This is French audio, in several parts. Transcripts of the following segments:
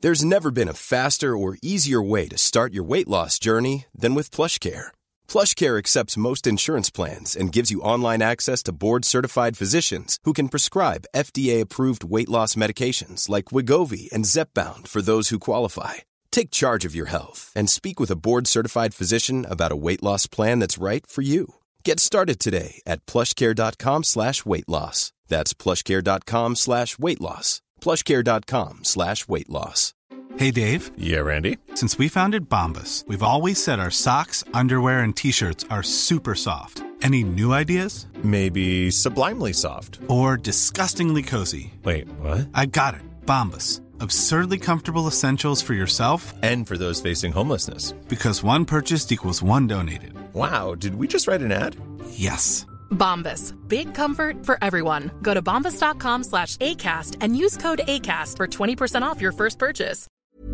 There's never been a faster or easier way to start your weight loss journey than with PlushCare. PlushCare accepts most insurance plans and gives you online access to board-certified physicians who can prescribe FDA-approved weight loss medications like Wegovy and Zepbound for those who qualify. Take charge of your health and speak with a board-certified physician about a weight loss plan that's right for you. Get started today at plushcare.com/weight loss. That's plushcare.com/weight loss. plushcare.com/weight loss. Hey, Dave. Yeah, Randy. Since we founded Bombas, we've always said our socks, underwear, and T-shirts are super soft. Any new ideas? Maybe sublimely soft. Or disgustingly cozy. Wait, what? I got it. Bombas. Absurdly comfortable essentials for yourself and for those facing homelessness. Because one purchased equals one donated. Wow, did we just write an ad? Yes. Bombas. Big comfort for everyone. Go to bombas.com/ACAST and use code ACAST for 20% off your first purchase.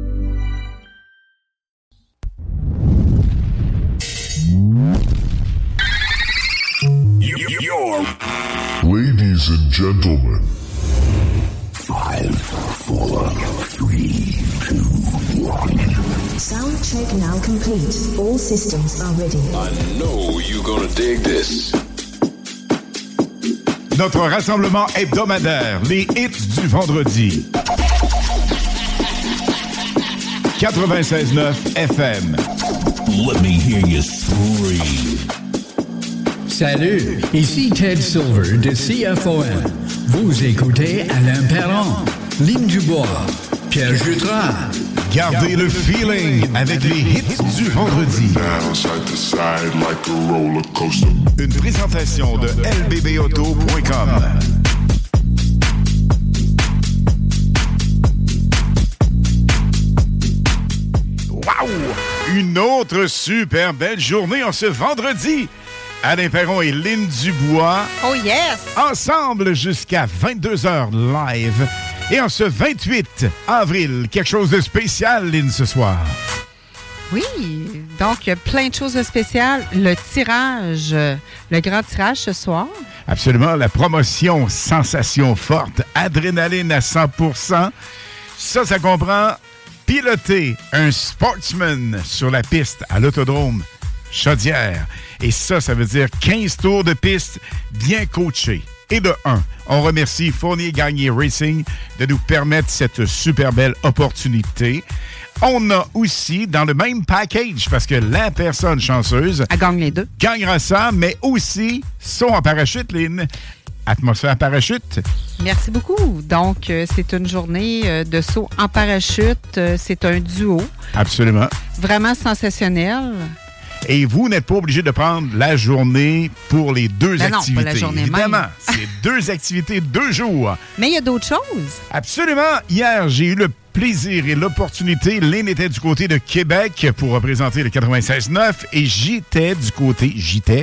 Your ladies and gentlemen. 5, 4, 3, 2, 1. Sound check now complete. All systems are ready. I know you're gonna dig this. Notre rassemblement hebdomadaire, les hits du vendredi. 96.9 FM. Let me hear you scream. Salut, ici Ted Silver de CFOM. Vous écoutez Alain Perron, Lynn Dubois, Pierre Jutras. Gardez le feeling avec les hits du vendredi. Une présentation de lbbauto.com. Wow! Une autre super belle journée en ce vendredi. Alain Perron et Lynn Dubois. Oh yes! Ensemble jusqu'à 22h live. Et en ce 28 avril, quelque chose de spécial, Lynn, ce soir. Oui, donc plein de choses de spéciales. Le tirage, le grand tirage ce soir. Absolument, la promotion Sensation forte, adrénaline à 100%. Ça comprend piloter un sportsman sur la piste à l'autodrome Chaudière. Et ça veut dire 15 tours de piste bien coachés. Et de 1, on remercie Fournier Gagné Racing de nous permettre cette super belle opportunité. On a aussi, dans le même package, parce que la personne chanceuse... Elle gagne les deux. Gagnera ça, mais aussi saut en parachute, Lynn. Atmosphère parachute. Merci beaucoup. Donc, c'est une journée de saut en parachute. C'est un duo. Absolument. Vraiment sensationnel. Et vous n'êtes pas obligé de prendre la journée pour les deux activités. Non, pas la journée évidemment, même. C'est 2 activités, 2 jours. Mais il y a d'autres choses. Absolument. Hier, j'ai eu le plaisir et l'opportunité. Lynn était du côté de Québec pour représenter le 96.9 et j'étais du côté... J'étais.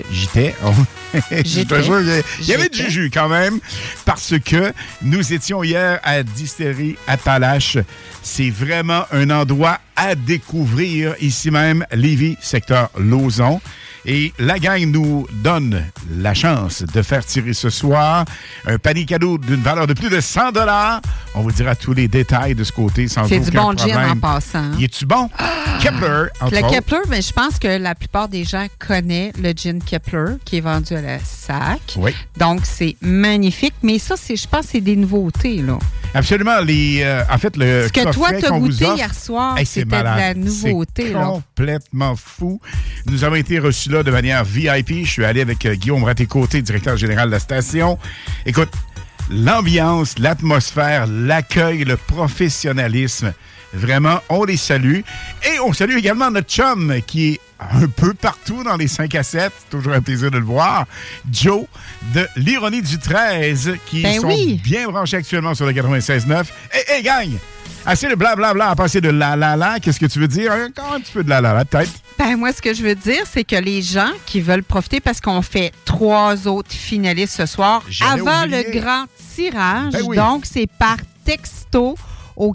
J'étais sûr qu'il y avait du jus quand même parce que nous étions hier à Distillerie Appalaches. C'est vraiment un endroit à découvrir ici même, Lévis, secteur Lauson. Et la gang nous donne la chance de faire tirer ce soir un panier cadeau d'une valeur de plus de 100 $. On vous dira tous les détails de ce côté sans aucun problème. C'est du bon gin en passant. Il est-tu bon? Kepler, entre autres. Kepler, mais je pense que la plupart des gens connaissent le gin Kepler qui est vendu à la SAC. Oui. Donc, c'est magnifique. Mais ça, je pense que c'est des nouveautés, là. Absolument. En fait, le ce que toi, tu as goûté hier soir, c'était de la nouveauté. C'est complètement fou. Nous avons été reçus là de manière VIP. Je suis allé avec Guillaume Raté-Côté, directeur général de la station. Écoute, l'ambiance, l'atmosphère, l'accueil, le professionnalisme, vraiment, on les salue. Et on salue également notre chum qui est un peu partout dans les 5 à 7. C'est toujours un plaisir de le voir. Joe de l'Ironie du 13 qui sont bien branchés actuellement sur le 96.9. Et gang! Assez de blablabla à passer de la. Qu'est-ce que tu veux dire? Encore un petit peu de la, peut-être. Ben, moi, ce que je veux dire, c'est que les gens qui veulent profiter, parce qu'on fait 3 autres finalistes ce soir, avant le grand tirage. Ben oui. Donc, c'est par texto au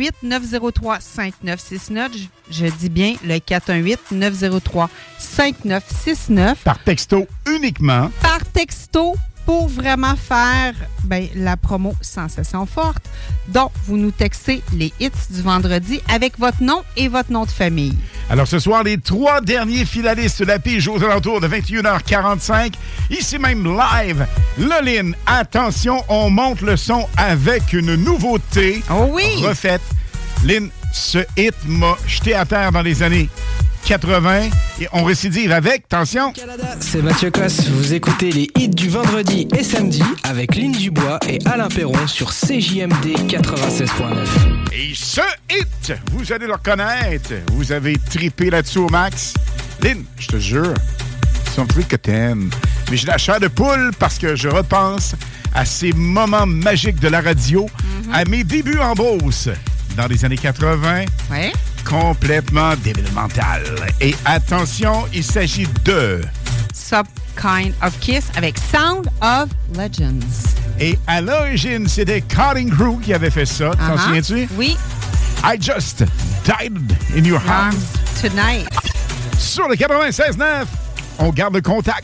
418-903-5969. Je dis bien le 418-903-5969. Par texto uniquement. Par texto pour vraiment faire la promo Sensation Forte. Donc, vous nous textez les hits du vendredi avec votre nom et votre nom de famille. Alors, ce soir, les 3 derniers finalistes de la pige aux alentours de 21h45. Ici même, live. Loline, attention, on monte le son avec une nouveauté. Oh oui! Refaite. Lynn, ce hit m'a jeté à terre dans les années 80 et on récidive avec, attention. Canada, c'est Mathieu Cosse. Vous écoutez les hits du vendredi et samedi avec Lynn Dubois et Alain Perron sur CJMD 96.9. Et ce hit, vous allez le reconnaître. Vous avez trippé là-dessus au max. Lynn, je te jure, c'est un truc que t'aimes. Mais j'ai la chair de poule parce que je repense à ces moments magiques de la radio, à mes débuts en Beauce dans les années 80. Ouais. Complètement développemental. Et attention, il s'agit de Some Kind of Kiss avec Sound of Legends. Et à l'origine, c'était Cutting Crew qui avait fait ça. T'en souviens-tu? Oui. I Just Died in Your Arms Tonight. Sur le 96.9, on garde le contact.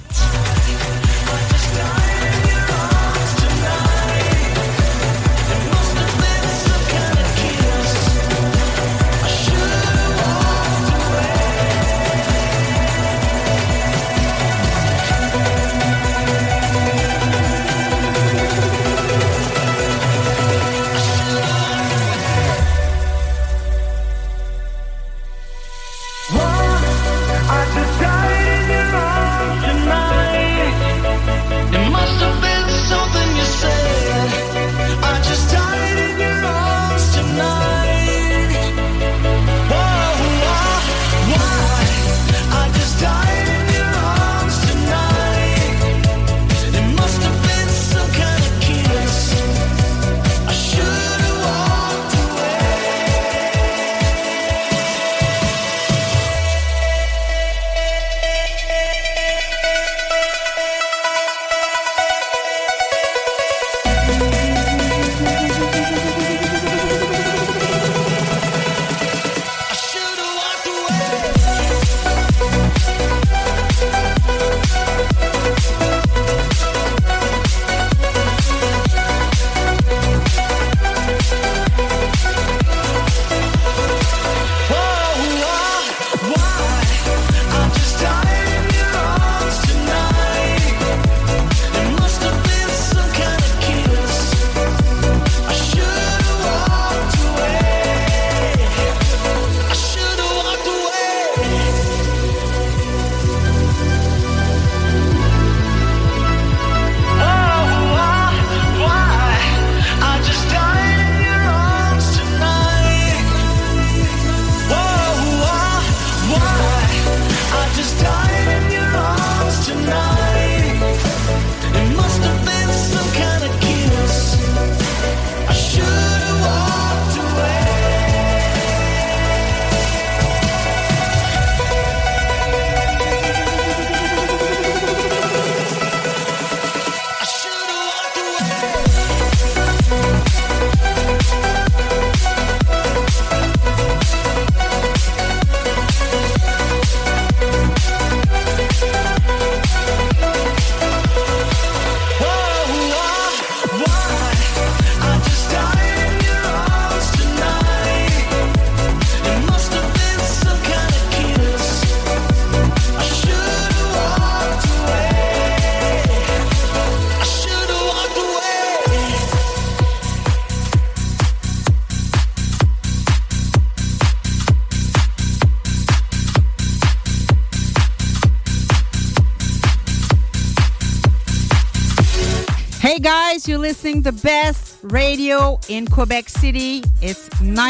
Hey guys, you're listening to the best radio in Quebec City. It's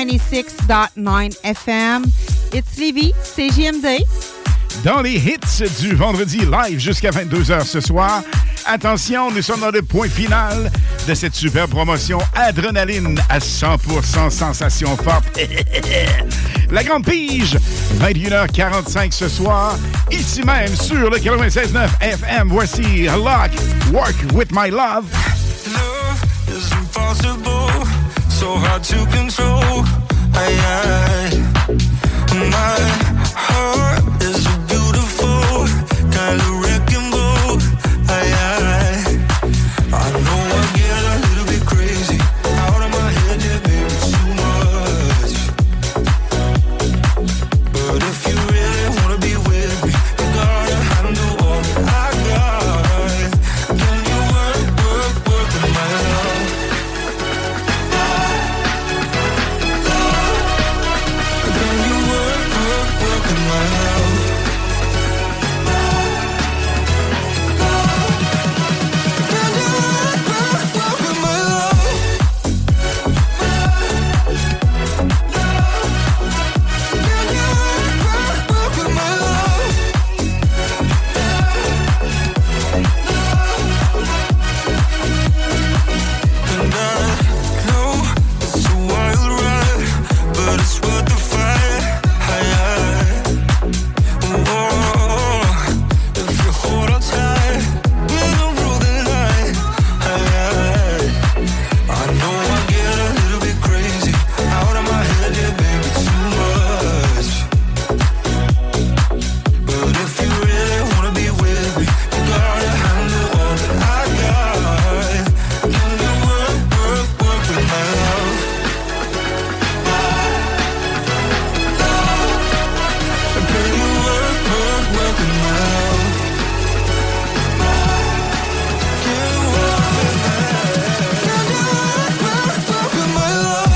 96.9 FM. It's Lévis, CJMD. Dans les hits du vendredi live jusqu'à 22h ce soir, attention, nous sommes dans le point final de cette super promotion Adrénaline à 100% sensation forte. La Grande Pige, 21h45 ce soir, ici même sur le 96.9 FM. Voici Lock, Work With My Love. Love is impossible, so hard to control. My heart is a beautiful kind of wrecking ball. worth the fight. If you hold on tight, we're gonna rule the night. I know I get a little bit crazy, out of my head, yeah, baby, too much. But if you really wanna be with me, you gotta handle all that I got. Can you work with my love? Can you work with my love? Can you work with my love?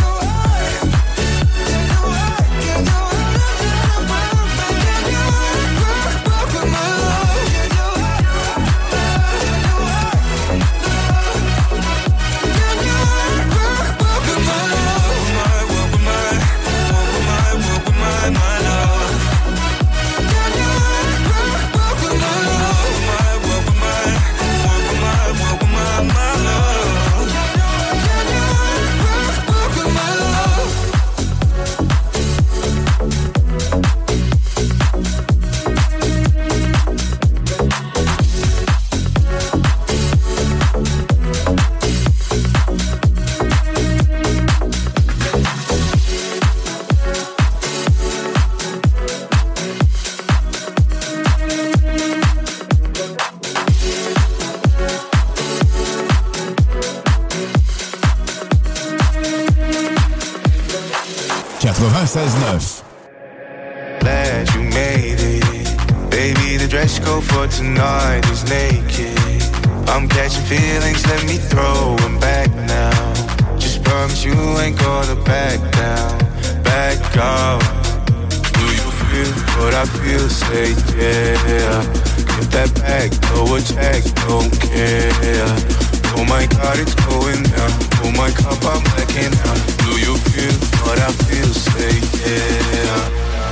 Glad you made it. Baby, the dress code for tonight is naked. I'm catching feelings, let me throw them back now. Just promise you ain't gonna back down, back out. Do you feel what I feel? Say yeah. Get that back, throw a check, don't care. Oh my God, it's going down. Oh my cup, I'm blacking out. Do you feel what I feel? Say yeah.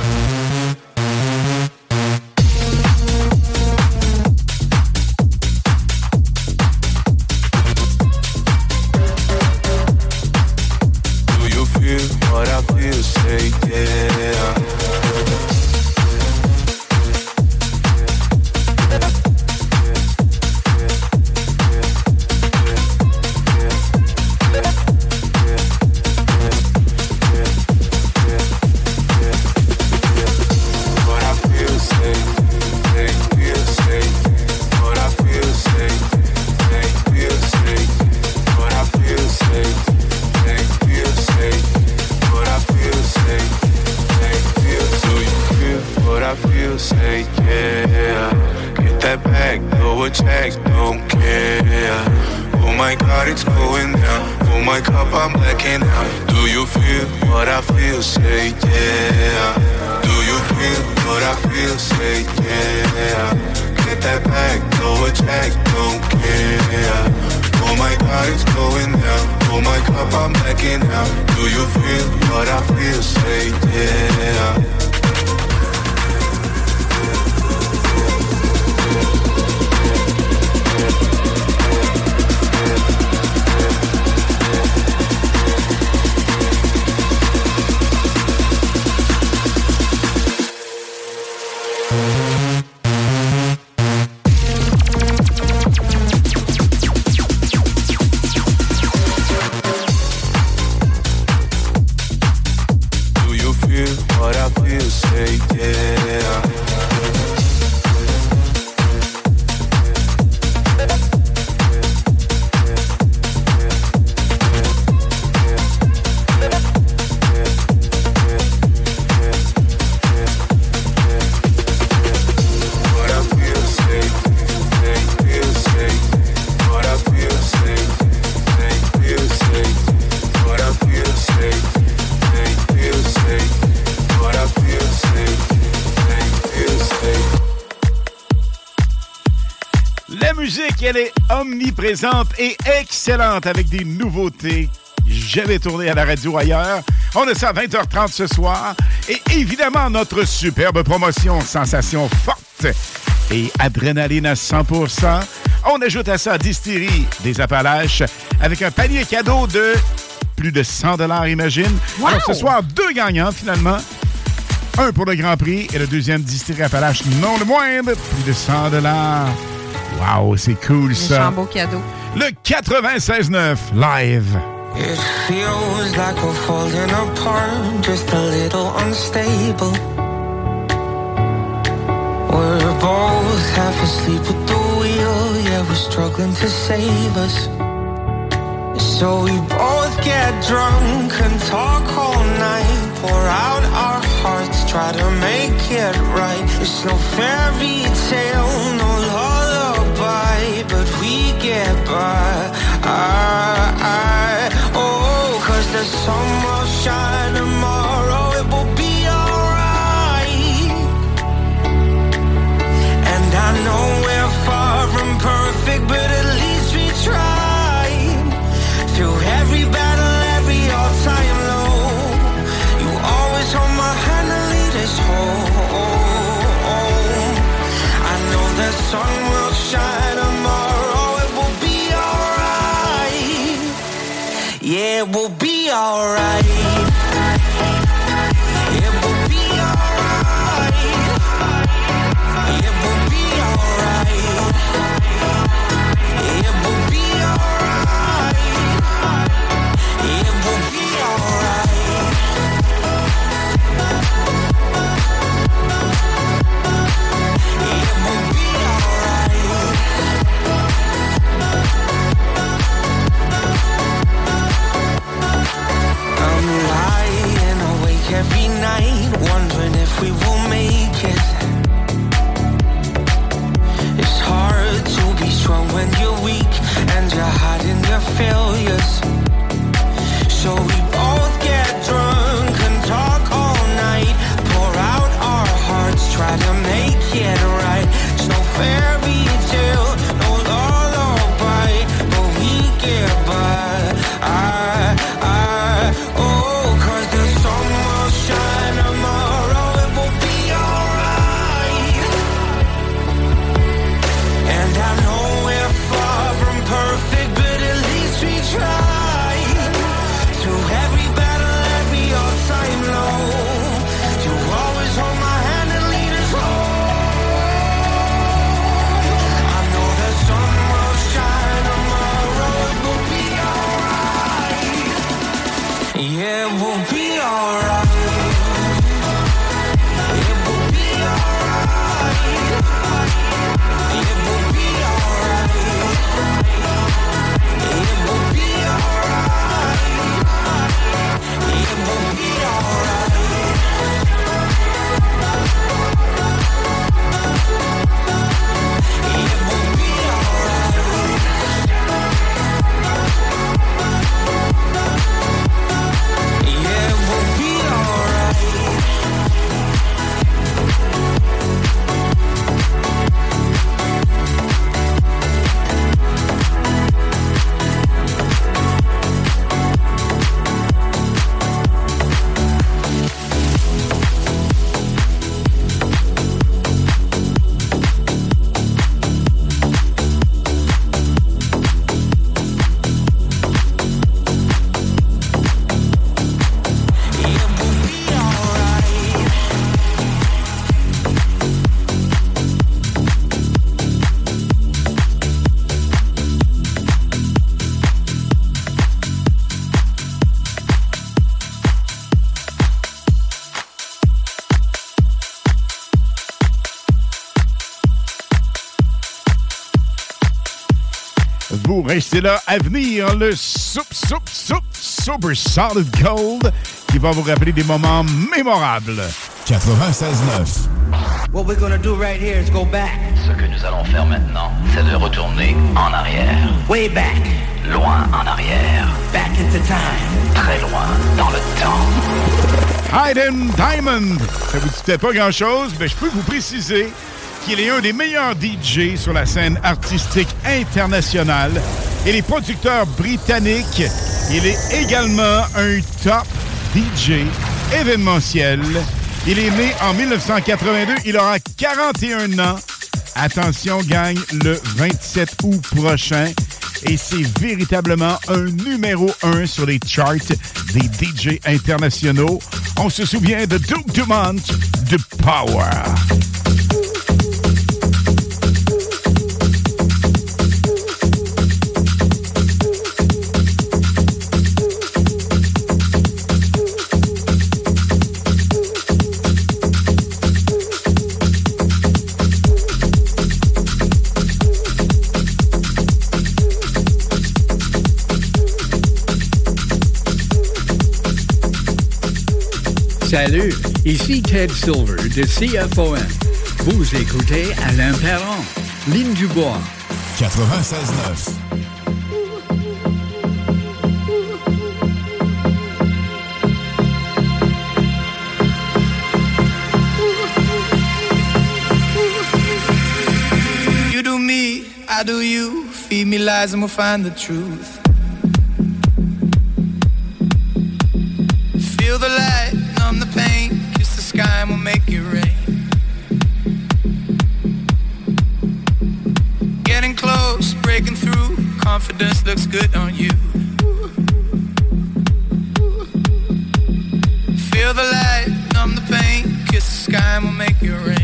Do you feel what I feel? Say yeah. Say yeah, get that back, throw a check, don't care. Oh my God, it's going down. Oh my cup, I'm blacking out. Do you feel what I feel? Say yeah. Do you feel what I feel? Say yeah. Get that back, throw a check, don't care. Oh my God, it's going down. Oh my cup, I'm blacking out. Do you feel what I feel? Say yeah. Elle est omniprésente et excellente avec des nouveautés jamais tournées à la radio ailleurs. On a ça à 20h30 ce soir. Et évidemment, notre superbe promotion, sensation forte et adrénaline à 100%. On ajoute à ça Distillerie des Appalaches avec un panier cadeau de plus de 100 $, imagine. Wow! Alors, ce soir, 2 gagnants, finalement. Un pour le Grand Prix et le deuxième distillerie Appalaches, non le moindre, plus de 100 $. Wow, c'est cool, ça. Méchant beau cadeau. Le 96.9 live. It feels like we're falling apart, just a little unstable. We're both half asleep at the wheel, yeah, we're struggling to save us. So we both get drunk and talk all night, pour out our hearts, try to make it right. It's no fairy tale, no lullaby, but we get by. Oh, 'cause the sun will shine tomorrow, it will be alright. And I know we're far from perfect, but at least we tried. Through every battle, every all-time low, you always hold my hand and lead us home. I know the sun will shine tomorrow, it will be alright. Yeah, it will be alright. It will be alright. It will be alright. It will be alright. It will be alright. It will be alright. I'm lying awake every night, wondering if we will make it. It's hard to be strong when you're weak and you're hiding your failures. So we both get drunk and talk all night, pour out our hearts, try to make it right. It's no fairy tale, no lullaby, but we get by. Oh, 'cause the sun will shine tomorrow, it will be alright. And I know we're far from perfect, but at least we try. Through every battle, every all-time low, you always hold my hand and lead us home. I know the sun will shine tomorrow, it will be alright. Yeah, it will be alright. It will be alright. It will be alright. It will be alright. It will be alright. It will be alright. Yeah, it will be alright. Vous restez là à venir, le Super Solid Gold qui va vous rappeler des moments mémorables. 96.9. What we're gonna do right here is go back. Ce que nous allons faire maintenant, c'est de retourner en arrière. Way back. Loin en arrière. Back into time. Très loin dans le temps. Hayden Diamond. Ça vous dit peut-être pas grand-chose, mais je peux vous préciser qu'il est un des meilleurs DJ sur la scène artistique internationale. Il est producteur britannique. Il est également un top DJ événementiel. Il est né en 1982. Il aura 41 ans. Attention, gang, le 27 août prochain. Et c'est véritablement un numéro 1 sur les charts des DJ internationaux. On se souvient de Duke Dumont, de Power. Salut, ici Ted Silver de CFOM. Vous écoutez Alain Perron, Ligne du Bois, 96.9. You do me, I do you. Feed me lies and we'll find the truth. Feel the light, numb the pain. Kiss the sky and we'll make it rain. Getting close, breaking through. Confidence looks good on you. Feel the light, numb the pain. Kiss the sky and we'll make it rain.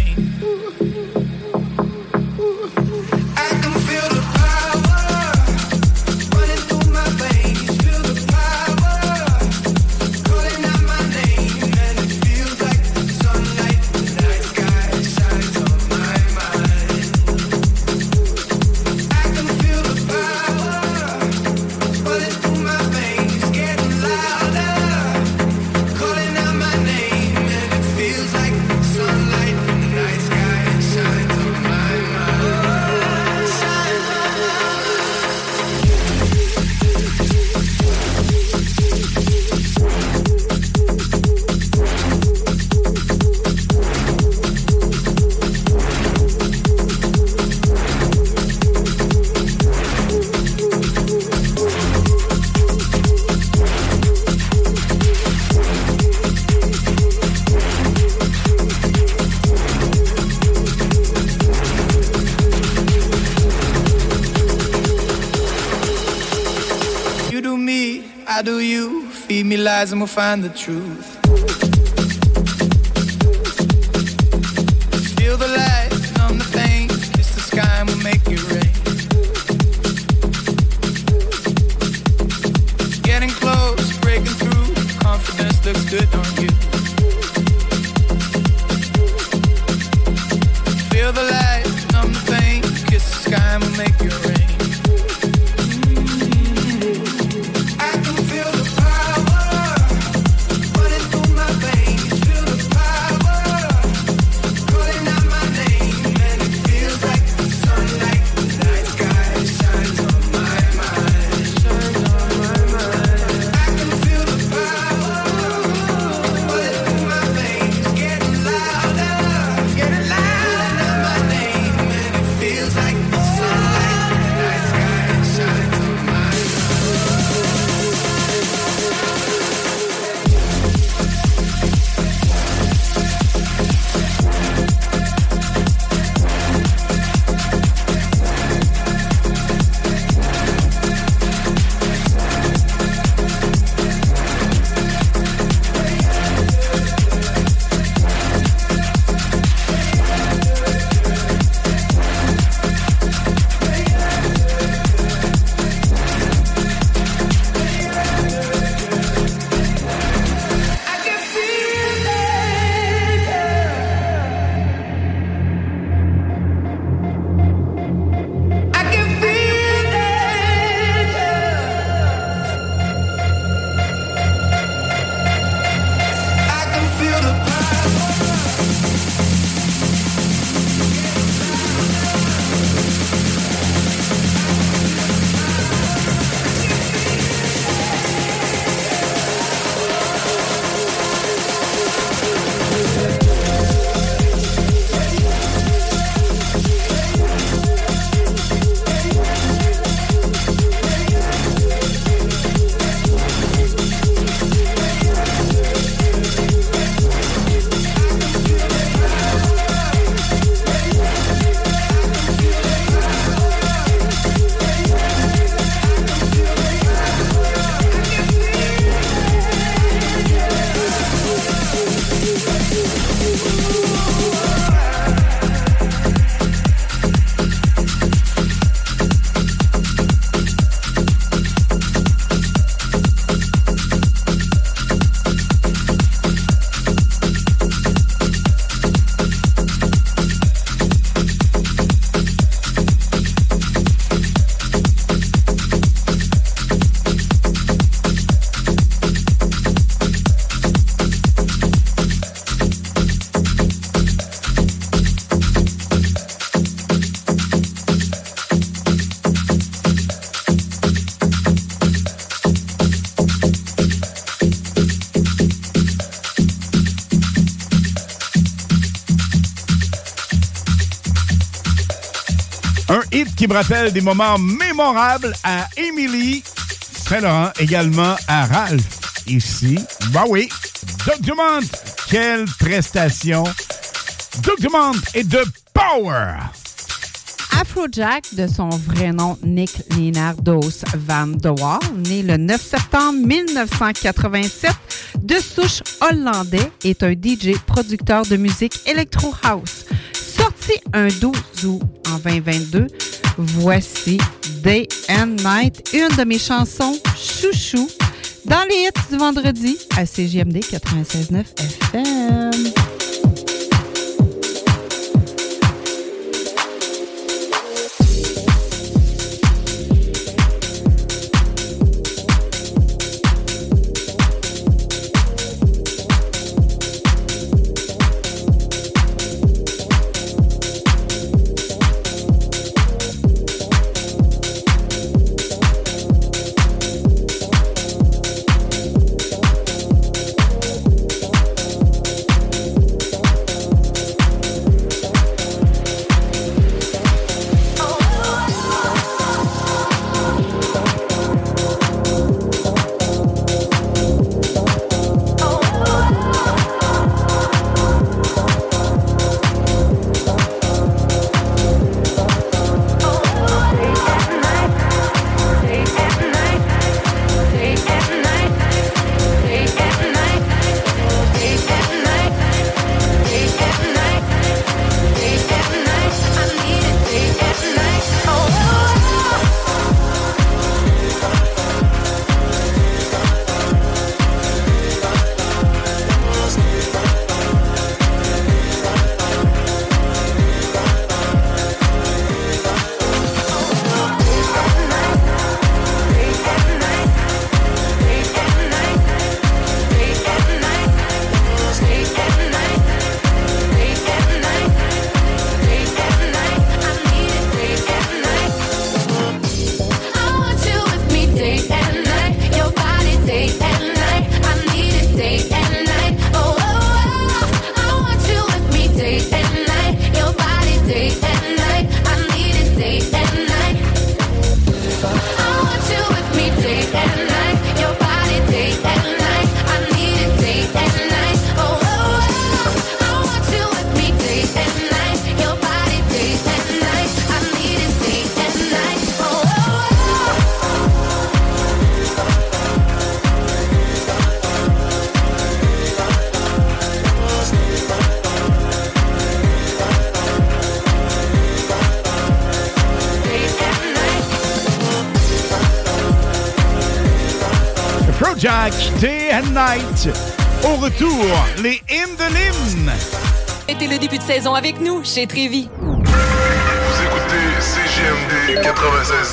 I do you. Feed me lies and we'll find the truth. Feel the light, numb the pain. Kiss the sky and we'll make it rain. Getting close, breaking through. Confidence looks good on you. Feel the light, numb the pain. Kiss the sky and we'll make it rain. I can feel the power running through my veins. Un hit qui me rappelle des moments mémorables à Émilie Saint-Laurent, également à Ralph. Ici, bah oui, Doug Dumont, quelle prestation! Doug Dumont et de Power! Afrojack, de son vrai nom Nick Leonardos Van de Waal, né le 9 septembre 1987, de souche hollandais, est un DJ producteur de musique Electro House. Sorti un 12 août en 2022, voici Day and Night, une de mes chansons chouchou, dans les hits du vendredi à CJMD 96.9 FM. Jack, Day and Night. Au retour, les hymnes de l'hymne. C'était le début de saison avec nous chez Trévis. Vous écoutez CJMD 96.9.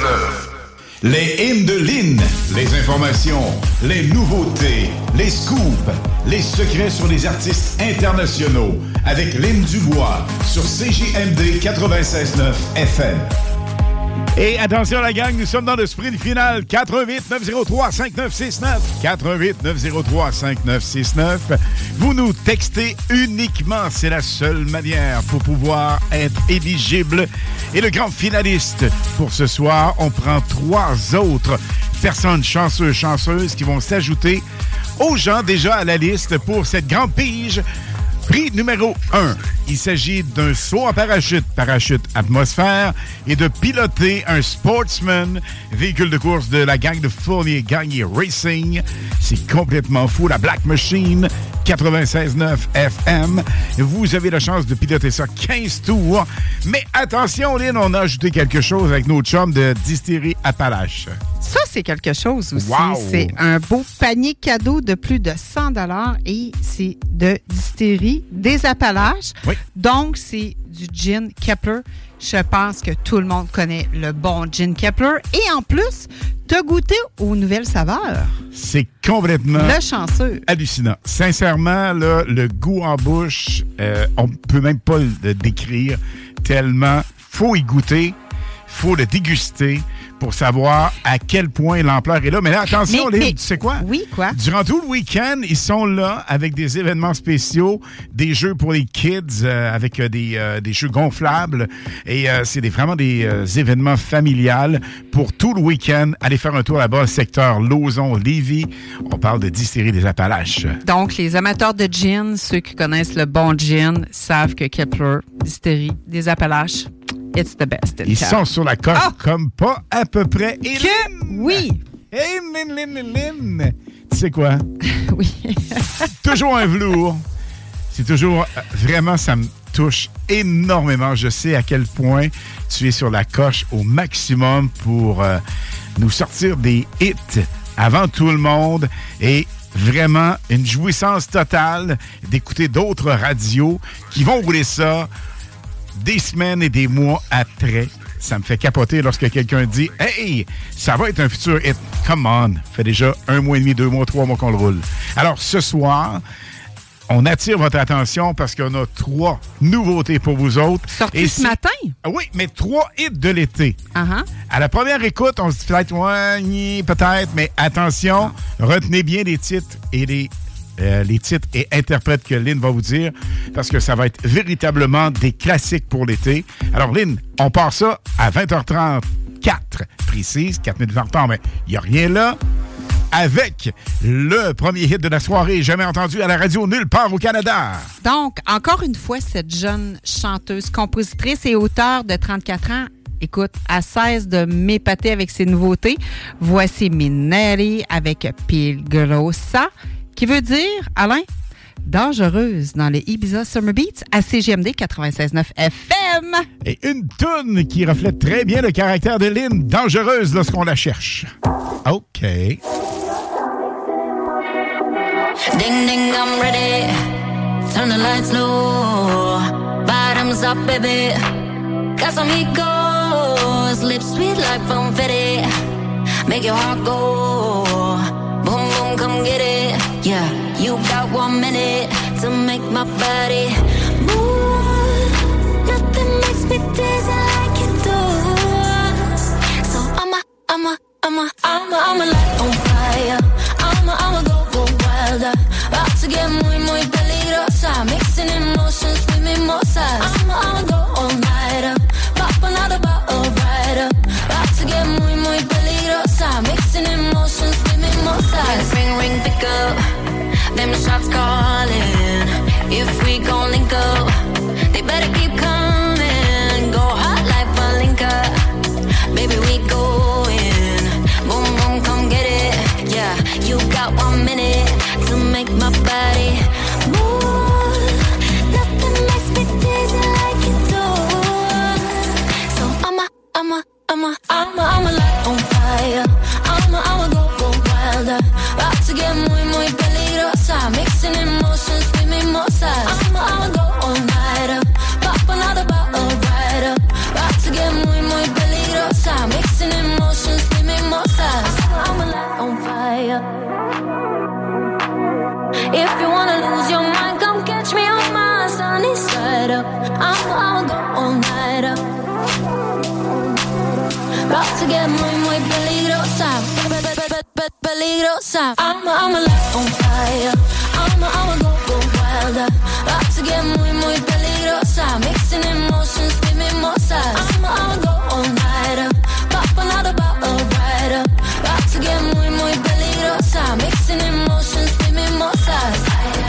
Les hymnes de l'hymne. Les informations, les nouveautés, les scoops, les secrets sur les artistes internationaux. Avec Lynn Dubois sur CJMD 96.9 FM. Et attention la gang, nous sommes dans le sprint final. 88-903-5969. 88-903-5969. Vous nous textez uniquement. C'est la seule manière pour pouvoir être éligible. Et le grand finaliste pour ce soir, on prend 3 autres personnes chanceuses qui vont s'ajouter aux gens déjà à la liste pour cette grande pige. Prix numéro 1. Il s'agit d'un saut en parachute atmosphère, et de piloter un Sportsman, véhicule de course de la gang de Fournier Gagné Racing. C'est complètement fou. La Black Machine, 96.9 FM. Vous avez la chance de piloter ça 15 tours. Mais attention, Lynn, on a ajouté quelque chose avec nos chums de Distillerie Appalaches. Ça, c'est quelque chose aussi. Wow. C'est un beau panier cadeau de plus de 100$ et c'est de Distillerie des Appalaches. Oui. Donc, c'est du gin Kepler. Je pense que tout le monde connaît le bon gin Kepler. Et en plus, t'as goûté aux nouvelles saveurs. C'est complètement le chanceux. Hallucinant. Sincèrement, là, le goût en bouche, on peut même pas le décrire tellement. Faut y goûter, faut le déguster pour savoir à quel point l'ampleur est là. Mais là, attention, Lynn, tu sais quoi? Oui, quoi? Durant tout le week-end, ils sont là avec des événements spéciaux, des jeux pour les kids, avec des jeux gonflables. Et c'est vraiment des événements familiales pour tout le week-end. Allez faire un tour là-bas, secteur Lauson, Lévis. On parle de distillerie des Appalaches. Donc, les amateurs de gin, ceux qui connaissent le bon gin, savent que Kepler, distillerie des Appalaches, it's the best. Ils sont sur la coche comme pas à peu près. Et oui! Hey, Lynn! Tu sais quoi? Oui. Toujours un velours. C'est toujours... vraiment, ça me touche énormément. Je sais à quel point tu es sur la coche au maximum pour nous sortir des hits avant tout le monde. Et vraiment, une jouissance totale d'écouter d'autres radios qui vont rouler ça des semaines et des mois après. Ça me fait capoter lorsque quelqu'un dit « Hey, ça va être un futur hit. » Come on! Ça fait déjà 1 mois et demi, 2 mois, 3 mois qu'on le roule. Alors, ce soir, on attire votre attention parce qu'on a 3 nouveautés pour vous autres. Sorties ce matin? Oui, mais 3 hits de l'été. Uh-huh. À la première écoute, on se dit peut-être, mais attention, retenez bien les titres et les titres et interprètes que Lynn va vous dire, parce que ça va être véritablement des classiques pour l'été. Alors, Lynn, on part ça à 20h34 précise, 4 minutes en retard, mais il n'y a rien là, avec le premier hit de la soirée, jamais entendu à la radio nulle part au Canada. Donc, encore une fois, cette jeune chanteuse, compositrice et auteure de 34 ans, écoute, elle cesse de m'épater avec ses nouveautés. Voici Minelli avec Pilgrosa, qui veut dire, Alain, dangereuse dans les Ibiza Summer Beats à CGMD 96.9 FM. Et une toune qui reflète très bien le caractère de Lynn, dangereuse lorsqu'on la cherche. OK. Ding, ding, I'm ready. Turn the lights low. Bottoms up, baby. Got some egos. Lips sweet like confetti. Make your heart go. Boom, boom, come get it. Yeah, you got 1 minute to make my body move. Nothing makes me dizzy like it does. So I'ma light on fire. I'ma go wilder. About to get muy peligrosa. Mixing emotions with mimosas. I'ma go all night up. Pop another bottle right up. About to get muy peligrosa. Mixing emotions with mimosas. Ring, pick up. Them shots calling. If we gon' link up, they better keep coming. Go hot like Valinka. Baby, we going. Boom, boom, come get it. Yeah, you got 1 minute to make my body move. Nothing makes me dizzy like it does. So I'ma light on fire. I'ma go wilder. About to get muy peligrosa. Mixing emotions with mimosas. I'ma go all night up. Pop another bottle right up. About to get muy peligrosa. Mixing emotions with mimosas. I'ma light on fire. If you wanna lose your mind, come catch me on my sunny side up. I'ma go all night up. About to get muy peligrosa. Peligrosa. I'ma light on fire. I'ma go wilder. About to get muy peligrosa. Mixing emotions with mimosas. I'ma go all night up. Pop another bottle right up. About to get muy peligrosa. Mixing emotions with mimosas.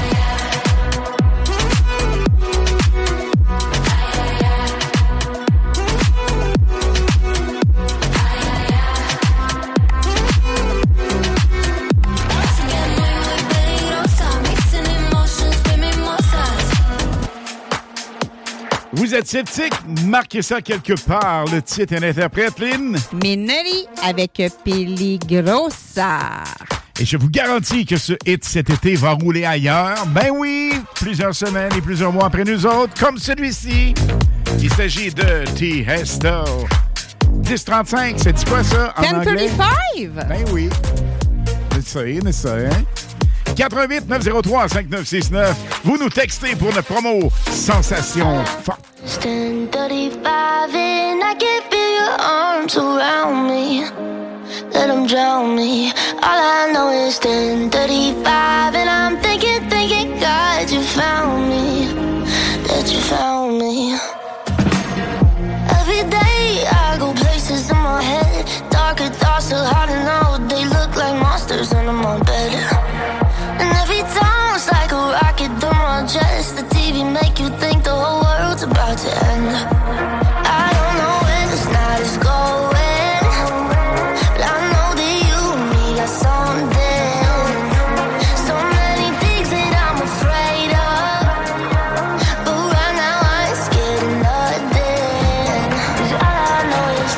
Vous êtes sceptique? Marquez ça quelque part. Le titre et l'interprète, Lynn? Minelli avec Peligrosa. Et je vous garantis que ce hit cet été va rouler ailleurs. Ben oui, plusieurs semaines et plusieurs mois après nous autres, comme celui-ci. Il s'agit de Tiesto. 10:35, c'est dit quoi ça en anglais? 10:35? Ben oui. C'est ça, hein? 88 903 5969. Vous nous textez pour notre promo Sensation Forte. It's 10:35 and I can feel you your arms around me. Let them drown me. All I know is 10:35 and I'm thinking, God, you found me. That you found me. Every day I go places in my head. Darker thoughts so hard to know. They look like monsters under my bed. And every time it's like a rocket through my chest. The TV make you think the whole world's about to end. I don't know where this night is going, but I know that you and me got something. So many things that I'm afraid of, but right now I ain't scared of nothing. 'Cause all I know is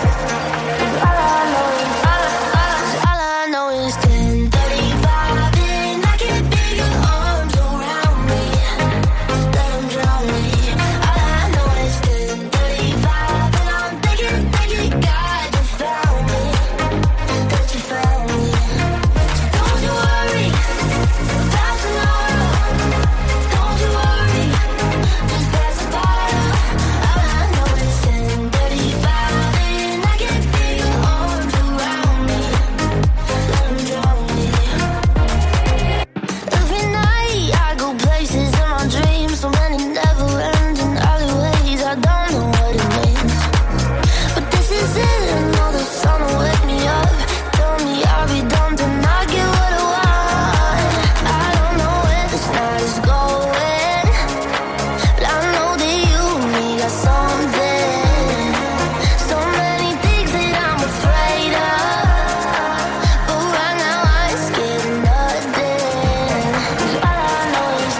10:35 and I can feel your arms around me. Let them drown me. All I know is 10:35 and I'm thinking, God, you found me. That you found me. So don't you worry about tomorrow. Don't you worry, just pass the bottle. All I know is 10:35 and I can feel your arms around me. Let them drown me. Every night I go places in my dreams, so many never-ending alleyways. I don't know what it means, but this is it. I know the sun will wake me up. Tell me I'll be done, then I'll get what I want. I don't know where this night is going, but I know that you and me got something. So many things that I'm afraid of, but right now I ain't scared of nothing. 'Cause all I know is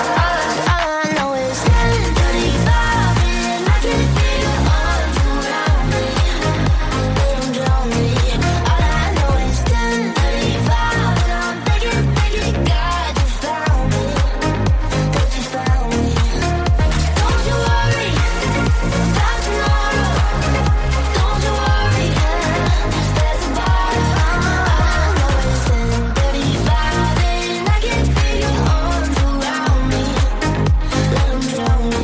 10:35 and I can feel your arms around me. Let them drown me. All I know is 10:35 and I'm thinking, God, you found me. That you found me. Don't you worry about tomorrow. Don't you worry, just pass the bottle. All I know is 10:35 and I can feel your arms around me. Let them drown me.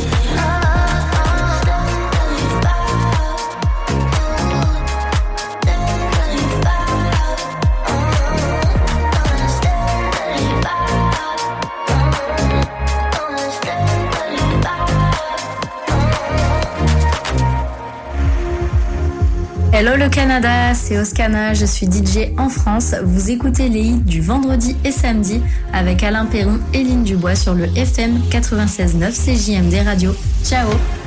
10:35. Hello le Canada, c'est Oscana, je suis DJ en France. Vous écoutez les hits du vendredi et samedi avec Alain Perron et Lynn Dubois sur le FM 96.9 CJMD Radio. Ciao.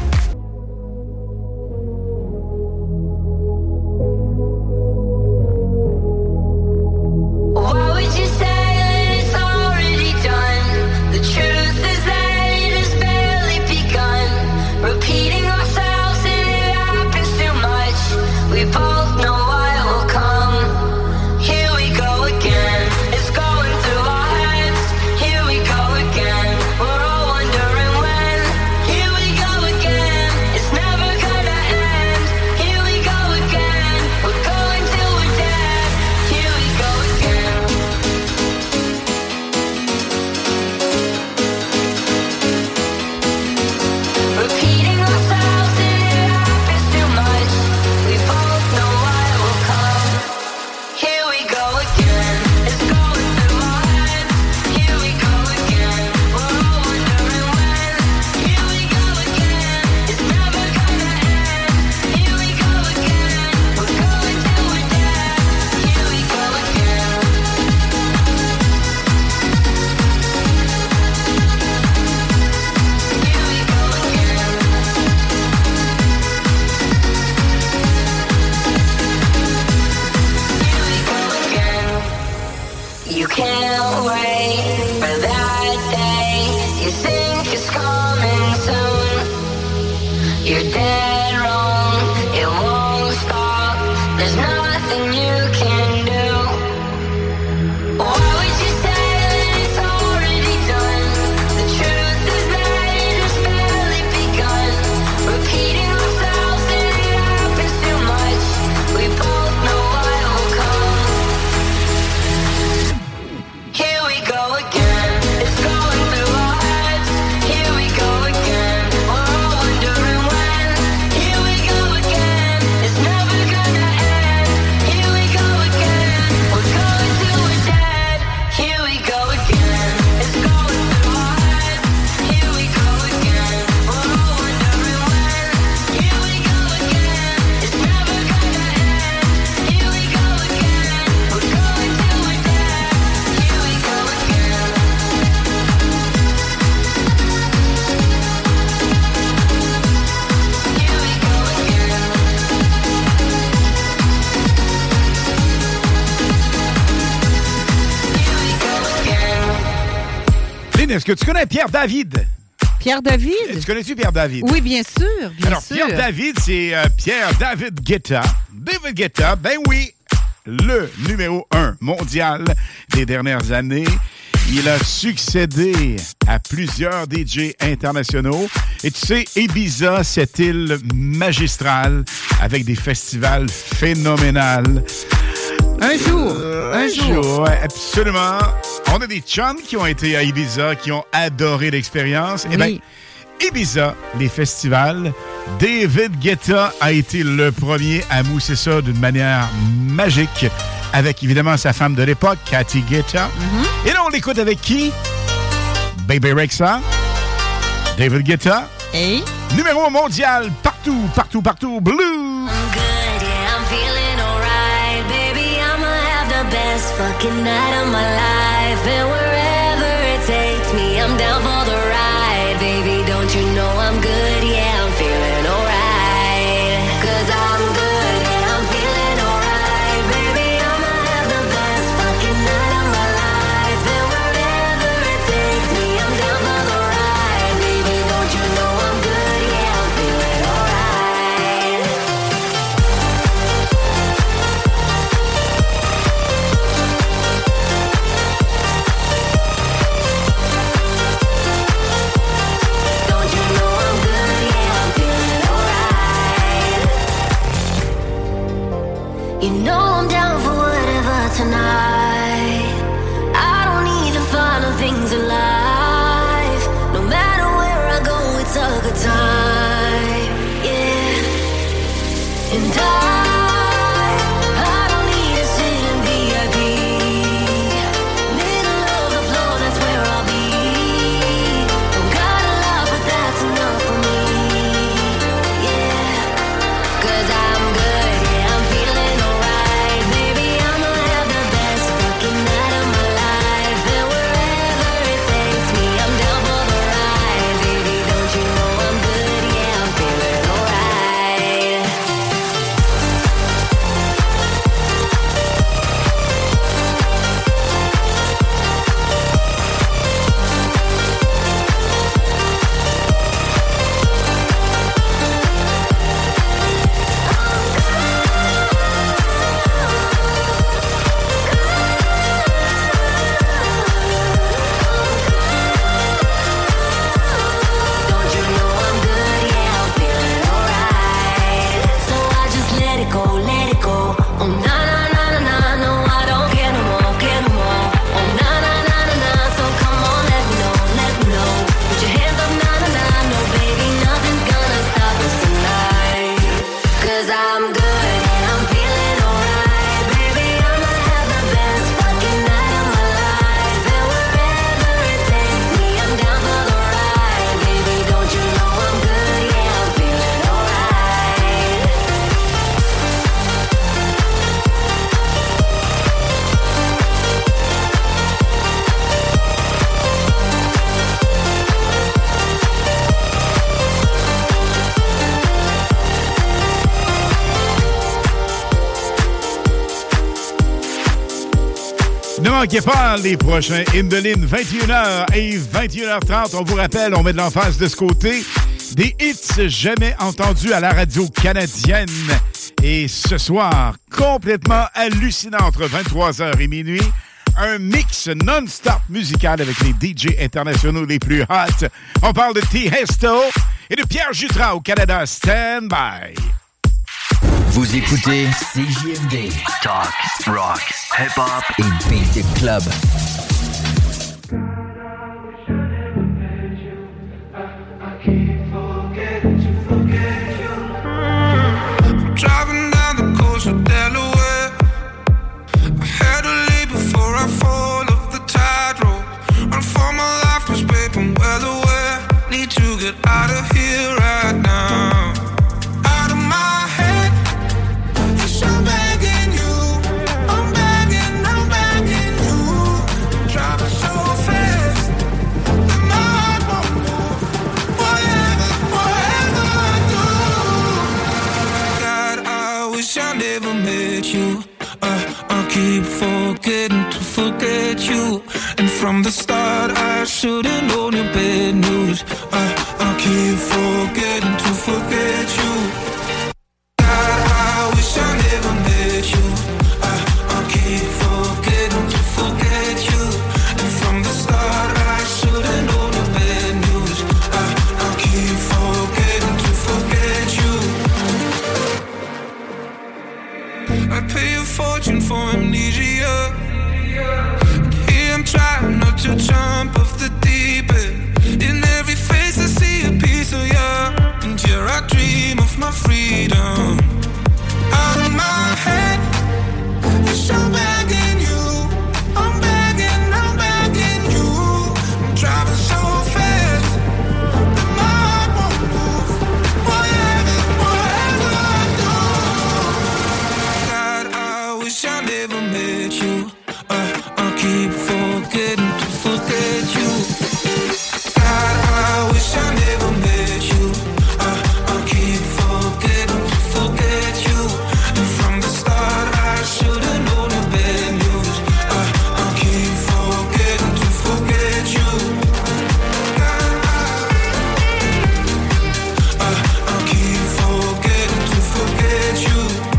Why would you say that it's already done? The truth is that it has barely begun. Repeating ourselves and it happens too much. We both know what will come. Here we go again. It's going through our heads. Here we go again. We're all wondering when. Here we go again. est-ce que tu connais Pierre David? Pierre David? Tu connais-tu Pierre David? Oui, bien sûr, bien sûr. Pierre David, c'est Pierre David Guetta. David Guetta, ben oui, le numéro 1 mondial des dernières années. Il a succédé à plusieurs DJ internationaux. Et tu sais, Ibiza, cette île magistrale avec des festivals phénoménales. Un jour. Ouais, absolument. On a des chums qui ont été à Ibiza, qui ont adoré l'expérience. Oui. Eh bien, Ibiza, les festivals, David Guetta a été le premier à mousser ça d'une manière magique avec évidemment sa femme de l'époque, Cathy Guetta. Et là, on l'écoute avec qui? Baby Rexha, David Guetta. Et? Numéro mondial, partout, Blue. Best fucking night of my life, and wherever it takes me, I'm down for the ride, baby. Don't you know I'm good? Yeah, I'm feeling alright. 'Cause I'm good, yeah, I'm feeling alright, baby. I'ma have the best fucking night of my life, and wherever it takes me, I'm down for the ride, baby. Don't you know I'm good? Yeah, I'm feeling alright. You know I'm down for whatever tonight. I don't need the final things in life. No matter where I go, it's a good time. Yeah. And I don't need to sit in VIP. Middle of the floor, that's where I'll be. Don't got a lot, but that's enough for me. Yeah. 'Cause I'm good, yeah, I'm feeling alright, baby. I'ma have the best fucking night of my life, and wherever it takes me, I'm down for the ride, baby. Don't you know I'm good? Yeah, I'm feeling alright. Don't you know I'm good? Yeah, I'm feeling alright. So I just let it go, let it go. Oh na na na na na, no I don't care no more, care no more. Oh na na na na na, so come on, let me know, let me know. Put your hands up, na na na, no baby, nothing's gonna stop us tonight. 'Cause I'm good and I'm feeling alright, baby. I'ma have the best fucking night of my life, and wherever it takes me, I'm down for the ride, baby. Don't you know I'm good? Yeah, I'm feeling alright. Ne manquez pas les prochains Indeline, 21h et 21h30. On vous rappelle, on met de l'emphase de ce côté. Des hits jamais entendus à la radio canadienne. Et ce soir, complètement hallucinant entre 23h et minuit, un mix non-stop musical avec les DJ internationaux les plus hot. On parle de Tiesto et de Pierre Jutras au Canada. Stand by. Vous écoutez CJMD, Talk, Rock, Hip Hop et Beat Club. Driving down the coast of Delaware, I had to leave before I fall off the tightrope. Run for my life, 'cause babe, I'm well aware. Need to get out of here right now. Out of my head, yes, I'm begging you. I'm begging you. Driving so fast that my heart won't move. Whatever I do. God, I wish I never met you. I keep forgetting to forget you. And from the start, I should've known your bad news. I keep forgetting to forget you. God, I wish I never met you. I keep forgetting to forget you. And from the start, I should've known your bad news. I keep forgetting to forget you. I pay a fortune for amnesia. I'm trying not to jump off the deep end. In every face I see a piece of you. And here I dream of my freedom. Out of my head, wish I'm begging you. I'm begging you. I'm driving so fast that my heart won't move. Whatever I do. God, I wish I never met you. I keep forgetting to forget you. God, I wish I never met you. I keep forgetting to forget you. And from the start, I should've known the bad news. I keep forgetting to forget you. God, I keep forgetting to forget you.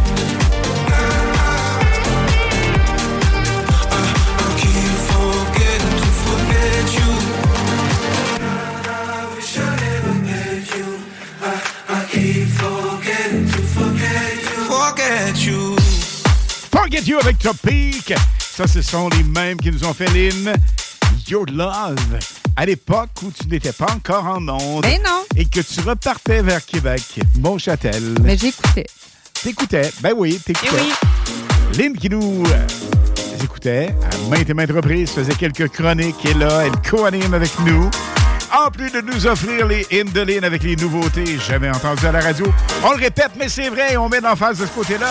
Forget You avec Topic. Ça, ce sont les mêmes qui nous ont fait l'hymne Your Love. À l'époque où tu n'étais pas encore en onde. Ben non. Et que tu repartais vers Québec, Montchâtel. Mais j'écoutais. T'écoutais? Ben oui, t'écoutais. Et oui. Lynn qui nous écoutait à maintes et maintes reprises, faisait quelques chroniques et là, elle co-anime avec nous. En plus de nous offrir les hymnes de Lynn avec les nouveautés jamais entendues à la radio. On le répète, mais c'est vrai, on met l'emphase de ce côté-là.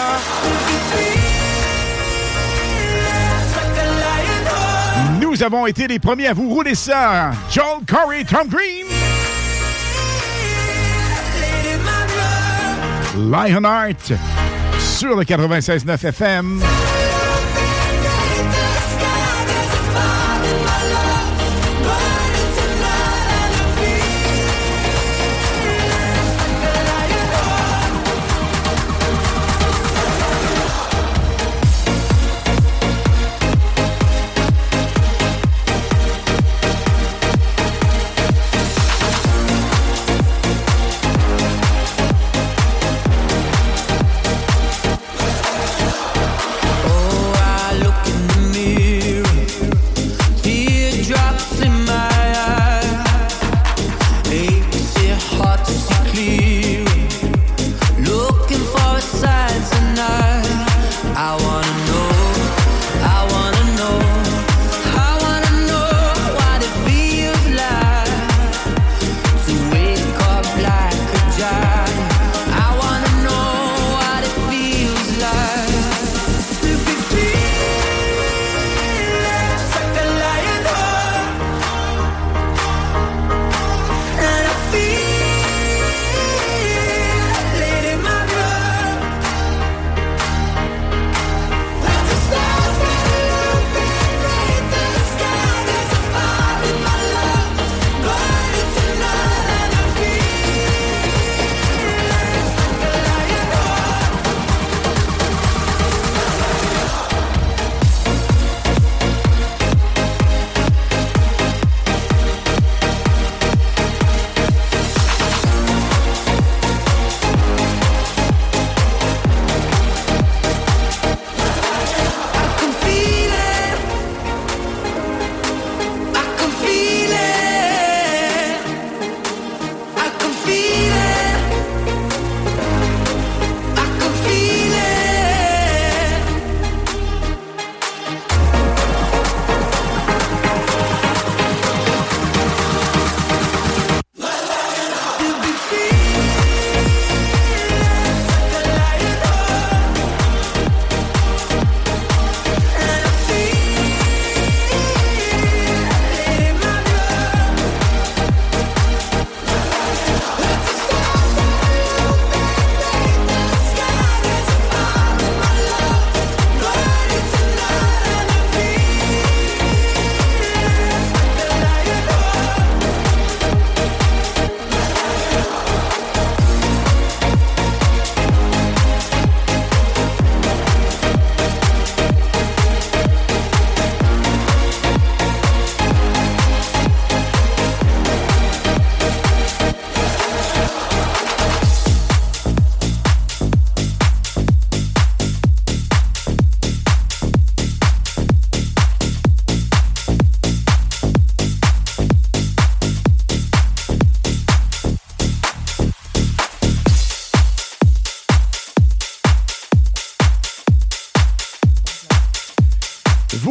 Nous avons été les premiers à vous rouler ça. Joel Corey, Tom Green. Lionheart sur le 96.9 FM. Oh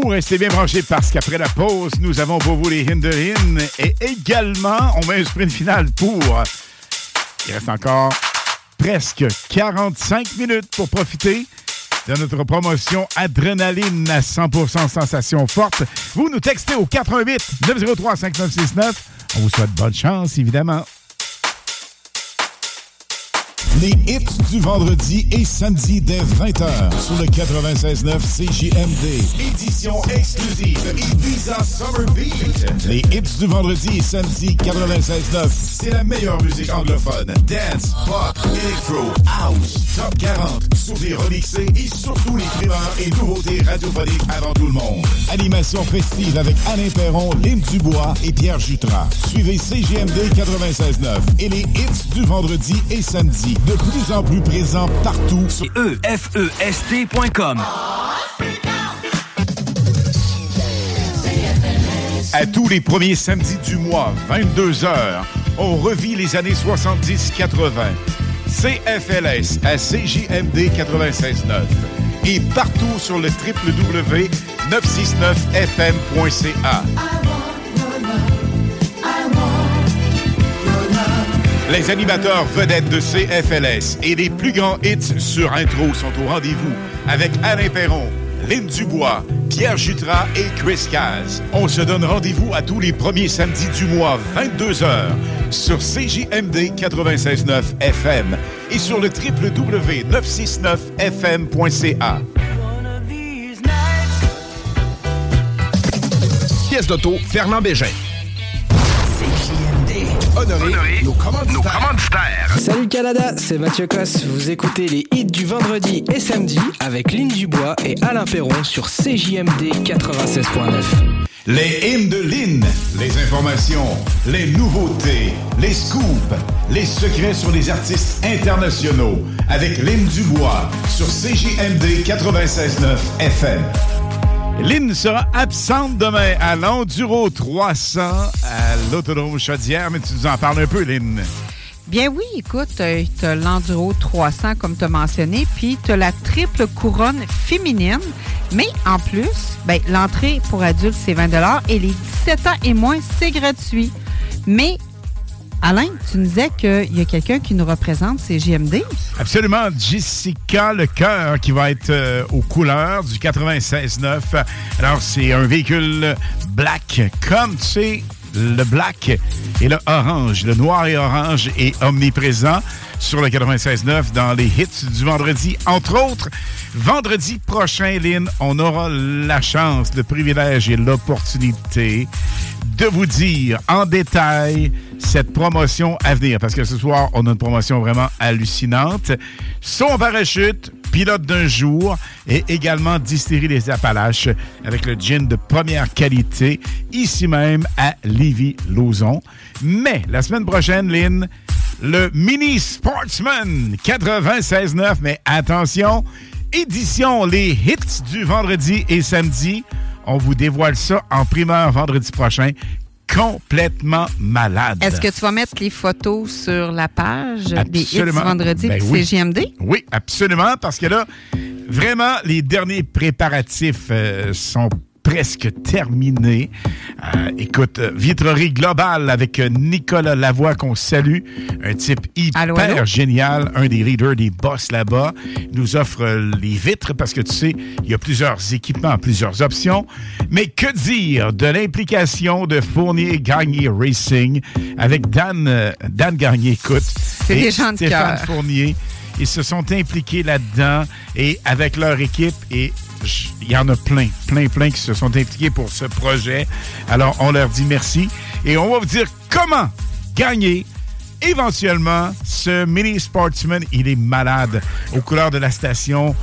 Vous restez bien branchés parce qu'après la pause, nous avons pour vous les Hinderlin et également, on met un sprint final pour... Il reste encore presque 45 minutes pour profiter de notre promotion Adrénaline à 100% sensation forte. Vous nous textez au 88-903-5969. On vous souhaite bonne chance, évidemment. Les hits du vendredi et samedi dès 20h sur le 96.9 CJMD. Édition exclusive Ibiza Summer Beat. Les hits du vendredi et samedi 96.9, c'est la meilleure musique anglophone. Dance, pop, electro, house, top 40, sur des remixés et surtout les primeurs et nouveautés radiophoniques avant tout le monde. Animation festive avec Alain Perron, Lynn Dubois et Pierre Jutras. Suivez CJMD 96.9 et les hits du vendredi et samedi. De plus en plus présent partout sur EFEST.com. À tous les premiers samedis du mois, 22h, on revit les années 70-80. CFLS à CJMD 96.9 et partout sur le www.969fm.ca. Les animateurs vedettes de CFLS et les plus grands hits sur intro sont au rendez-vous avec Alain Perron, Lynn Dubois, Pierre Jutras et Chris Caz. On se donne rendez-vous à tous les premiers samedis du mois, 22h, sur CJMD 96.9 FM et sur le www.969fm.ca. Pièce d'auto, Fernand Bégin. Honorer nos commanditaires. Salut Canada, c'est Mathieu Cosse. Vous écoutez les hits du vendredi et samedi avec Lynn Dubois et Alain Perron sur CJMD 96.9. Les hymnes de Lynn, les informations, les nouveautés, les scoops, les secrets sur les artistes internationaux avec Lynn Dubois sur CJMD 96.9 FM. Lynn sera absente demain à l'Enduro 300 à l'Autodrome Chaudière, mais tu nous en parles un peu, Lynn. Bien oui, écoute, tu as l'Enduro 300 comme tu as mentionné, puis tu as la triple couronne féminine, mais en plus, l'entrée pour adultes, c'est 20 $ et les 17 ans et moins, c'est gratuit. Mais Alain, tu nous disais qu'il y a quelqu'un qui nous représente, c'est JMD. Absolument. Jessica Lecoeur qui va être aux couleurs du 96.9. Alors, c'est un véhicule black, comme tu sais, le black et le orange. Le noir et orange est omniprésent sur le 96.9 dans les hits du vendredi. Entre autres, vendredi prochain, Lynn, on aura la chance, le privilège et l'opportunité de vous dire en détail cette promotion à venir. Parce que ce soir, on a une promotion vraiment hallucinante. Saut en parachute, pilote d'un jour et également Distillerie des Appalaches avec le gin de première qualité ici même à Lévis-Lauzon. Mais la semaine prochaine, Lynn, le Mini Sportsman 96.9. Mais attention, édition les hits du vendredi et samedi. On vous dévoile ça en primeur vendredi prochain. Complètement malade. Est-ce que tu vas mettre les photos sur la page absolument. Des hits du vendredi de oui. CJMD? Oui, absolument, parce que là, vraiment, les derniers préparatifs sont presque terminés. Écoute, vitrerie globale avec Nicolas Lavoie qu'on salue, un type hyper génial, un des leaders des boss là-bas. Il nous offre les vitres parce que tu sais, il y a plusieurs équipements, plusieurs options. Mais que dire de l'implication de Fournier Gagné Racing avec Dan Gagné, écoute. C'est des gens de Stéphane cœur. Fournier. Ils se sont impliqués là-dedans et avec leur équipe et il y en a plein qui se sont impliqués pour ce projet. Alors, on leur dit merci et on va vous dire comment gagner éventuellement ce Mini Sportsman. Il est malade aux couleurs de la station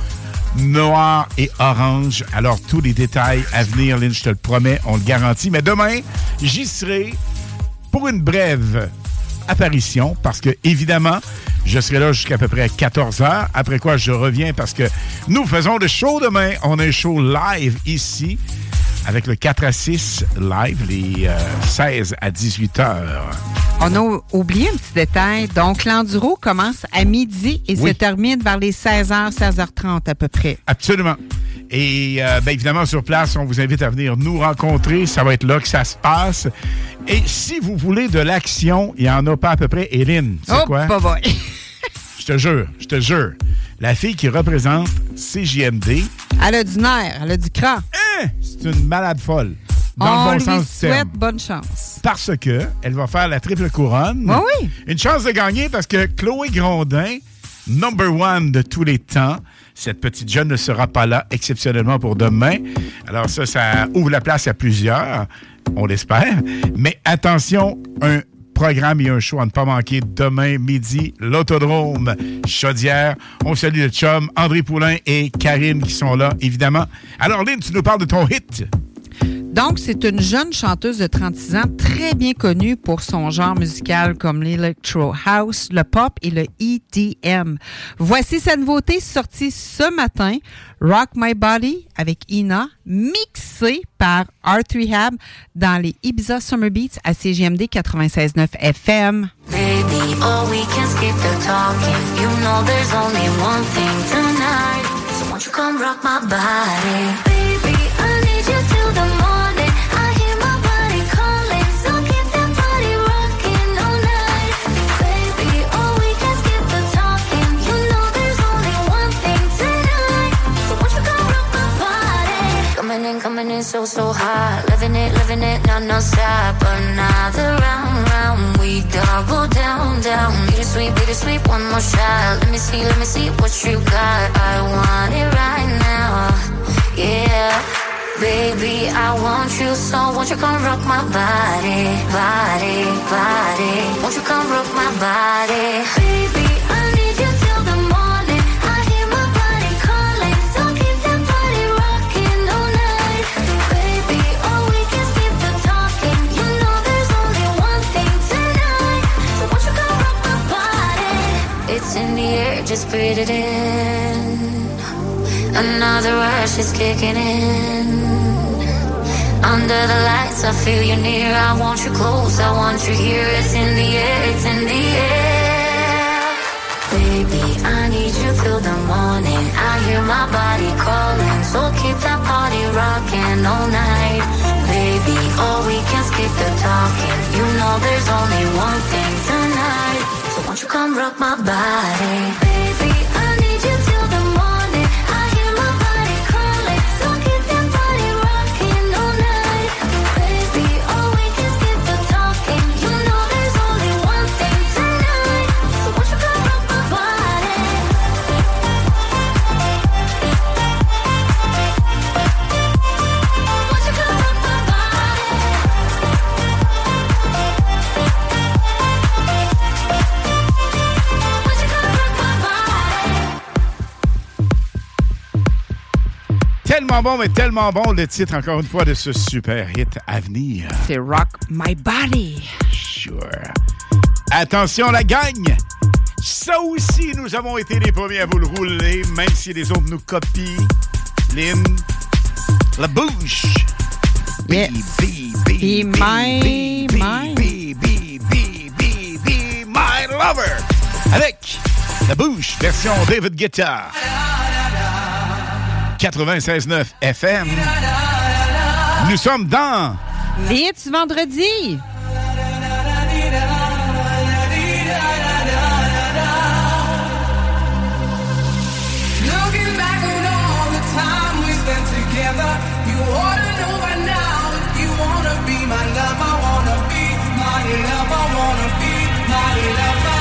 noir et orange. Alors, tous les détails à venir, Lynn, je te le promets, on le garantit. Mais demain, j'y serai pour une brève apparition parce que, évidemment, je serai là jusqu'à peu près 14h, après quoi je reviens parce que nous faisons le show demain. On a un show live ici avec le 4 à 6 live, les 16 à 18h. On a oublié un petit détail. Donc, l'enduro commence à midi et se termine vers les 16h, 16h30 à peu près. Absolument. Et bien évidemment, sur place, on vous invite à venir nous rencontrer. Ça va être là que ça se passe. Et si vous voulez de l'action, il n'y en a pas à peu près. Hélène, tu sais quoi? Boy. Je te jure. La fille qui représente CJMD... Elle a du nerf, elle a du cran. C'est une malade folle. Dans le bon sens du terme. Souhaite bonne chance. Parce que elle va faire la triple couronne. Oui. Une chance de gagner parce que Chloé Grondin, number one de tous les temps, cette petite jeune ne sera pas là exceptionnellement pour demain. Alors ça ouvre la place à plusieurs, on l'espère. Mais attention, un programme et un show à ne pas manquer demain midi, l'Autodrome Chaudière. On salue le chum André Poulain et Karine qui sont là, évidemment. Alors, Lynn, tu nous parles de ton hit. Donc, c'est une jeune chanteuse de 36 ans très bien connue pour son genre musical comme l'Electro House, le pop et le EDM. Voici sa nouveauté sortie ce matin, Rock My Body avec Ina, mixée par Art Rehab dans les Ibiza Summer Beats à CJMD 96.9 FM. Baby, oh, we can skip the talking. You know there's only one thing tonight. So won't you come rock my body? Baby, I need you till the morning. I hear my body calling. So keep that body rocking all night. Baby, oh, we can skip the talking. You know there's only one thing tonight. So won't you come rock my body? Coming in so hot. Living it, non-stop. Another round, we double down. Bittersweet, one more shot. Let me see what you got. I want it right now, yeah. Baby, I want you, so won't you come rock my body. Won't you come rock my body? Baby, I need you till the morning. I hear my body calling, so keep that body rocking all night. Baby, oh, we can skip the talking. You know there's only one thing tonight. So won't you come rock my body? It's in the air, just breathe it in. Another rush is kicking in. Under the lights, I feel you near. I want you close, I want you here. It's in the air. Baby, I need you till the morning. I hear my body calling, so keep that party rocking all night. Baby, oh, we can skip the talking. You know there's only one thing tonight. So won't you come rock my body? Baby, I need you till the morning. I hear my body calling, so keep that body rocking all night. Baby, oh, we can skip the talking. You know there's only one thing tonight. So won't you come rock my body? Won't you come rock my body? Won't you come rock my body? Tellement bon, mais tellement bon, le titre, encore une fois, de ce super hit à venir. C'est Rock My Body. Sure. Attention, la gang! Ça aussi, nous avons été les premiers à vous le rouler, même si les autres nous copient. Lynn, la bouche. Yes. Be my lover. Avec la bouche, version David Guetta. 96.9 FM. Nous sommes dans... Les hits du vendredi. Looking back on all the time we spent together, you ought to know by now if you wanna be my lover, wanna be my lover, wanna be my lover.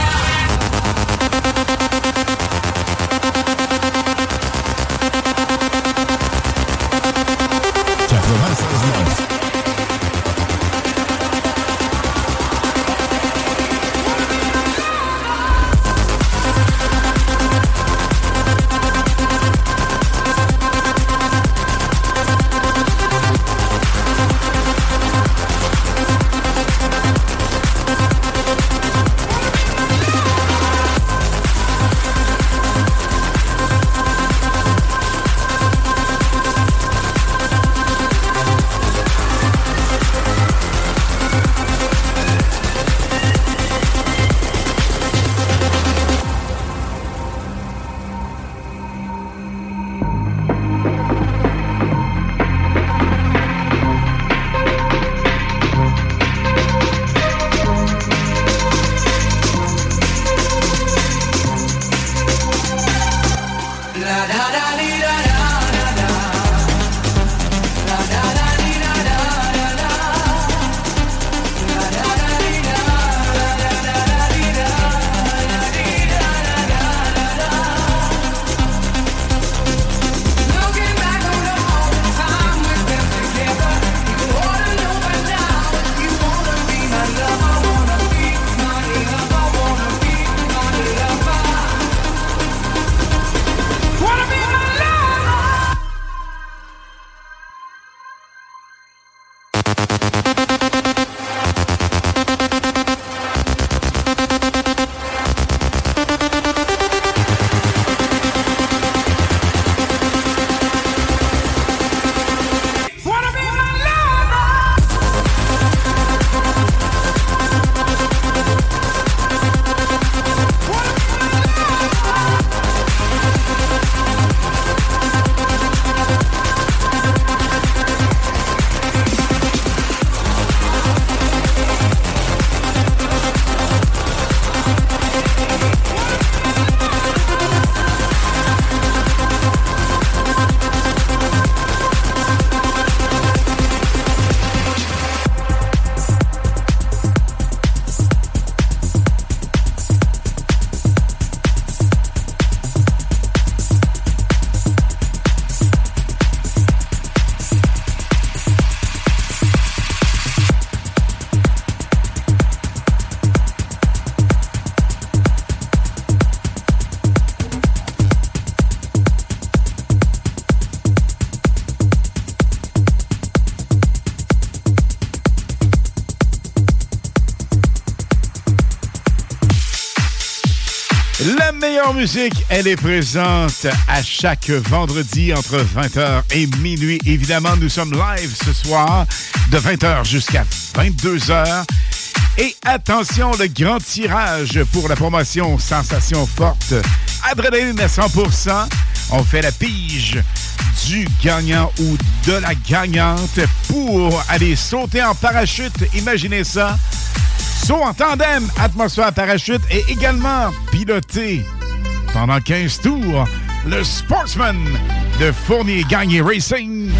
La meilleure musique, elle est présente à chaque vendredi entre 20h et minuit. Évidemment, nous sommes live ce soir de 20h jusqu'à 22h. Et attention, le grand tirage pour la promotion Sensation Forte, Adrénaline à 100%. On fait la pige du gagnant ou de la gagnante pour aller sauter en parachute. Imaginez ça. Saut en tandem, atmosphère parachute et également piloté pendant 15 tours le Sportsman de Fournier Gagné Racing.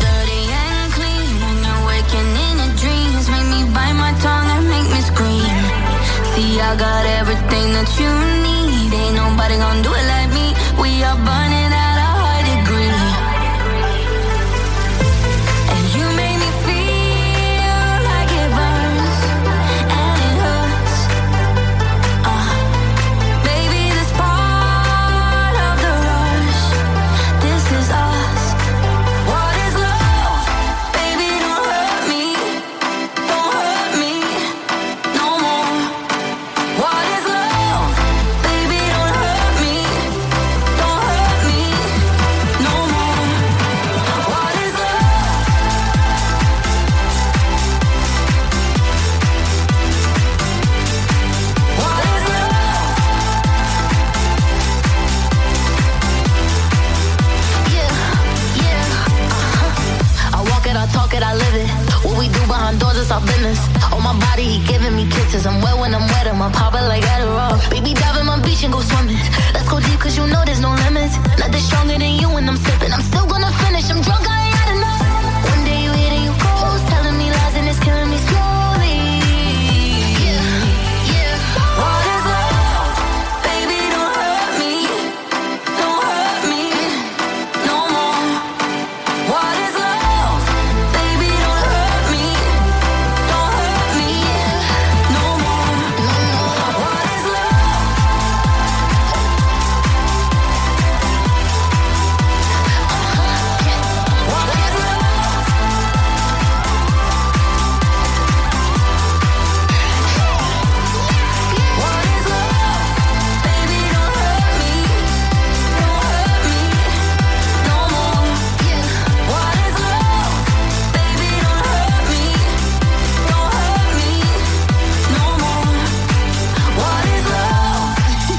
See, I got everything that you need. Ain't nobody gonna do it like me. We are burning at a high degree. And you make me feel like it burns and it hurts. Baby, this part of the rush. This is us. What is love? Baby, don't hurt me. Don't hurt me no more. What is love? Baby, don't hurt me. Don't hurt me no more. What is love? What is love? Yeah, I walk it, I talk it, I live it. What we do behind doors is our business. On my body, he giving me kisses. I'm wet when I'm wet, I'm popping like Adderall. Baby, dive in my beach and go swimming. Let's go deep, cause you know there's no limits. Nothing stronger than you when I'm sipping. I'm still gonna finish, I'm drunk, I ain't had enough. One day you hit and you close, telling me lies and it's killing me slowly. Yeah. What is love? Baby, don't hurt me. Don't hurt me no more. What is love? Baby, don't hurt me. Don't hurt me no more. What is love? What is love? What is love? Baby, don't hurt me. Don't hurt me no more. What is love? Baby, don't hurt me. Don't hurt me no more. What is love?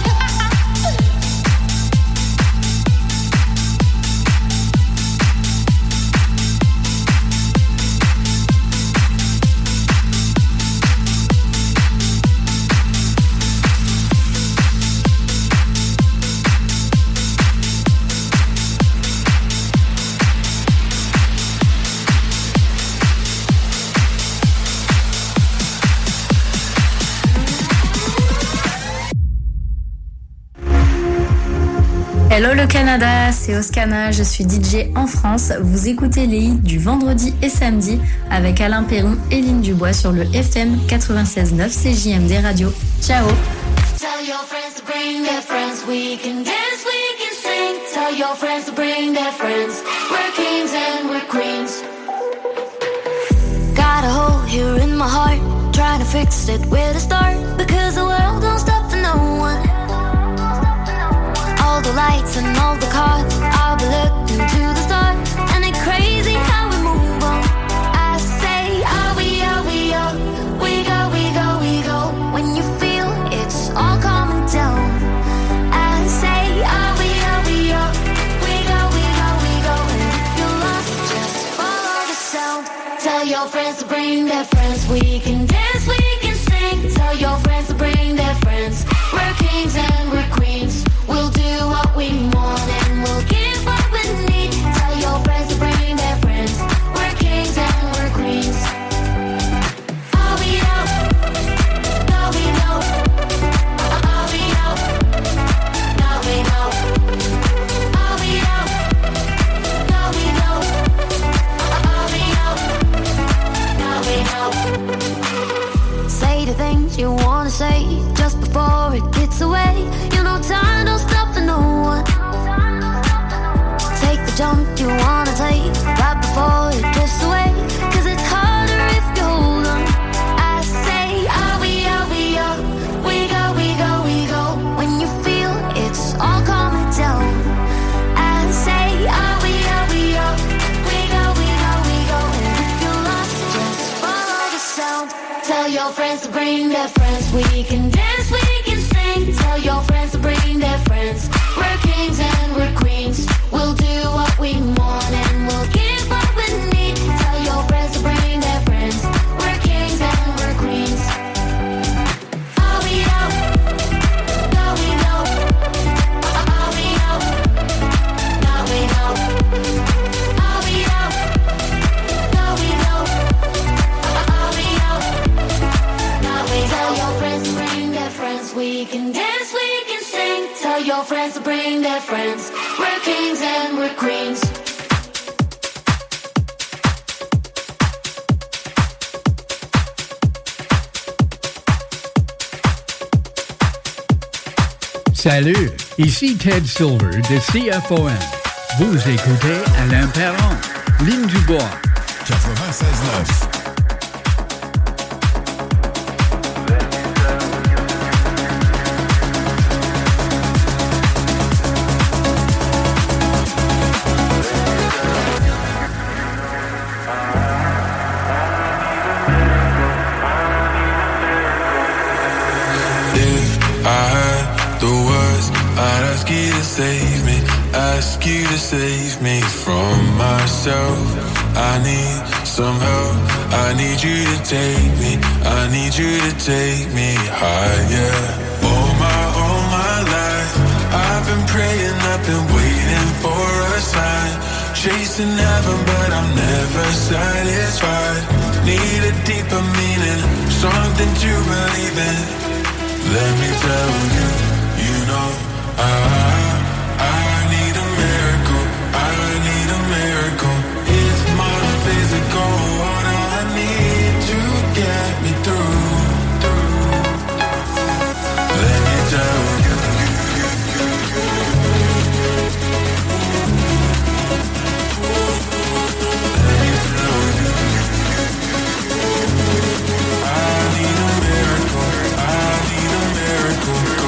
Hello le Canada, c'est Oscana, je suis DJ en France. Vous écoutez les hits du vendredi et samedi avec Alain Perron et Lynn Dubois sur le FM 96.9 CJMD Radio. Ciao. Tell your friends to bring their friends. We can dance, we can sing. Tell your friends to bring their friends. We're kings and we're queens. Got a hole here in my heart. Trying to fix it, where to start? Because the world don't stop for no one. All the lights and all the cars, I'll be looking to the stars. And it's crazy how we move on. I say, are we, we go, we go, we go. When you feel it's all coming down. I say, are we, we go, we go, we go. And if you're lost, just follow the sound. Tell your friends to bring their friends. We can dance, we can sing. Tell your friends to bring their friends. We're kings and we're queens. We'll do what we want and we'll give what we need. Tell your friends to bring their friends. We're kings and we're queens. All we know, all we know, all we know, all we know, all we know, all we know, all we know. Say the things you wanna say just before it gets away. your friends to bring their friends. We can dance, we can sing. Tell your friends to bring their friends. We're kings and we're queens. We'll do what we want and we'll give what we need. Tell your friends to bring their friends. We're kings and we're queens. I'll be out. No, we know. I'll be out. No, we know. I'll be out. No, we know. I'll be out. No, we tell your friends to bring their friends. We can dance, we can sing. Tell your friends to bring their friends. We're kings and we're queens. Salut, ici Ted Silver de CFOM. Vous écoutez Alain Perron, Ligne du Bois, 96.9. Ask you to save me from myself. I need some help. I need you to take me. I need you to take me higher. All my life I've been praying, I've been waiting for a sign. Chasing heaven but I'm never satisfied. Need a deeper meaning, something to believe in. Let me tell you, you know I need a miracle, I need a miracle. It's more physical, what I need to get me through. Let me tell you. Let me tell you. I need a miracle, I need a miracle.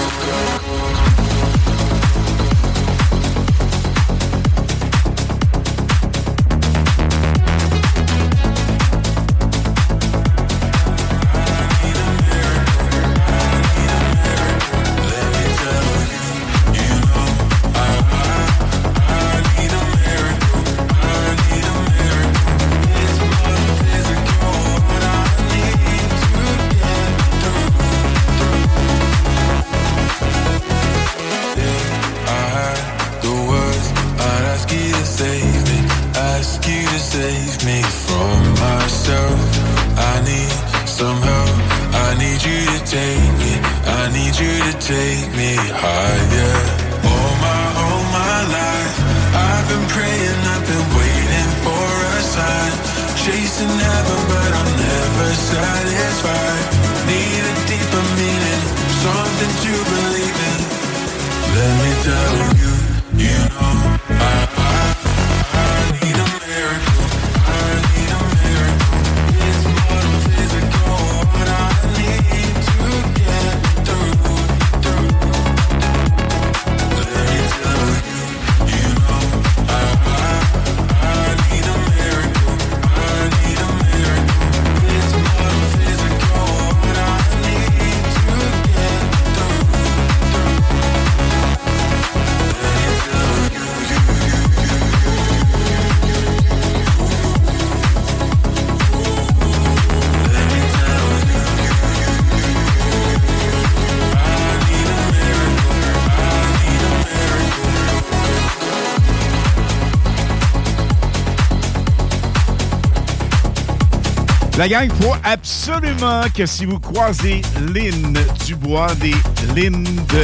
La gang, il faut absolument que si vous croisez Lynn Dubois, des hymnes de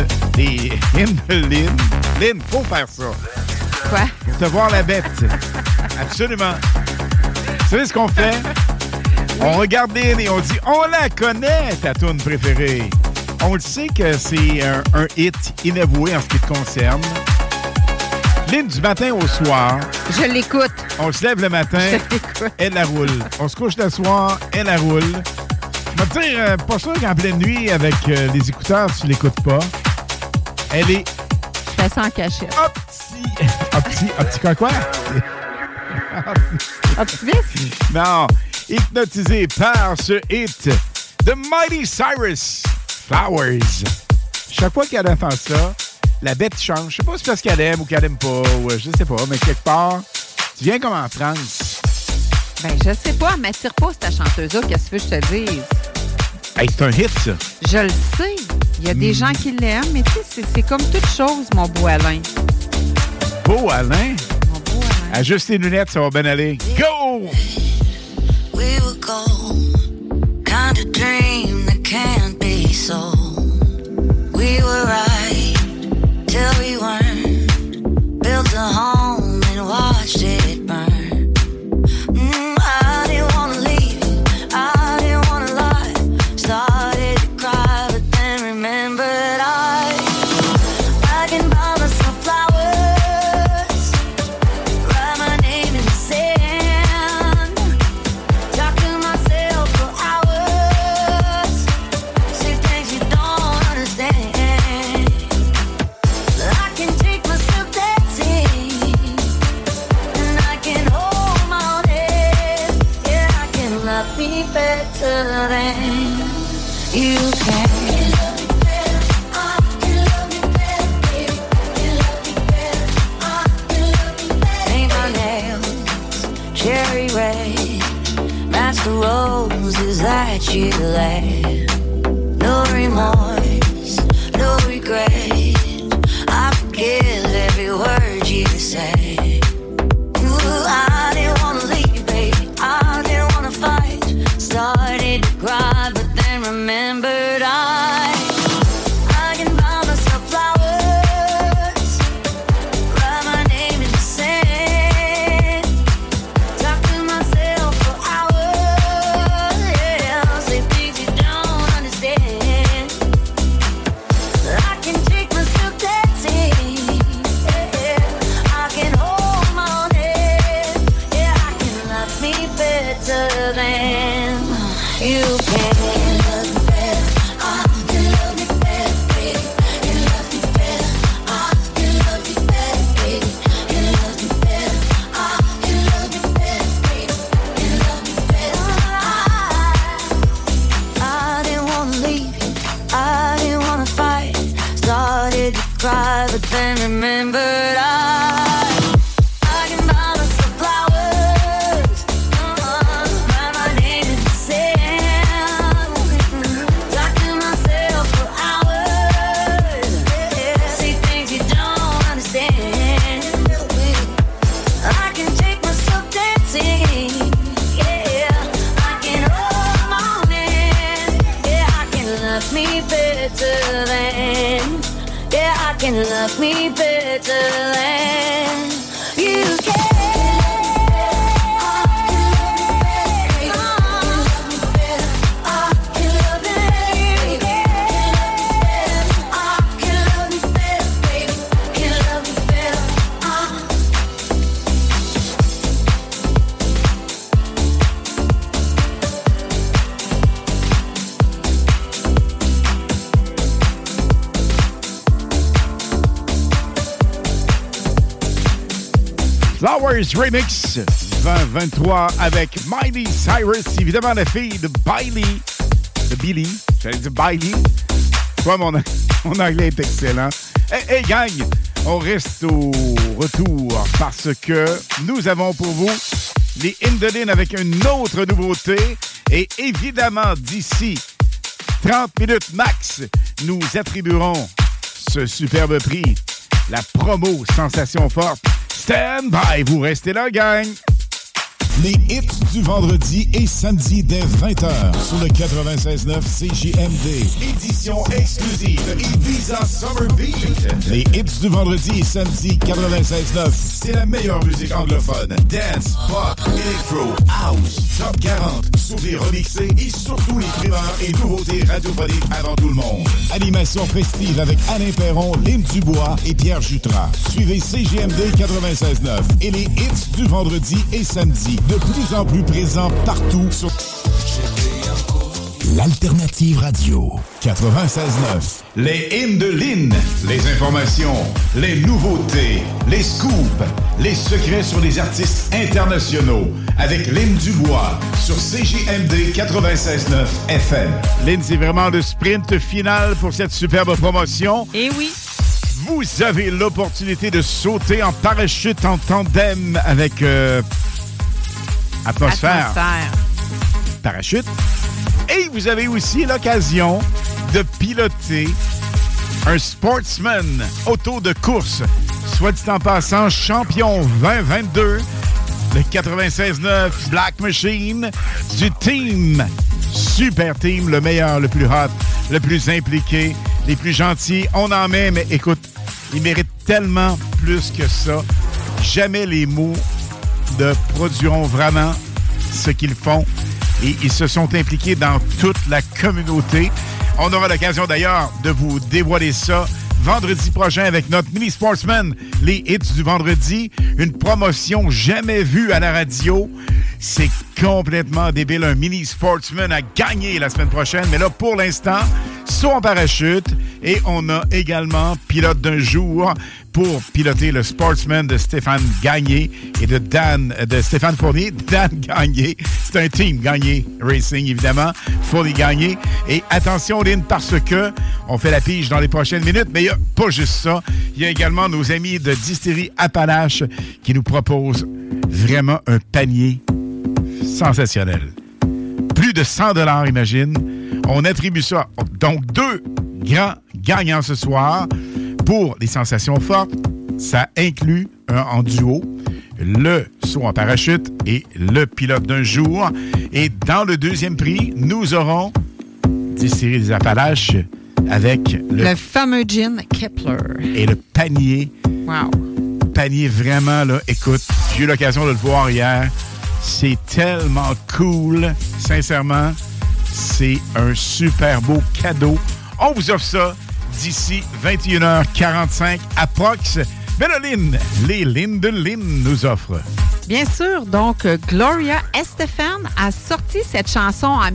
Lynn, Lynn, faut faire ça. Quoi? Pour te voir la bête. Absolument. Vous savez ce qu'on fait? On regarde Lynn et on dit, on la connaît, ta toune préférée. On le sait que c'est un hit inavoué en ce qui te concerne. Lynn, du matin au soir. Je l'écoute. On se lève le matin, elle la roule. On se couche le soir, elle la roule. Je vais te dire, pas sûr qu'en pleine nuit, avec les écouteurs, tu l'écoutes pas. Elle est... Je fais ça en cachette. Quoi? Optimiste? Non, hypnotisé par ce hit The Mighty Cyrus, Flowers. Chaque fois qu'elle entend ça, la bête change. Je sais pas si c'est parce qu'elle aime ou qu'elle aime pas, ou je sais pas, mais quelque part, tu viens comme en transe. Ben, je sais pas, elle m'attire pas, cette chanteuse-là, qu'est-ce que je te dise? Hey, c'est un hit, ça. Je le sais. Il y a des gens qui l'aiment, mais tu sais, c'est comme toute chose, mon beau Alain. Beau Alain? Mon beau Alain. Ajuste tes lunettes, ça va bien aller. Go! We were gold, kind of dream that can't be sold. We were right till we weren't. Built a home and watched it burn. I didn't wanna leave, I didn't wanna lie. Started to cry, but then remembered I can buy myself flowers, write my name in the sand, talk to myself for hours, say things you don't understand. I can take myself dancing, and I can hold my own head. Yeah, I can love me better than you can. Paint my nails cherry red, match the roses that you left. No remorse, no regret. I forgive every word you say. Ooh, I didn't wanna leave, baby. I didn't wanna fight. Started to cry, but then remembered I can buy myself flowers, write my name in the sand, talk to myself for hours, yeah, say things you don't understand. I can take myself dancing, yeah, I can hold my own head, yeah, I can love me better than you can. I didn't wanna leave you, I didn't wanna fight. Started to cry, but then remembered I can buy myself flowers, write my name in the sand, talk to myself for hours, say things you don't understand. I can take myself dancing, yeah, I can hold my own hand, yeah, I can love me better than, yeah, I can love me better than you can. Flowers Remix 2023 avec Miley Cyrus, évidemment la fille de Billy, j'allais dire Biley. Toi, mon anglais est excellent. Hey gang, on reste au retour parce que nous avons pour vous les Indolines avec une autre nouveauté et évidemment d'ici 30 minutes max, nous attribuerons ce superbe prix, la promo Sensation Forte. Stand by, vous restez là, gang! Les hits du vendredi et samedi dès 20h sur le 96.9 CJMD. Édition exclusive Ibiza Summer Beat. Les hits du vendredi et samedi 96.9. C'est la meilleure musique anglophone. Dance, pop, electro, house, top 40, souvenirs remixés et surtout les primeurs et nouveautés radiophoniques avant tout le monde. Animation festive avec Alain Perron, Lynn Dubois et Pierre Jutras. Suivez CJMD 96.9 et les hits du vendredi et samedi. De plus en plus présent partout sur... L'alternative radio. 96.9. Les hymnes de Lynn. Les informations, les nouveautés, les scoops, les secrets sur les artistes internationaux. Avec Lynn Dubois sur CJMD 96.9 FM. Lynn, c'est vraiment le sprint final pour cette superbe promotion. Eh oui. Vous avez l'opportunité de sauter en parachute en tandem avec Atmosphère. Parachute. Et vous avez aussi l'occasion de piloter un sportsman auto de course, soit dit en passant champion 2022, le 96.9 Black Machine du team, super team, le meilleur, le plus hot, le plus impliqué, les plus gentils. On en met, mais écoute, ils méritent tellement plus que ça. Jamais les mots ne produiront vraiment ce qu'ils font. Et ils se sont impliqués dans toute la communauté. On aura l'occasion d'ailleurs de vous dévoiler ça vendredi prochain avec notre mini sportsman, les hits du vendredi. Une promotion jamais vue à la radio. C'est complètement débile. Un mini sportsman à gagner la semaine prochaine. Mais là, pour l'instant, saut en parachute. Et on a également pilote d'un jour pour piloter le sportsman de Stéphane Gagné et de Stéphane Fournier. Dan Gagné. C'est un team Gagné Racing, évidemment. Fournier Gagné. Et attention, Lynn, parce que on fait la pige dans les prochaines minutes, mais il n'y a pas juste ça. Il y a également nos amis de Distillerie Appalache qui nous proposent vraiment un panier sensationnel. Plus de 100$, imagine. On attribue ça. Donc, 2 grands gagnants ce soir pour les sensations fortes. Ça inclut en duo le saut en parachute et le pilote d'un jour. Et dans le deuxième prix, nous aurons Distillerie des Appalaches avec le fameux gin Kepler. Et le panier. Wow. Panier vraiment, là, écoute, j'ai eu l'occasion de le voir hier. C'est tellement cool. Sincèrement, c'est un super beau cadeau. On vous offre ça d'ici 21h45 approx. Mais là, Lynn, les Lynn de Lynn nous offrent. Bien sûr, donc Gloria Estefan a sorti cette chanson en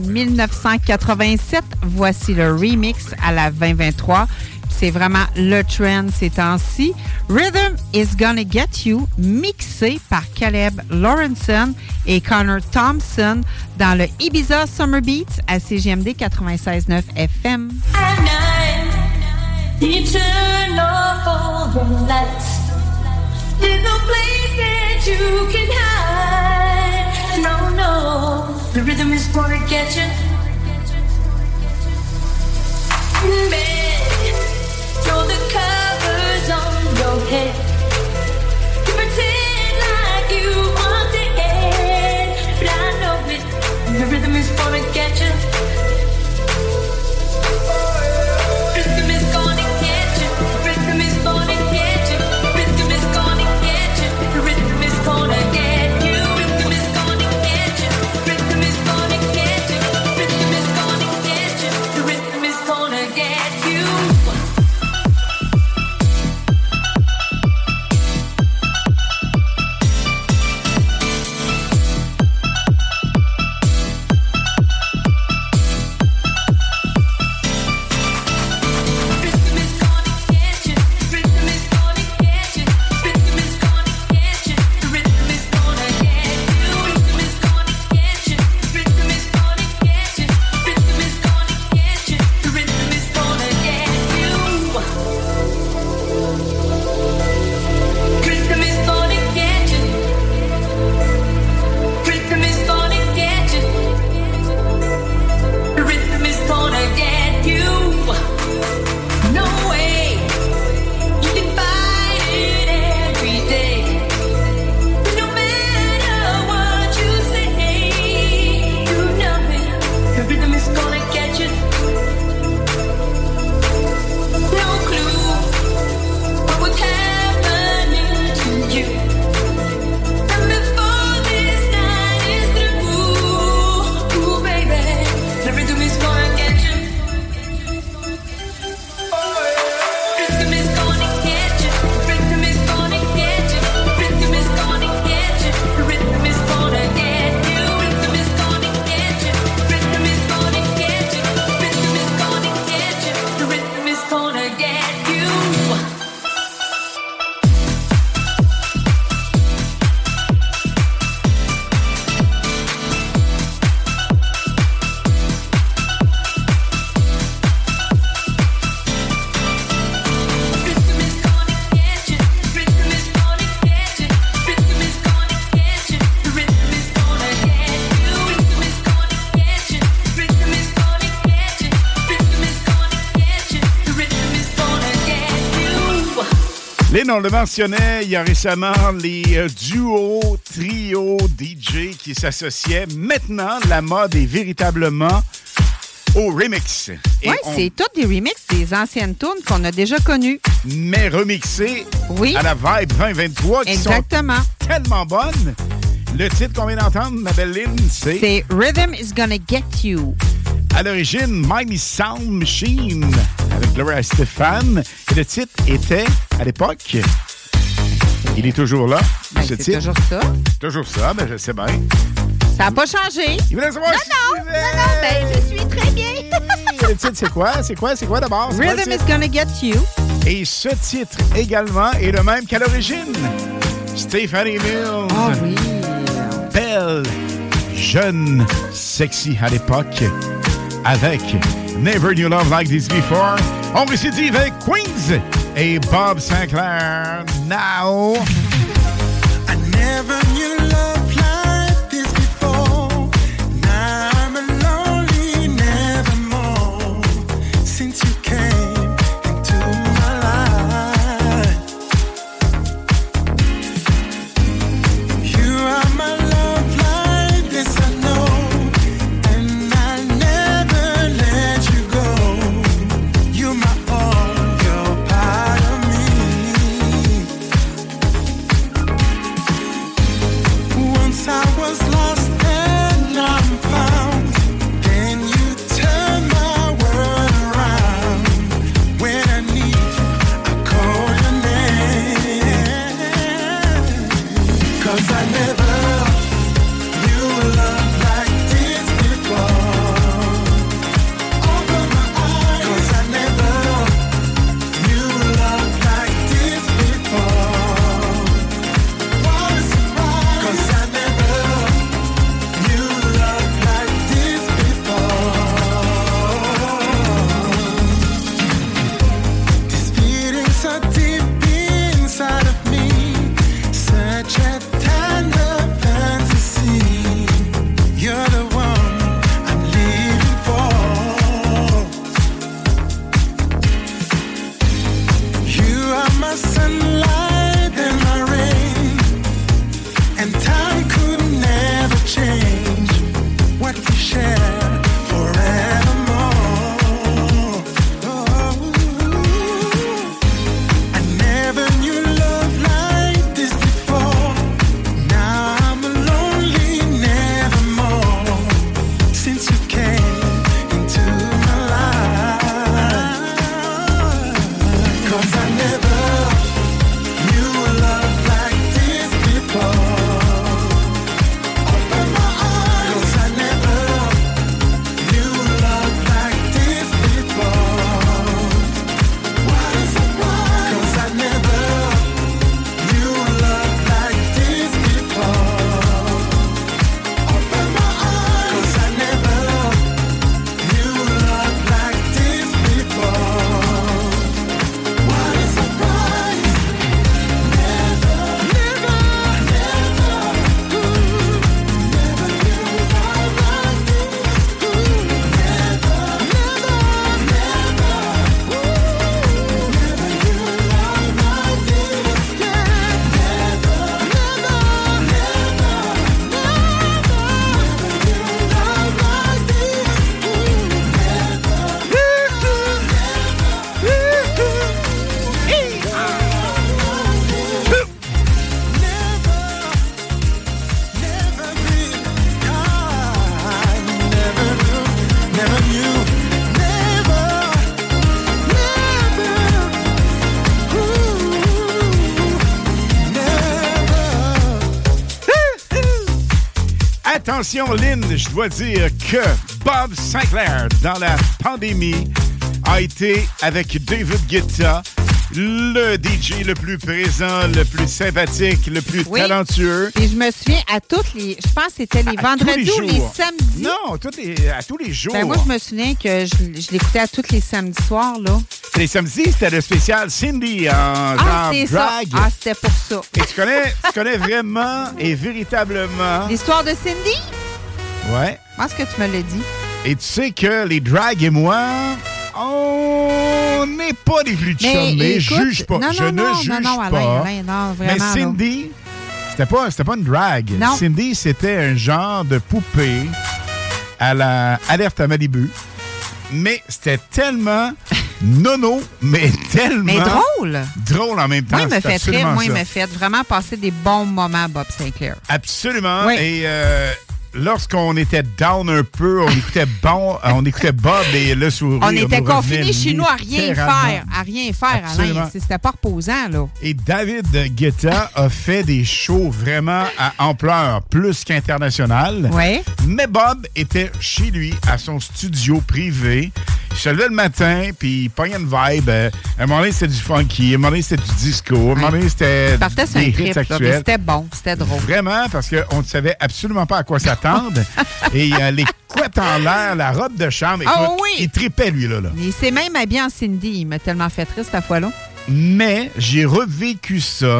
1987. Voici le remix à la 2023. C'est vraiment le trend ces temps-ci. Rhythm is Gonna Get You, mixé par Caleb Lawrenson et Connor Thompson dans le Ibiza Summer Beats à CJMD 96.9 FM. You turn off all the lights. There's no place that you can hide. No, no, the rhythm is gonna get you. Babe, throw the covers on your head. You pretend like you want the end, but I know it. The rhythm is gonna get you. Gonna get you, rhythm is gonna get you, rhythm is gonna get you, rhythm Lynn, on le mentionnait, il y a récemment les duos, trios, DJ qui s'associaient. Maintenant, la mode est véritablement au remix. Oui, c'est toutes des remixes des anciennes tunes qu'on a déjà connues. Mais remixées à la vibe 2023 qui sont tellement bonnes. Le titre qu'on vient d'entendre, ma belle Lynn, c'est Rhythm is Gonna Get You. À l'origine, Miami Sound Machine avec Gloria Estefan. Et le titre était, à l'époque, il est toujours là, ce titre. Toujours ça. Toujours ça, ben je sais bien. Ça n'a pas changé. Il voulait savoir non, ben je suis très bien. Le titre, c'est quoi? C'est quoi d'abord? Rhythm is Gonna Get You. Et ce titre également est le même qu'à l'origine. Stephanie Mills. Oh oui. Belle, jeune, sexy à l'époque, avec Never Knew Love Like This Before. On récidive avec Queens et Bob Sinclair. Now. I never knew love like this before. Now I'm lonely, nevermore. Since you came into my life, you are my love like this, I know, and I'll never let you go. You're my all, you're part of me. Once I was lost and now I'm found. Then you turn my world around. When I need you, I call your name. 'Cause I never knew love like this before. Open my eyes. 'Cause I never knew love like this before. What a surprise. 'Cause I never knew love like this before. This feeling so deep inside of me, such a tender fantasy. You're the one I'm living for. You are my sunlight and my rain, and time could never change what we share forevermore. I never knew love like this before. Now I'm lonely, nevermore. Since you came into my life, 'cause I never knew love like this before. Open my eyes. 'Cause I never knew love like this before. What a surprise. 'Cause I never knew love like this before. Open my eyes. 'Cause I never knew love like this before. What a surprise. Never, never, never, never knew love like this. Never, never, never, never knew love like this. Yeah. Never, never, never, never knew love like this. Attention, Lynn, je dois dire que Bob Sinclair, dans la pandémie, a été, avec David Guetta, le DJ le plus présent, le plus sympathique, le plus talentueux. Et je me souviens, je pense que c'était les vendredis ou les samedis. Non, à tous les jours. Ben moi, je me souviens que je l'écoutais à tous les samedis soirs, là. Les samedis, c'était le spécial Cindy en genre c'est drag. Ça. Ah, c'était pour ça. Et tu connais vraiment et véritablement... L'histoire de Cindy? Ouais. Je pense que tu me l'as dit. Et tu sais que les drags et moi, on n'est pas des plus chumés, juge pas. Je ne juge pas. Alain, non, vraiment. Mais Cindy, c'était pas une drague. Non. Cindy, c'était un genre de poupée à la Alerte à Malibu. Mais c'était tellement nono, mais tellement... Mais drôle. Drôle en même temps. Moi, il me fait vraiment passer des bons moments, Bob Sinclair. Absolument. Oui. Et lorsqu'on était down un peu, on écoutait Bob et le sourire. On était confinés chez nous à rien faire, Alain. C'était pas reposant, là. Et David Guetta a fait des shows vraiment à ampleur plus qu'internationale. Oui. Mais Bob était chez lui, à son studio privé. Il se levait le matin, puis il pognait une vibe. À un moment donné, c'était du funky. À un moment donné, c'était du disco. À un moment donné, c'était des hits actuels. C'était bon, c'était drôle. Vraiment, parce qu'on ne savait absolument pas à quoi s'attendre. Et les couettes en l'air, la robe de chambre. Écoute, il tripait, lui, là. Il s'est même habillé en Cindy. Il m'a tellement fait triste, cette fois-là. Mais j'ai revécu ça.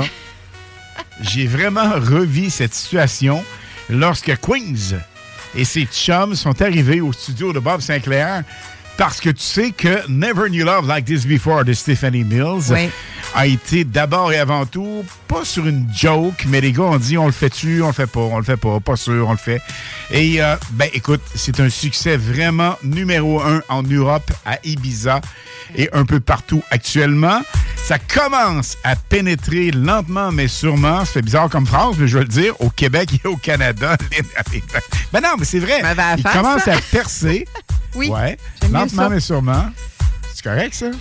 J'ai vraiment revu cette situation lorsque Queens et ses chums sont arrivés au studio de Bob Sinclair. Parce que tu sais que Never Knew Love Like This Before de Stephanie Mills a été d'abord et avant tout, pas sur une joke, mais les gars ont dit on le fait-tu, on le fait pas sûr, on le fait. Et écoute, c'est un succès vraiment numéro 1 en Europe, à Ibiza et un peu partout actuellement. Ça commence à pénétrer lentement mais sûrement, ça fait bizarre comme phrase, mais je vais le dire, au Québec et au Canada. Ben non, mais c'est vrai, il commence à percer. Oui, ouais, lentement mais sûrement. C'est correct, ça?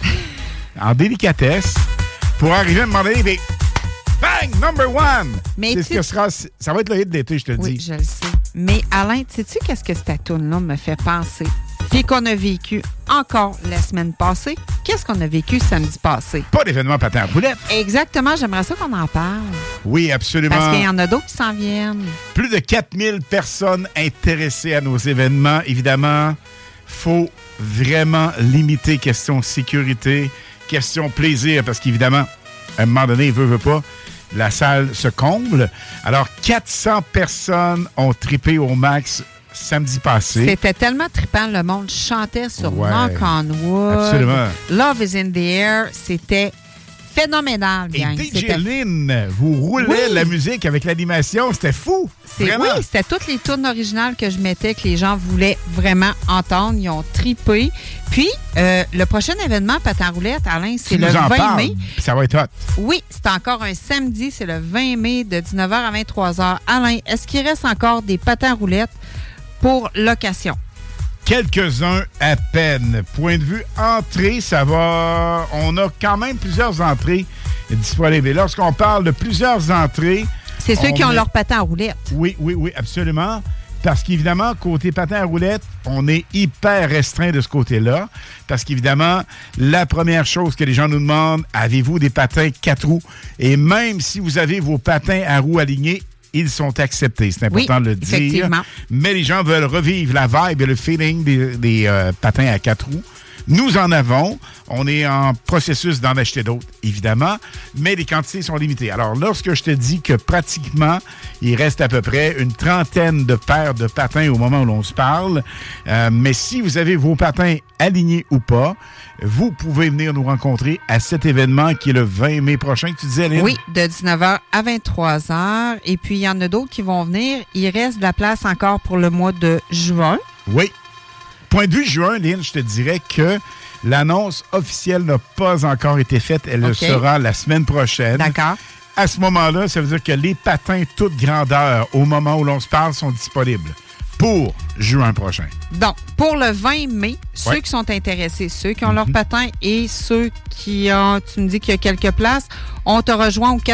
En délicatesse, pour arriver à un moment donné, bang! Number one! Mais c'est ce que sera, ça va être le hit d'été, je te le dis. Oui, je le sais. Mais Alain, sais-tu qu'est-ce que cette toune-là me fait penser? Puis qu'on a vécu encore la semaine passée. Qu'est-ce qu'on a vécu samedi passé? Pas d'événement patin à roulettes. Exactement, j'aimerais ça qu'on en parle. Oui, absolument. Parce qu'il y en a d'autres qui s'en viennent. Plus de 4000 personnes intéressées à nos événements, évidemment. Faut vraiment limiter question sécurité, question plaisir, parce qu'évidemment, à un moment donné, veut pas, la salle se comble. Alors, 400 personnes ont trippé au max samedi passé. C'était tellement trippant, le monde chantait sur Knock on Wood. Absolument. Love is in the air, c'était phénoménal, gang. Et DJ Lynn vous roulait la musique avec l'animation. C'était fou. Oui, c'était toutes les tunes originales que je mettais, que les gens voulaient vraiment entendre. Ils ont trippé. Puis, le prochain événement, Patin Roulette, Alain, c'est le 20 mai. Ça va être hot. Oui, c'est encore un samedi. C'est le 20 mai de 19h à 23h. Alain, est-ce qu'il reste encore des patins roulettes pour location? Quelques-uns à peine. Point de vue entrée, ça va... On a quand même plusieurs entrées disponibles. Et lorsqu'on parle de plusieurs entrées... C'est ceux qui ont leur patin à roulettes. Oui, absolument. Parce qu'évidemment, côté patin à roulettes, on est hyper restreint de ce côté-là. Parce qu'évidemment, la première chose que les gens nous demandent, avez-vous des patins 4 roues? Et même si vous avez vos patins à roues alignés, ils sont acceptés. C'est important de le dire. Mais les gens veulent revivre la vibe et le feeling des patins à 4 roues. Nous en avons. On est en processus d'en acheter d'autres, évidemment, mais les quantités sont limitées. Alors, lorsque je te dis que pratiquement, il reste à peu près une trentaine de paires de patins au moment où l'on se parle, mais si vous avez vos patins alignés ou pas, vous pouvez venir nous rencontrer à cet événement qui est le 20 mai prochain, tu disais, Lynn? Oui, de 19h à 23h. Et puis, il y en a d'autres qui vont venir. Il reste de la place encore pour le mois de juin. Oui. Point de vue juin, Lynn, je te dirais que l'annonce officielle n'a pas encore été faite. Elle le sera la semaine prochaine. D'accord. À ce moment-là, ça veut dire que les patins toute grandeur, au moment où l'on se parle, sont disponibles pour juin prochain. Donc, pour le 20 mai, ceux qui sont intéressés, ceux qui ont leur patin et ceux qui ont, tu me dis qu'il y a quelques places, on te rejoint au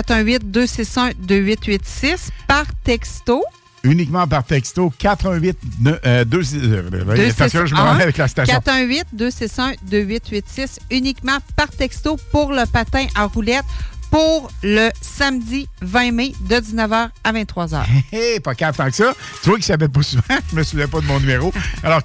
418-261-2886 par texto. Uniquement par texto, 418-261-2886, uniquement par texto pour le patin à roulettes pour le samedi 20 mai de 19h à 23h. Hé, pas cap tant que ça. Tu vois qu'il ne s'appelle pas souvent. Je me souviens pas de mon numéro. Alors,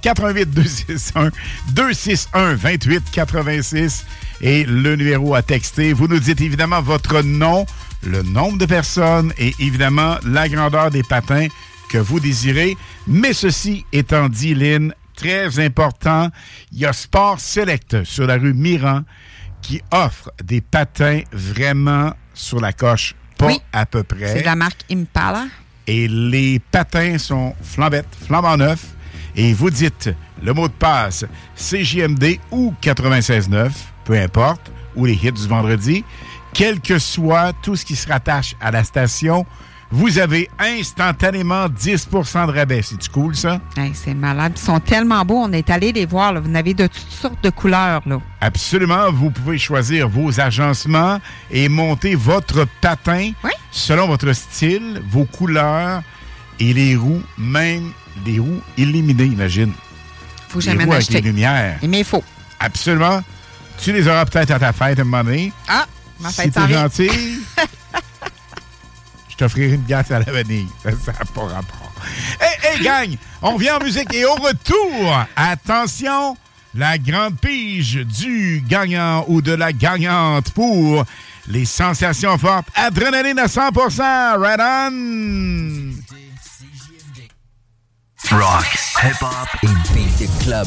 418-261-2886 est le numéro à texter. Vous nous dites évidemment votre nom, le nombre de personnes et évidemment la grandeur des patins que vous désirez. Mais ceci étant dit, Lynn, très important, il y a Sport Select sur la rue Miran qui offre des patins vraiment sur la coche, pas à peu près. C'est de la marque Impala. Et les patins sont flambant neufs. Et vous dites le mot de passe CJMD ou 96.9, peu importe, ou les hits du vendredi. Quel que soit tout ce qui se rattache à la station, vous avez instantanément 10% de rabais. C'est-tu cool, ça? Hey, c'est malade. Ils sont tellement beaux. On est allé les voir. Là. Vous en avez de toutes sortes de couleurs. Là. Absolument. Vous pouvez choisir vos agencements et monter votre patin selon votre style, vos couleurs et les roues, même des roues illuminées, imagine. Faut jamais les roues en acheter. Avec les lumières. Mais il faut. Absolument. Tu les auras peut-être à ta fête à un moment donné. Ah, ma fête si t'es gentil, je t'offrirai une bière à la vanille. Ça n'a pas rapport. Hey, gang! On vient en musique et au retour, attention, la grande pige du gagnant ou de la gagnante pour les sensations fortes. Adrénaline à 100%. Right on! Rock, hip-hop et beat the club.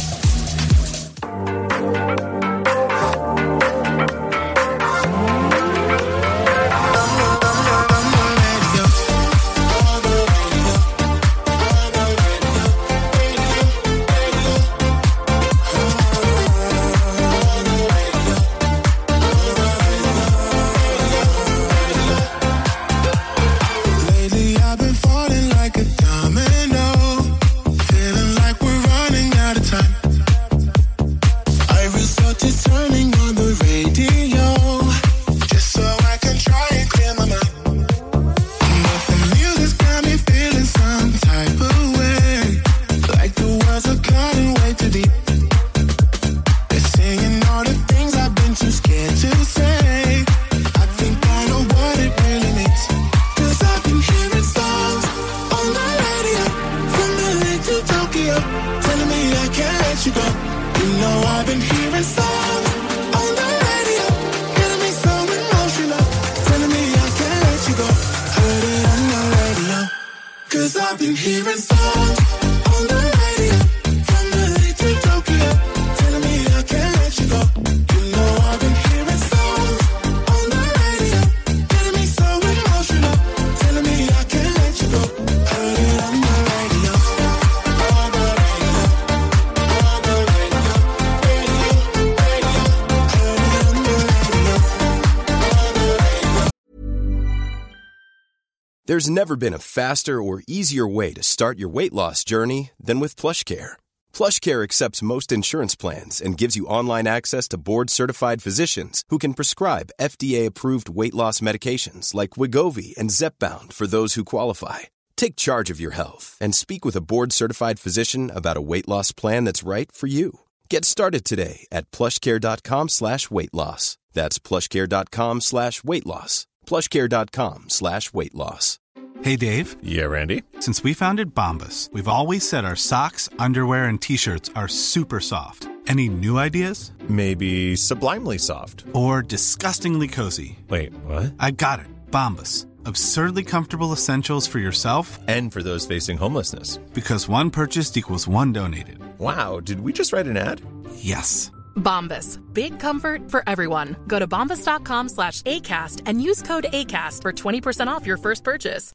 There's never been a faster or easier way to start your weight loss journey than with PlushCare. PlushCare accepts most insurance plans and gives you online access to board-certified physicians who can prescribe FDA-approved weight loss medications like Wegovy and Zepbound for those who qualify. Take charge of your health and speak with a board-certified physician about a weight loss plan that's right for you. Get started today at plushcare.com/weight loss. That's plushcare.com/weight loss. plushcare.com/weight loss. Hey, Dave. Yeah, Randy? Since we founded Bombas, we've always said our socks, underwear, and T-shirts are super soft. Any new ideas? Maybe sublimely soft. Or disgustingly cozy. Wait, what? I got it. Bombas. Absurdly comfortable essentials for yourself and for those facing homelessness. Because one purchased equals one donated. Wow, did we just write an ad? Yes. Bombas. Big comfort for everyone. Go to bombas.com/ACAST and use code ACAST for 20% off your first purchase.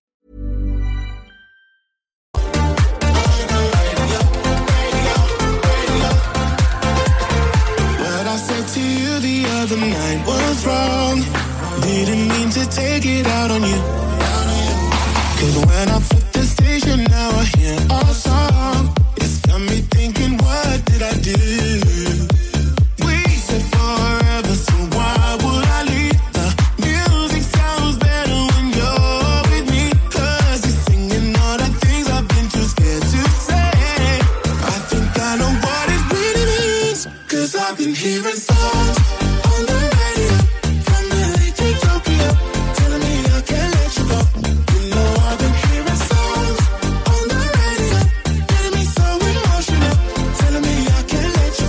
What I said to you the other night was wrong. Didn't mean to take it out on you. 'Cause when I flip the station, now I hear our song. It's got me thinking, what did I do? We said forever, so why would I leave? The music sounds better when you're with me. 'Cause you're singing all the things I've been too scared to say. I think I know what it really means. 'Cause I've been hearing songs on the radio from LA to Tokyo, telling me I can't let you go. You know I've been hearing songs on the radio, getting me so emotional, telling me I can't let you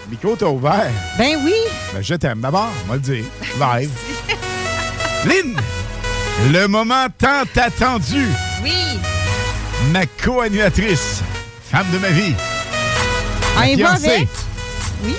Le micro t'a ouvert. Ben oui. Ben, je t'aime d'abord, on va le dire. Live. Lynn, le moment tant attendu. Oui. Ma co-animatrice, femme de ma vie. On y va fiancée. avec? Oui.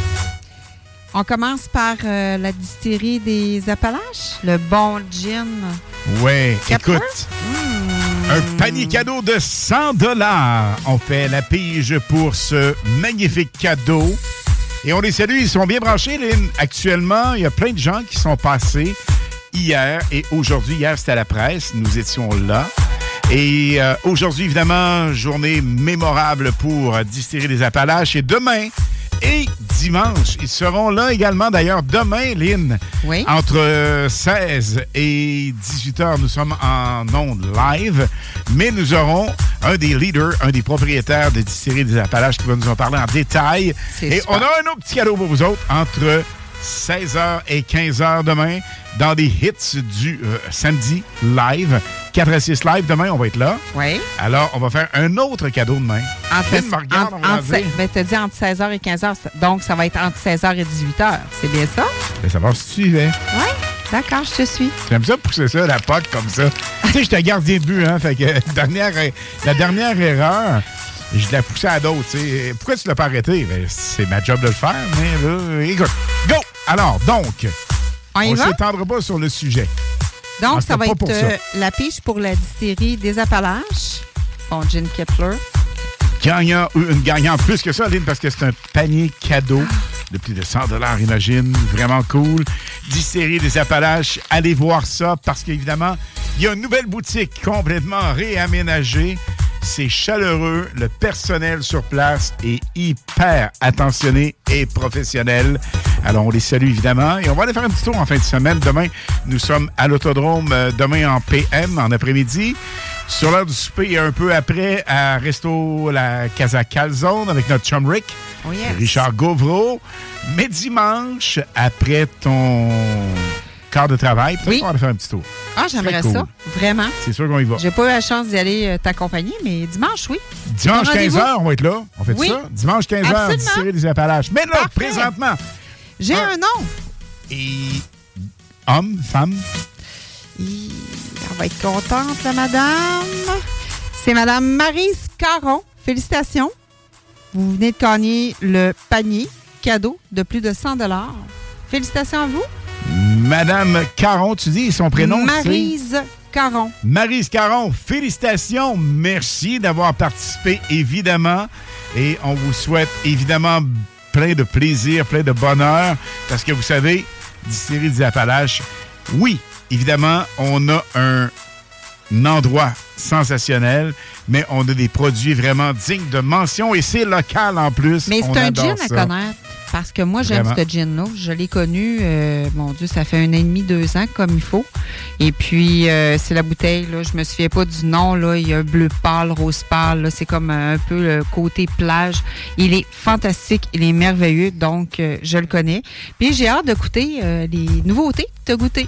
On commence par la distillerie des Appalaches, le bon gin. Oui, Kepler? écoute. Un panier cadeau de 100 $. On fait la pige pour ce magnifique cadeau. Et on les salue, ils sont bien branchés, Lynn. Actuellement, il y a plein de gens qui sont passés hier et aujourd'hui. Hier, c'était à la presse. Nous étions là. Et aujourd'hui, évidemment, journée mémorable pour Distillerie des Appalaches. Et demain et dimanche, ils seront là également. D'ailleurs, demain, Lynn, oui. Entre 16 et 18 heures, nous sommes en ondes live. Mais nous aurons un des leaders, un des propriétaires de Distillerie des Appalaches qui va nous en parler en détail. Et super. On a un autre petit cadeau pour vous autres entre 16h et 15h demain dans des hits du samedi live. 4 à 6 live, demain, on va être là. Oui. Alors, on va faire un autre cadeau demain. T'as dit entre 16h et 15h, donc ça va être entre 16h et 18h. C'est bien ça? Je vais savoir si tu suivais. Oui, d'accord, je te suis. J'aime ça pousser ça, la pote, comme ça. Tu sais, j'étais gardien de but, hein, fait que la dernière erreur, je l'ai poussée à d'autres. T'sais. Pourquoi tu l'as pas arrêté? Ben, c'est ma job de le faire, mais là, écoute, go! Alors, donc, on ne s'étendra pas sur le sujet. Donc, ça va être la pige pour la distillerie des Appalaches. Bon, gin Kepler. Une gagnante plus que ça, Lynn, parce que c'est un panier cadeau de plus de 100 $, imagine. Vraiment cool. Distillerie des Appalaches, allez voir ça parce qu'évidemment, il y a une nouvelle boutique complètement réaménagée. C'est chaleureux. Le personnel sur place est hyper attentionné et professionnel. Alors, on les salue évidemment. Et on va aller faire un petit tour en fin de semaine. Demain, nous sommes à l'Autodrome, demain en PM, en après-midi. Sur l'heure du souper et un peu après, à Resto La Casa Calzone avec notre chum Rick, Richard Gauvreau. Mais dimanche, après ton quart de travail, peut-être qu'on va aller faire un petit tour. Ah, j'aimerais ça, vraiment. C'est sûr qu'on y va. J'ai pas eu la chance d'y aller t'accompagner, mais dimanche, oui. Dimanche 15h, on va être là. On fait ça? Dimanche 15h, Distillerie des Appalaches. Mais là, présentement... J'ai un nom. Et homme, femme? Elle va être contente, la madame. C'est Madame Maryse Caron. Félicitations. Vous venez de gagner le panier cadeau de plus de 100 $. Félicitations à vous. Madame Caron, tu dis son prénom? Maryse Caron. Maryse Caron, félicitations. Merci d'avoir participé, évidemment. Et on vous souhaite, évidemment, plein de plaisir, plein de bonheur. Parce que vous savez, Distillerie des Appalaches, oui, évidemment, on a un endroit sensationnel, mais on a des produits vraiment dignes de mention et c'est local en plus. Mais c'est un gin à connaître. Parce que moi, j'aime ce gin-là. Je l'ai connu, mon Dieu, ça fait 1 an et demi, 2 ans, comme il faut. Et puis, c'est la bouteille, là. Je me souviens pas du nom, là. Il y a un bleu pâle, rose pâle, là. C'est comme un peu le côté plage. Il est fantastique, il est merveilleux, donc je le connais. Puis, j'ai hâte de goûter les nouveautés. T'as goûté?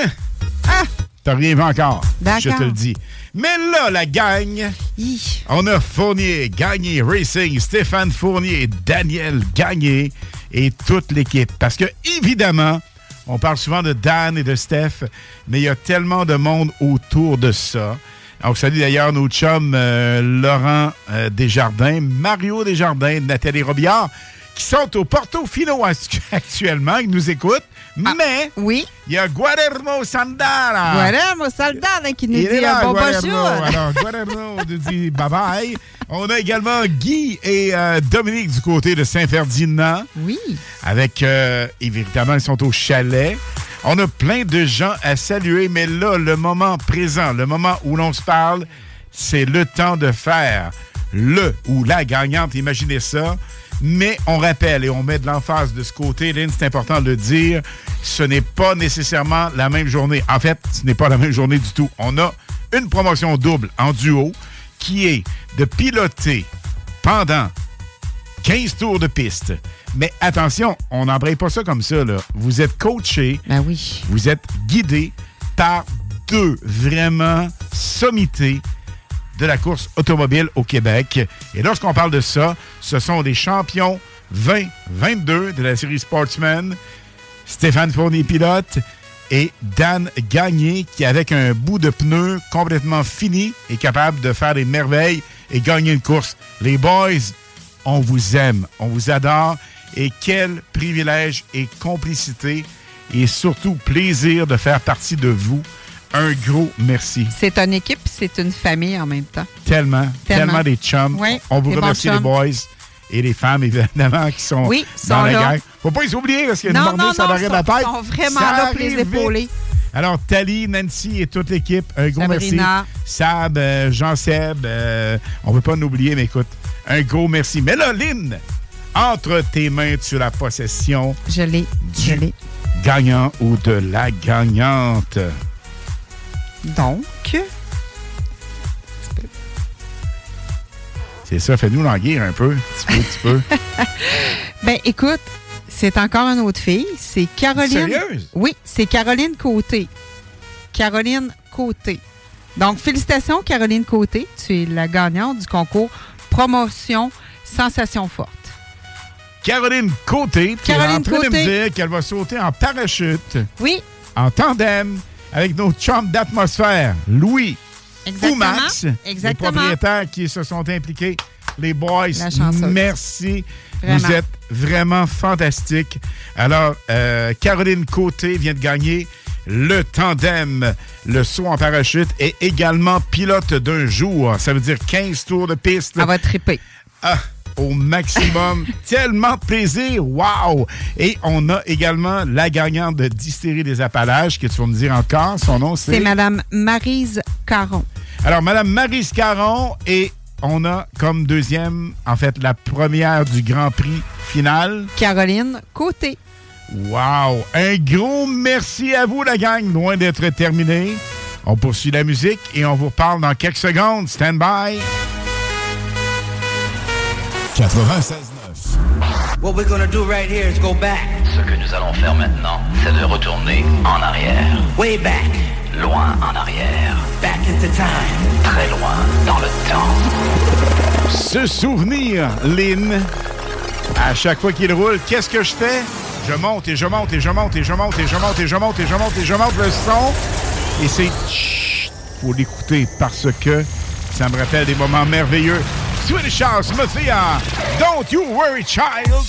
T'as rien vu encore, d'accord. Je te le dis. Mais là, la gang, on a Fournier, Gagné Racing, Stéphane Fournier, Daniel Gagné et toute l'équipe. Parce que, évidemment, on parle souvent de Dan et de Steph, mais il y a tellement de monde autour de ça. Donc, salut d'ailleurs nos chums Laurent Desjardins, Mario Desjardins, Nathalie Robillard, qui sont au Portofino actuellement, qui nous écoutent. Mais oui, il y a Guillermo Sandara. Guillermo Sandara qui nous dit là, bon bonjour. Alors, Guillermo nous dit bye-bye. On a également Guy et Dominique du côté de Saint-Ferdinand. Oui. Avec, évidemment, ils sont au chalet. On a plein de gens à saluer, mais là, le moment présent, le moment où l'on se parle, c'est le temps de faire le ou la gagnante. Imaginez ça. Mais on rappelle et on met de l'emphase de ce côté, Lynn, c'est important de le dire, ce n'est pas nécessairement la même journée. En fait, ce n'est pas la même journée du tout. On a une promotion double en duo qui est de piloter pendant 15 tours de piste. Mais attention, on n'embraye pas ça comme ça, là. Vous êtes coaché, ben oui. Vous êtes guidé par 2 vraiment sommités de la course automobile au Québec. Et lorsqu'on parle de ça, ce sont des champions 2022 de la série Sportsman. Stéphane Fournier, pilote, et Dan Gagné, qui, avec un bout de pneu complètement fini, est capable de faire des merveilles et gagner une course. Les boys, on vous aime, on vous adore, et quel privilège et complicité, et surtout plaisir de faire partie de vous. Un gros merci. C'est une équipe, c'est une famille en même temps. Tellement des chums. Oui, on vous remercie, les boys. Et les femmes, évidemment, qui sont dans la gang. Faut pas les oublier, parce qu'il y a une mornée, ça l'arrêt de la tête. Ils sont vraiment là pour les épauler. Alors, Tali, Nancy et toute l'équipe, un gros Sabrina. merci. Sab, Jean-Seb, on ne veut pas nous oublier, mais écoute, un gros merci. Mais là, Lynn, entre tes mains, tu as la possession. Je l'ai. Gagnant ou de la gagnante. Donc... C'est ça, fais-nous languir un peu, un petit peu. Ben, écoute, c'est encore une autre fille. C'est Caroline. Sérieuse? Oui, c'est Caroline Côté. Caroline Côté. Donc, félicitations, Caroline Côté. Tu es la gagnante du concours Promotion Sensation Forte. Caroline Côté, qui est en train de me dire qu'elle va sauter en parachute. Oui. En tandem avec nos chums d'atmosphère, Louis. Exactement. Ou Max, exactement. Les propriétaires qui se sont impliqués. Les boys, merci. Vraiment. Vous êtes vraiment fantastiques. Alors, Caroline Côté vient de gagner le tandem, le saut en parachute, et également pilote d'un jour. Ça veut dire 15 tours de piste. Elle va triper. Au maximum. Tellement de plaisir. Wow! Et on a également la gagnante de Distillerie des Appalaches, que tu vas me dire encore. Son nom, c'est Mme Maryse Caron. Alors, Mme Maryse Caron, et on a comme deuxième, en fait, la première du Grand Prix final, Caroline Côté. Wow! Un gros merci à vous, la gang. Loin d'être terminé. On poursuit la musique et on vous reparle dans quelques secondes. Stand by. 96.9. What we're gonna do right here is go back. Ce que nous allons faire maintenant, c'est de retourner en arrière. Way back. Loin en arrière. Back into time. Très loin dans le temps. Ce souvenir, Lynn, à chaque fois qu'il roule, qu'est-ce que je fais? Je monte et je monte et je monte et je monte et je monte et je monte et je monte et je monte le son. Et c'est... Chut, faut l'écouter parce que ça me rappelle des moments merveilleux. Swedish House Mafia, Don't You Worry Child.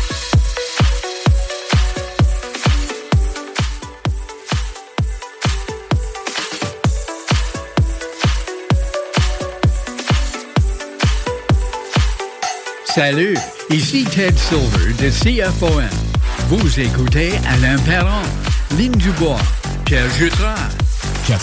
Salut, ici Ted Silver de CFOM. Vous écoutez Alain Perron, Lynn Dubois, Pierre Jutras. 96.9.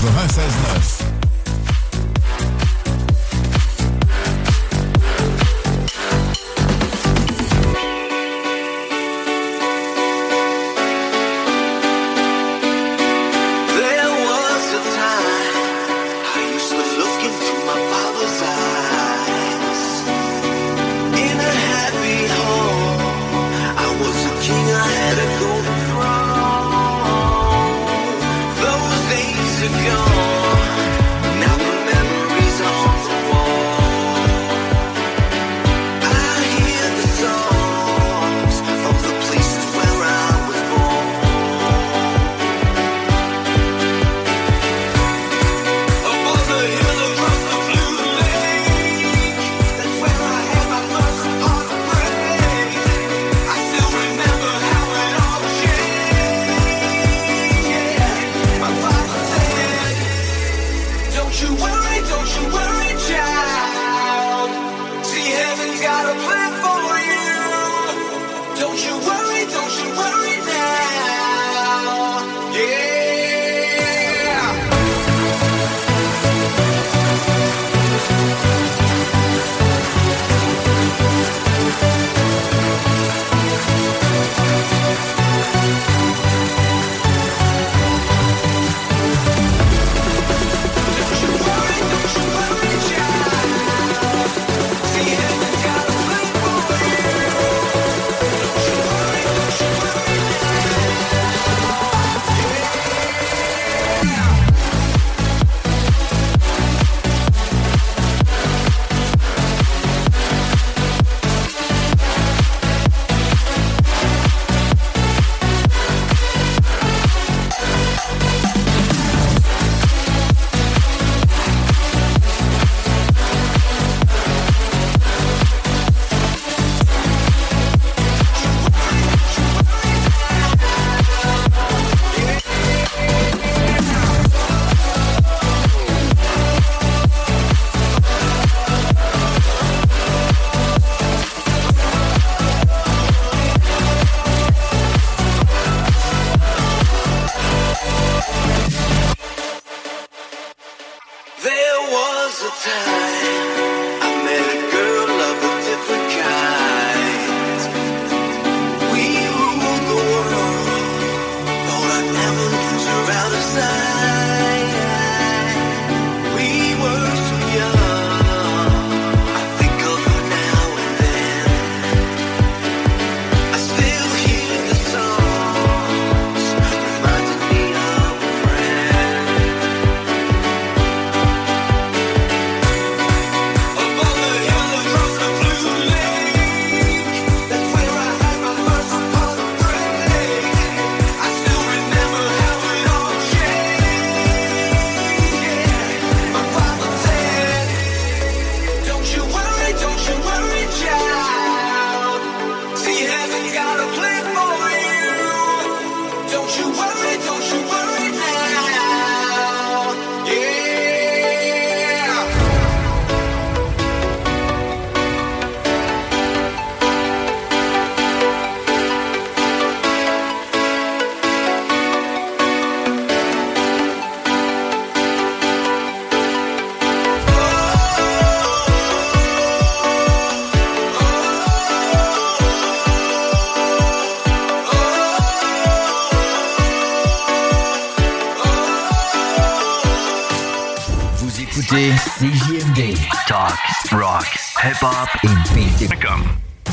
écoutez CJMD, Talk, Rock, Hip-Hop et Beat.com.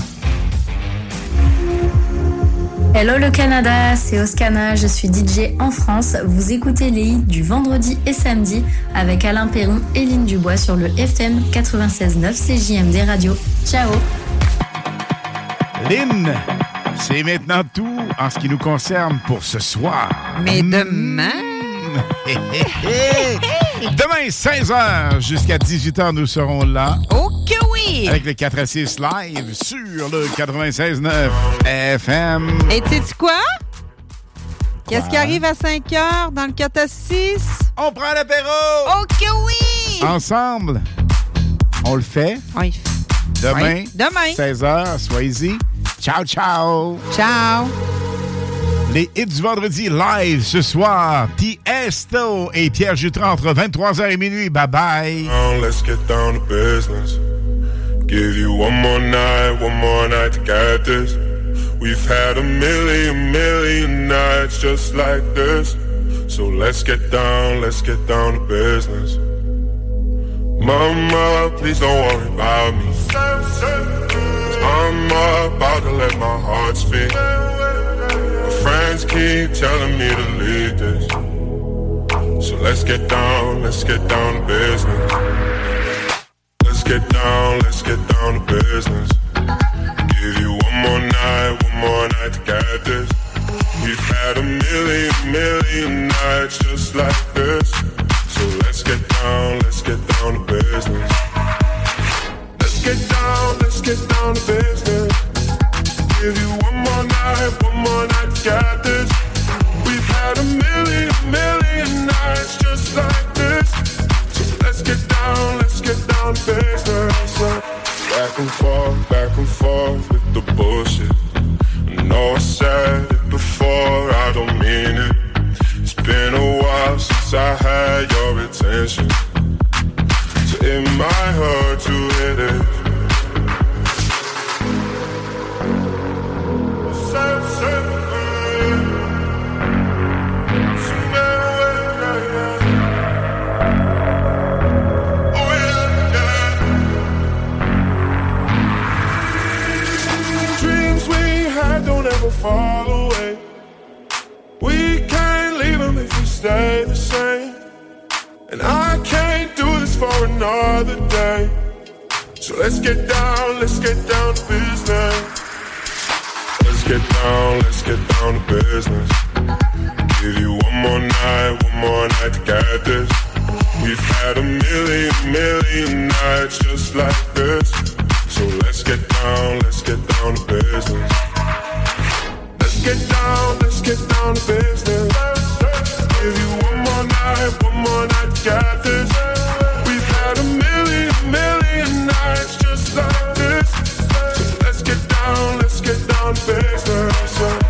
Hello le Canada, c'est Oscana, je suis DJ en France. Vous écoutez les hits du vendredi et samedi avec Alain Perron et Lynn Dubois sur le FM 96.9 CJMD Radio. Ciao! Lynn, c'est maintenant tout en ce qui nous concerne pour ce soir. Mais demain... Demain, 16h jusqu'à 18h, nous serons là. Ok, oui! Avec le 4 à 6 live sur le 96.9 FM. Et sais-tu quoi? Qu'est-ce qui arrive à 5h dans le 4 à 6? On prend l'apéro! Ok, oui! Ensemble, on le fait. Oui. Demain, oui. Demain. 16h, soyez-y. Ciao, ciao! Ciao! Les hits du vendredi live ce soir. Tiesto et Pierre Jutras entre 23h et minuit. Bye-bye. Let's get down to business. Give you one more night to get this. We've had a million nights just like this. So let's get down to business. Mama, please don't worry about me. I'm about to let my heart speak. Friends keep telling me to leave this. So let's get down to business. Let's get down to business. Give you one more night to get this. We've had a million nights just like this. So let's get down to business. Let's get down to business. Give you one more night, got this. We've had a million nights just like this. So let's get down to business. Back and forth with the bullshit. I know I said it before, I don't mean it. It's been a while since I had your attention. So it might hurt to hit it. Dreams we had don't ever fall away. We can't leave them if we stay the same. And I can't do this for another day. So let's get down to business. Let's get down to business. Give you one more night to get this. We've had a million nights just like this. So let's get down to business. Let's get down to business. Give you one more night to get this. We've had a million nights just like this. So let's get down to business.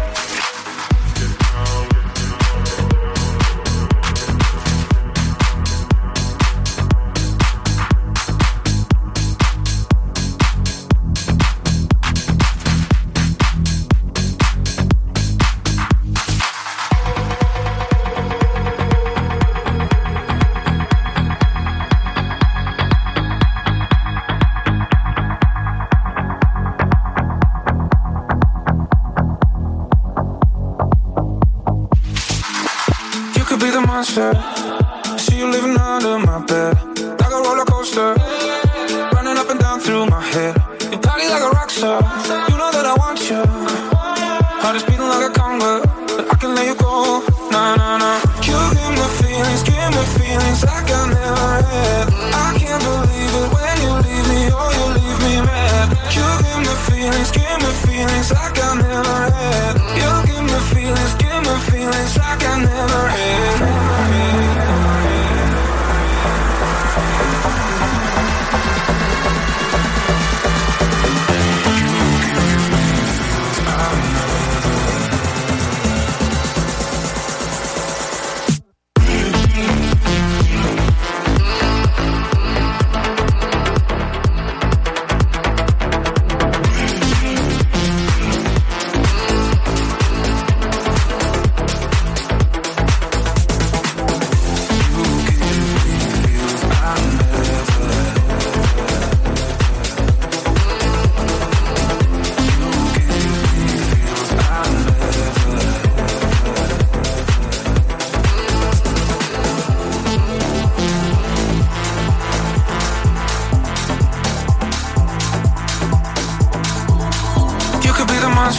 See you living under my bed, like a roller coaster, running up and down through my head. You party like a rock star, you know that I want you. Heart is beating like a conga, but I can let you go. Nah, nah, nah. You give me feelings like I never had. I can't believe it when you leave me, oh you leave me mad. You give me feelings like I never had. You give me feelings like I never had.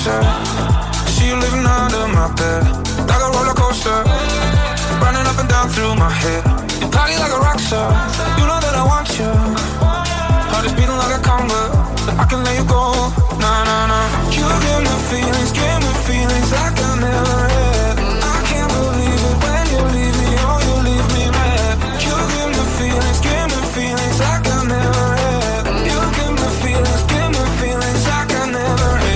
closer. See you living under my bed, like a roller coaster, running up and down through my head. You party like a rock star, you know that I want you. Heart is beating like a conga, but I can let you go. Nah, nah, nah. You give me feelings like I never had. I can't believe it when you leave me, oh, you leave me mad. You give me feelings like I never had. You give me feelings like I never had.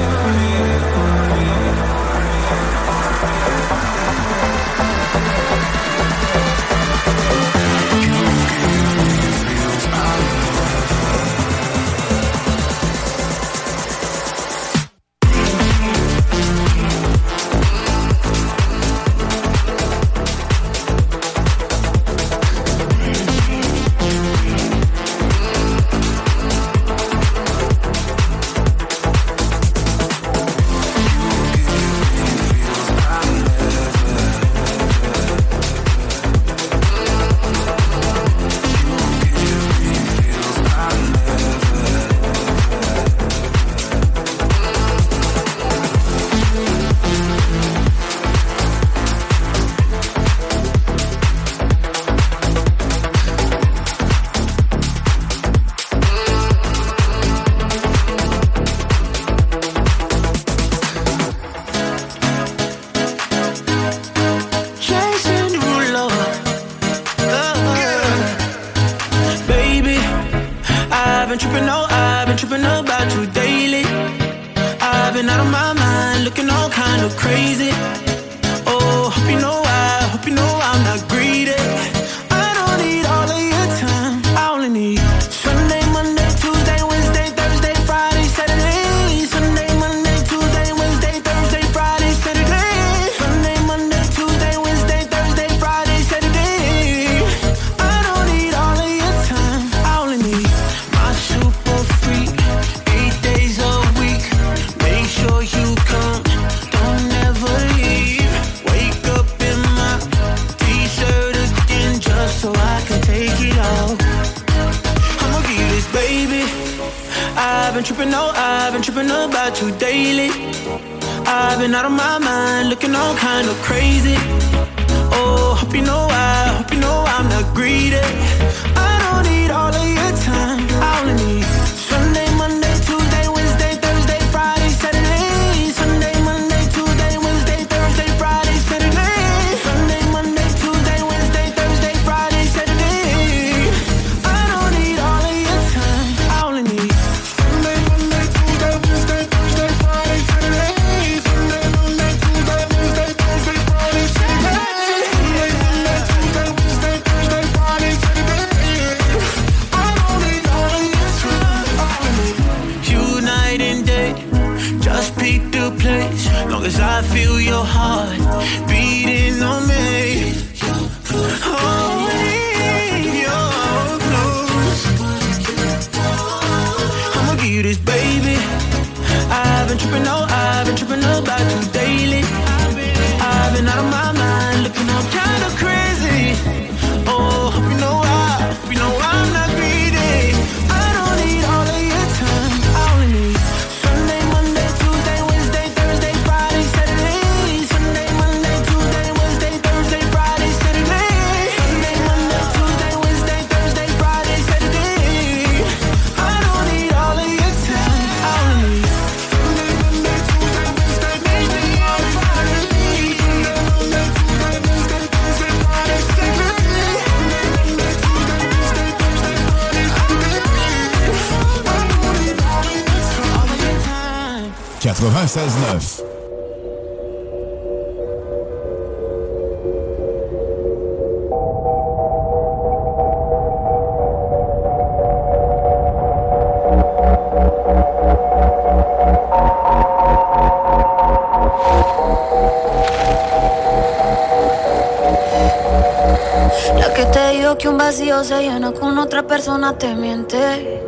Que un vacío se llena con otra persona te miente.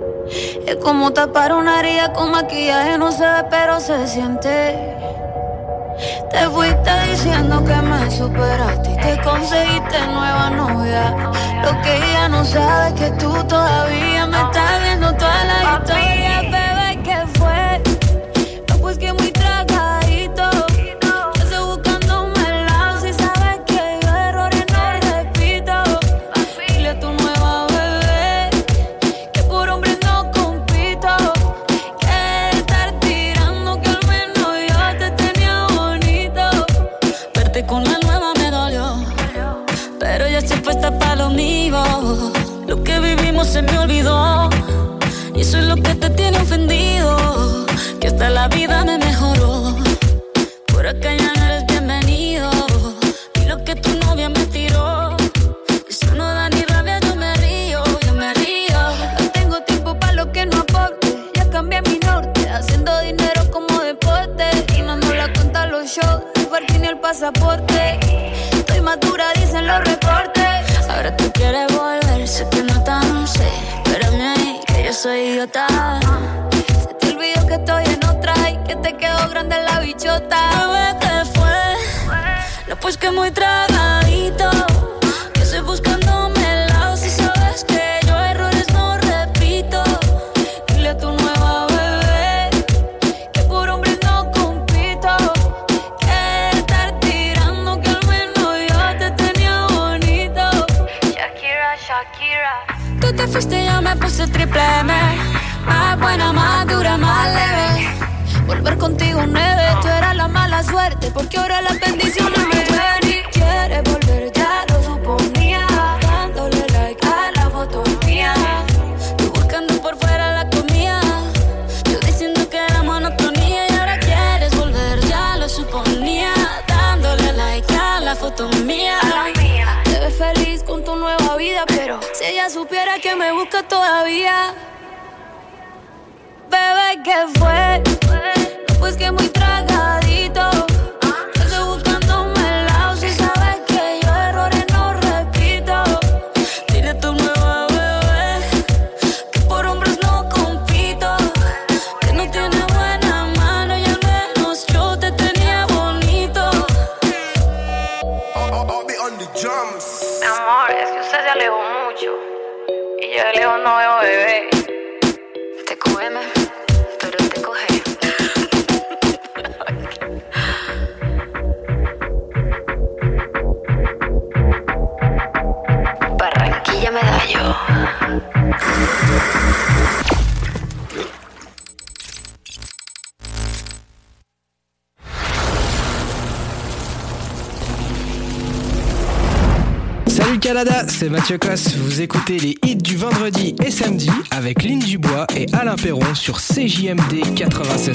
Es como tapar una herida con maquillaje, no se ve pero se siente. Te fuiste diciendo que me superaste y te conseguiste nueva novia. Lo que ella no sabe es que tú todavía me estás viendo toda la historia. Bebé, ¿qué fue? No, pues que se me olvidó. Y eso es lo que te tiene ofendido, que hasta la vida me mejoró. Por acá ya no eres bienvenido. Y lo que tu novia me tiró, eso no da ni rabia, yo me río, yo me río. No tengo tiempo para lo que no aporte. Ya cambié mi norte, haciendo dinero como deporte. Y no nos la cuentan los shows, el parking ni el pasaporte. Estoy madura, dicen los reportes. Ahora tú quieres volver, sé que no tan sé. Espérame ahí, que yo soy idiota. Se te olvidó que estoy en otra y que te quedó grande la bichota. Bebé, ¿qué fue? No, pues que muy tragadito, que estoy buscándome el lado. Si sabes que yo errores no repito. Dile a tu nueva bebé que por hombres no compito. Que estar tirando, que al menos yo te tenía bonito. Shakira, Shakira. Tú te fuiste, yo me puse triple M. Más buena, más dura, más leve. Volver contigo nueve, tú eras la mala suerte, porque ahora las bendiciones me ven. Y quieres volver, ya lo suponía, dándole like a la foto mía. Tú buscando por fuera la comida, yo diciendo que era monotonía. Y ahora quieres volver, ya lo suponía, dándole like a la foto mía. Te ves feliz con tu nueva vida, pero si ella supiera que me busca todavía. Bebé, ¿qué fue? No, pues que muy tragadito. Estoy buscándome el lado. Si sabes que yo errores no repito. Dile a tu nueva bebé que por hombres no compito. Que no tiene buena mano y al menos yo te tenía bonito. Mi amor, es que usted se alejó mucho y yo de lejos no veo bebé. Te come, pero te coge. Barranquilla Medallo. Salut Canada, c'est Mathieu Cosse. Vous écoutez les hits du vendredi et samedi avec Lynn Dubois et Alain Perron sur CJMD 96.9.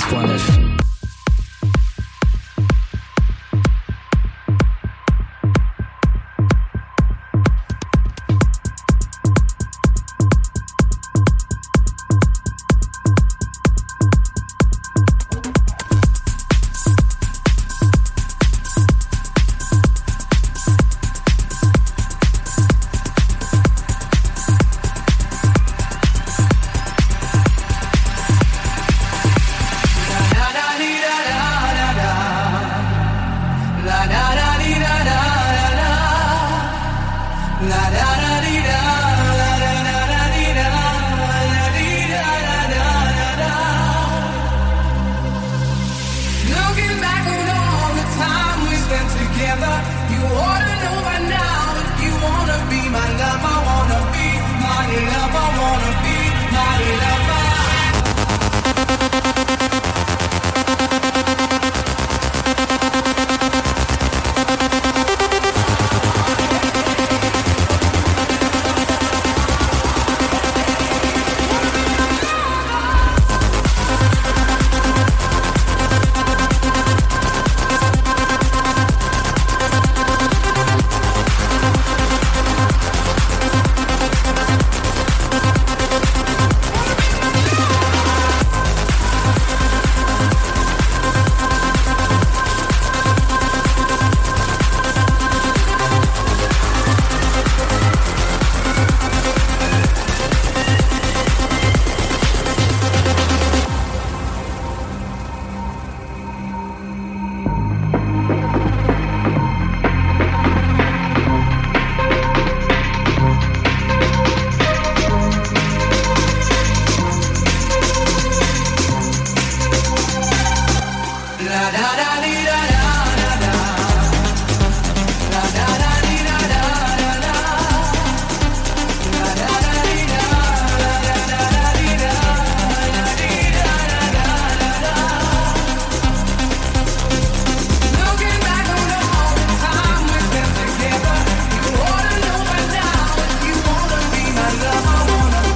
wanna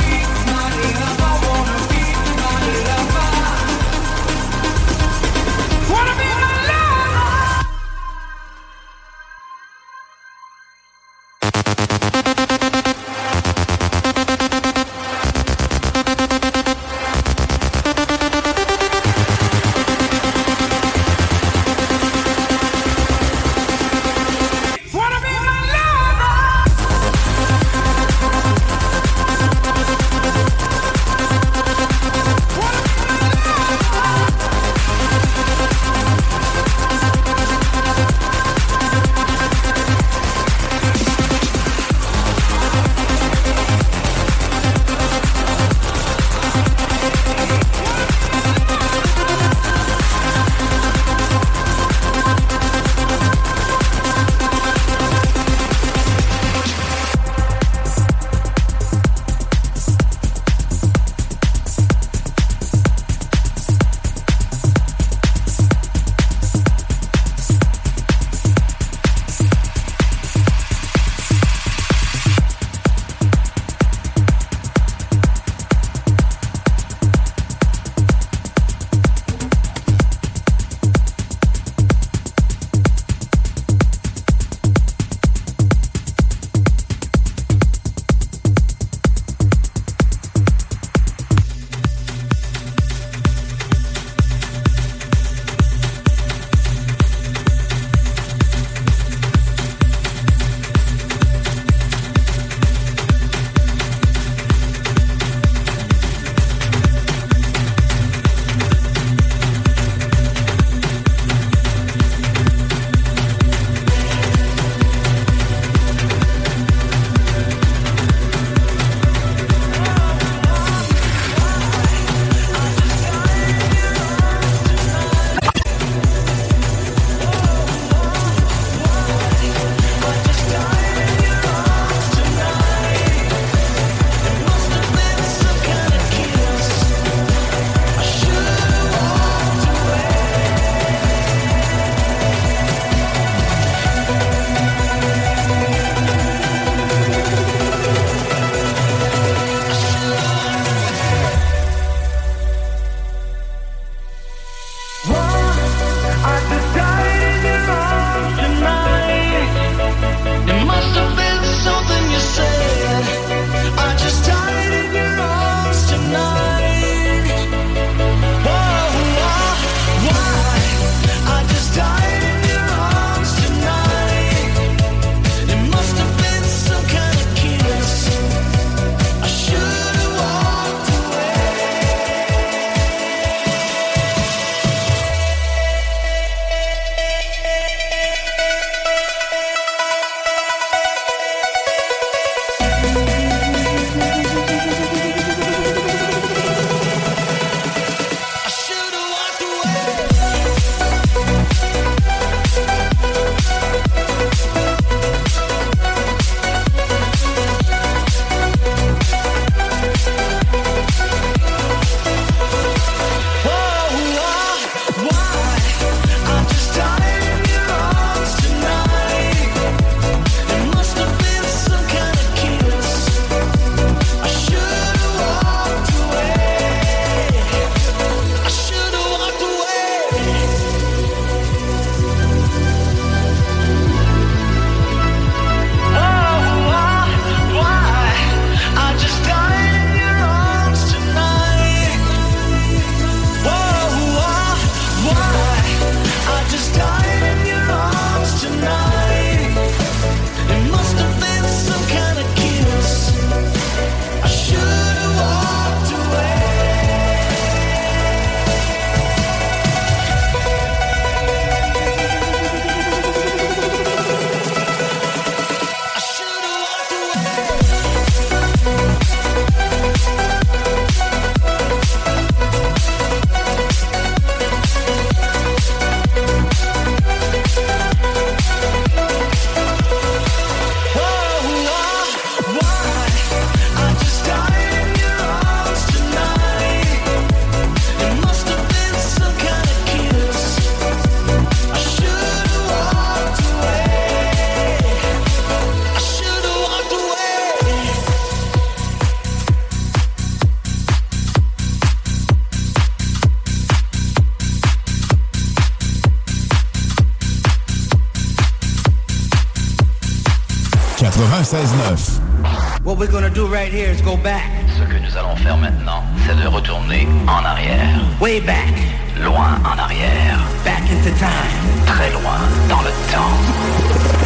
What we're gonna do right here is go back. Ce que nous allons faire maintenant, c'est de retourner en arrière. Way back. Loin en arrière. Back into time. Très loin dans le temps.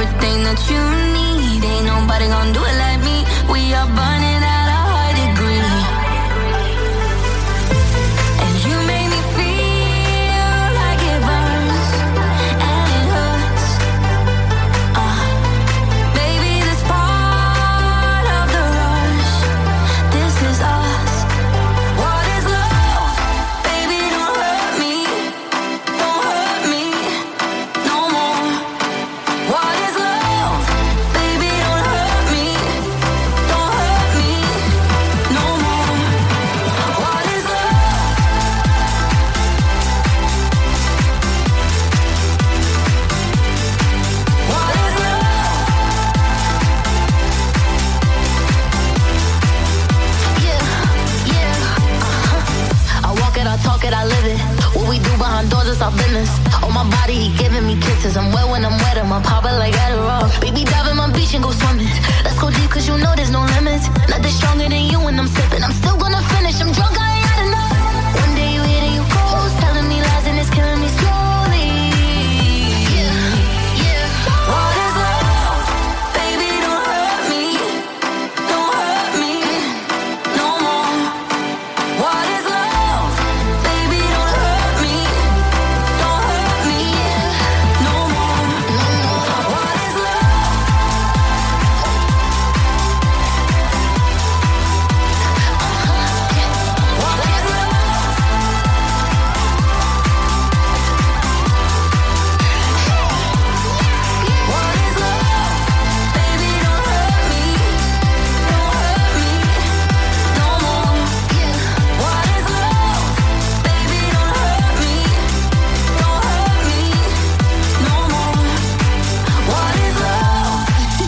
everything that you need. Ain't nobody gonna do it like me. We are burning at a high degree. And you make me feel like it burns and it hurts. Baby, this part of the rush. This is us. What is love? Baby, don't hurt me. Don't hurt me no more. What is love? Baby, don't hurt me. Don't hurt me no more. What is love? What is love? I walk it, I talk it, I live it. What we do behind doors is our business. On my body, he giving me kisses. I'm wet when I'm wet, I'm poppin' like Adderall. Baby, dive in my beach and go swimming. Let's go deep, cause you know there's no limits. Nothing stronger than you when I'm sipping. I'm still gonna finish, I'm drunk, I ain't had enough. One day you hit and you go, telling me lies and it's killing me slowly. What is love? Baby, don't hurt me. Don't hurt me no more. What is love? Baby, don't hurt me. Don't hurt me no more. What is love? What is love? What is love? Baby, don't hurt me. Don't hurt me no more. What is love? Baby, don't hurt me. Don't hurt me no more. What is love?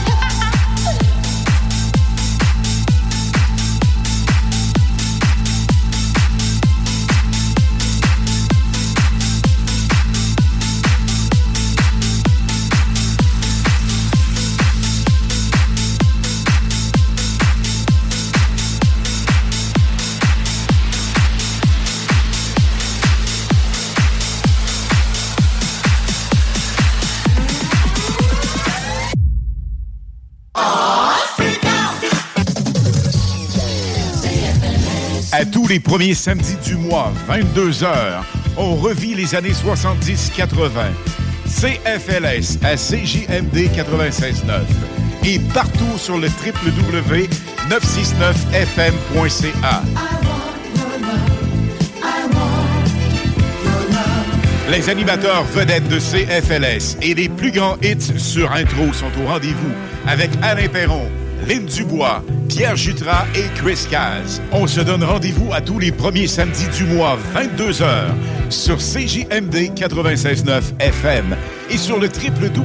À tous les premiers samedis du mois, 22h, on revit les années 70-80. CFLS à CJMD 96.9 et partout sur le www.969fm.ca. Les animateurs vedettes de CFLS et les plus grands hits sur intro sont au rendez-vous avec Alain Perron, Lynn Dubois, Pierre Jutras et Chris Caz. On se donne rendez-vous à tous les premiers samedis du mois, 22h, sur CJMD 96.9 FM et sur le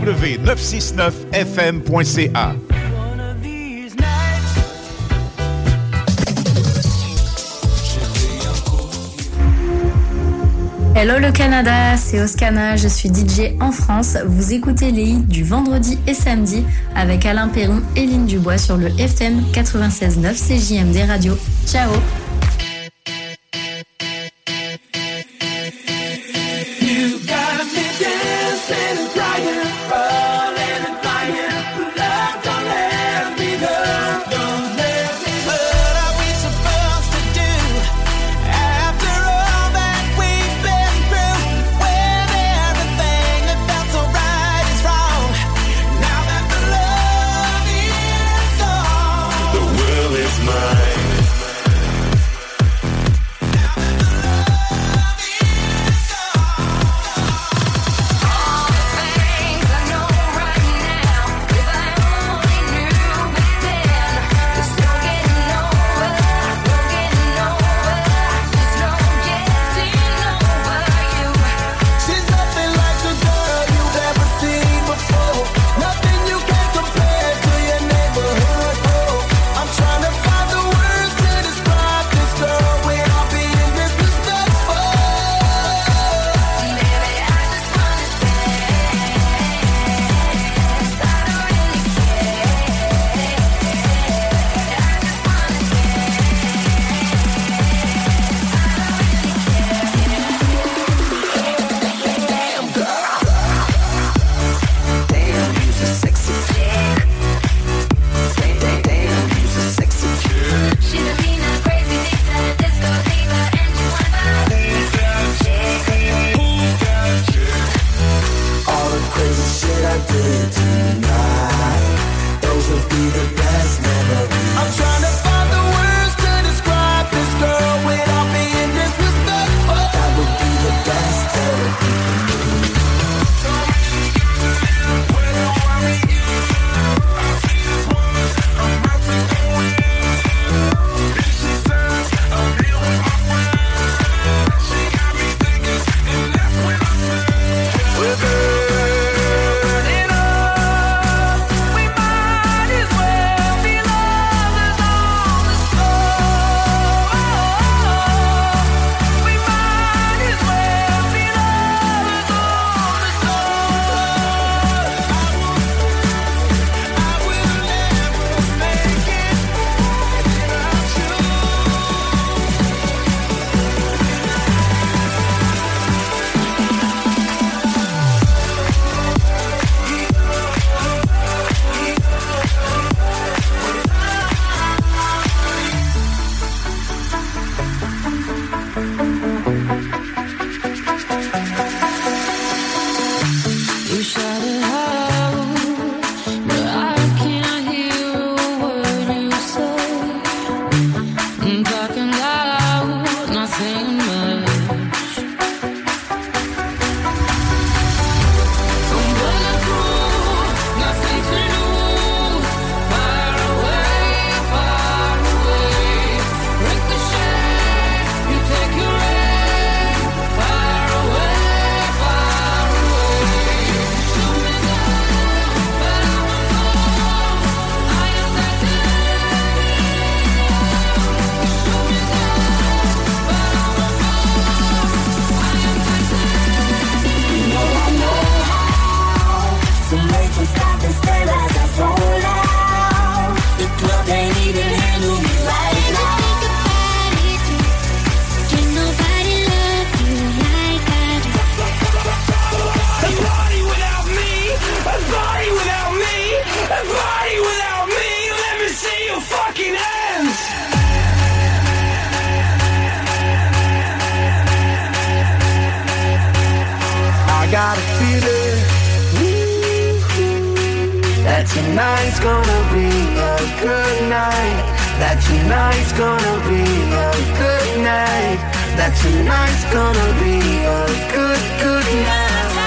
www.969fm.ca. Hello le Canada, c'est Oscana, je suis DJ en France. Vous écoutez les hits du vendredi et samedi avec Alain Perron et Lynn Dubois sur le FM 96.9 CJMD Radio. Ciao. got a feeling that tonight's gonna be a good night. That tonight's gonna be a good night. That tonight's gonna be a good, good night.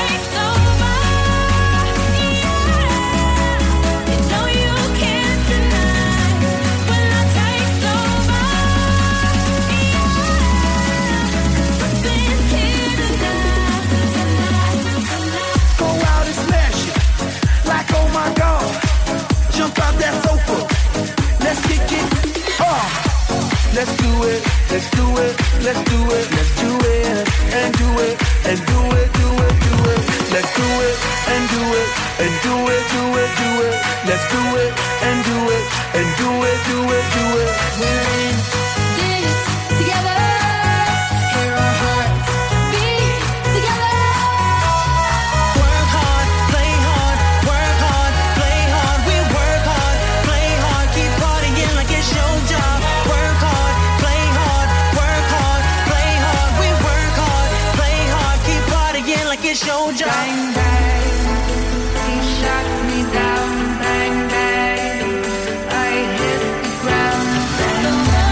Let's do it, let's do it, let's do it, let's do it, and do it, and do it, do it, do it. Let's do it, and do it, and do it, do it, do it. Let's do it, and do it, and do it, do it, do it. We're in this together. Hear our hearts beat together. Work hard, play hard, work hard, play hard. We work hard, play hard, keep partying like it's your job. Work hard, play hard, work hard, play hard. We work hard, play hard, keep partying like it's your job. Bang, bang, he shot me down. Bang, bang, I hit the ground. Bang,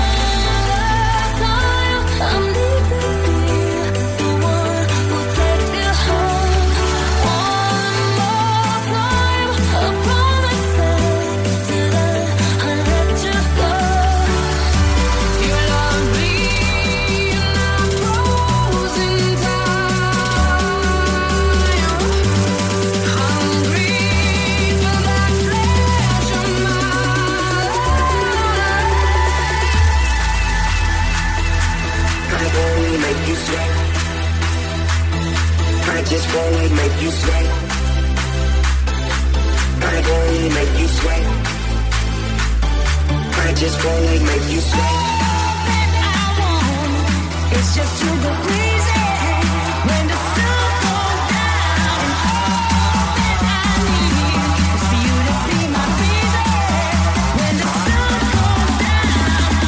I'm need to be the one who takes you home. One more time, I promise till I let you go. You love me and I'm frozen time. Hungry for that flesh of mine. I only make you sweat. I just only make you sweat. I only make you sweat. I just only make you sweat. It's just to go crazy when the sun goes down. All that I need is for you to be my reason when the sun goes down.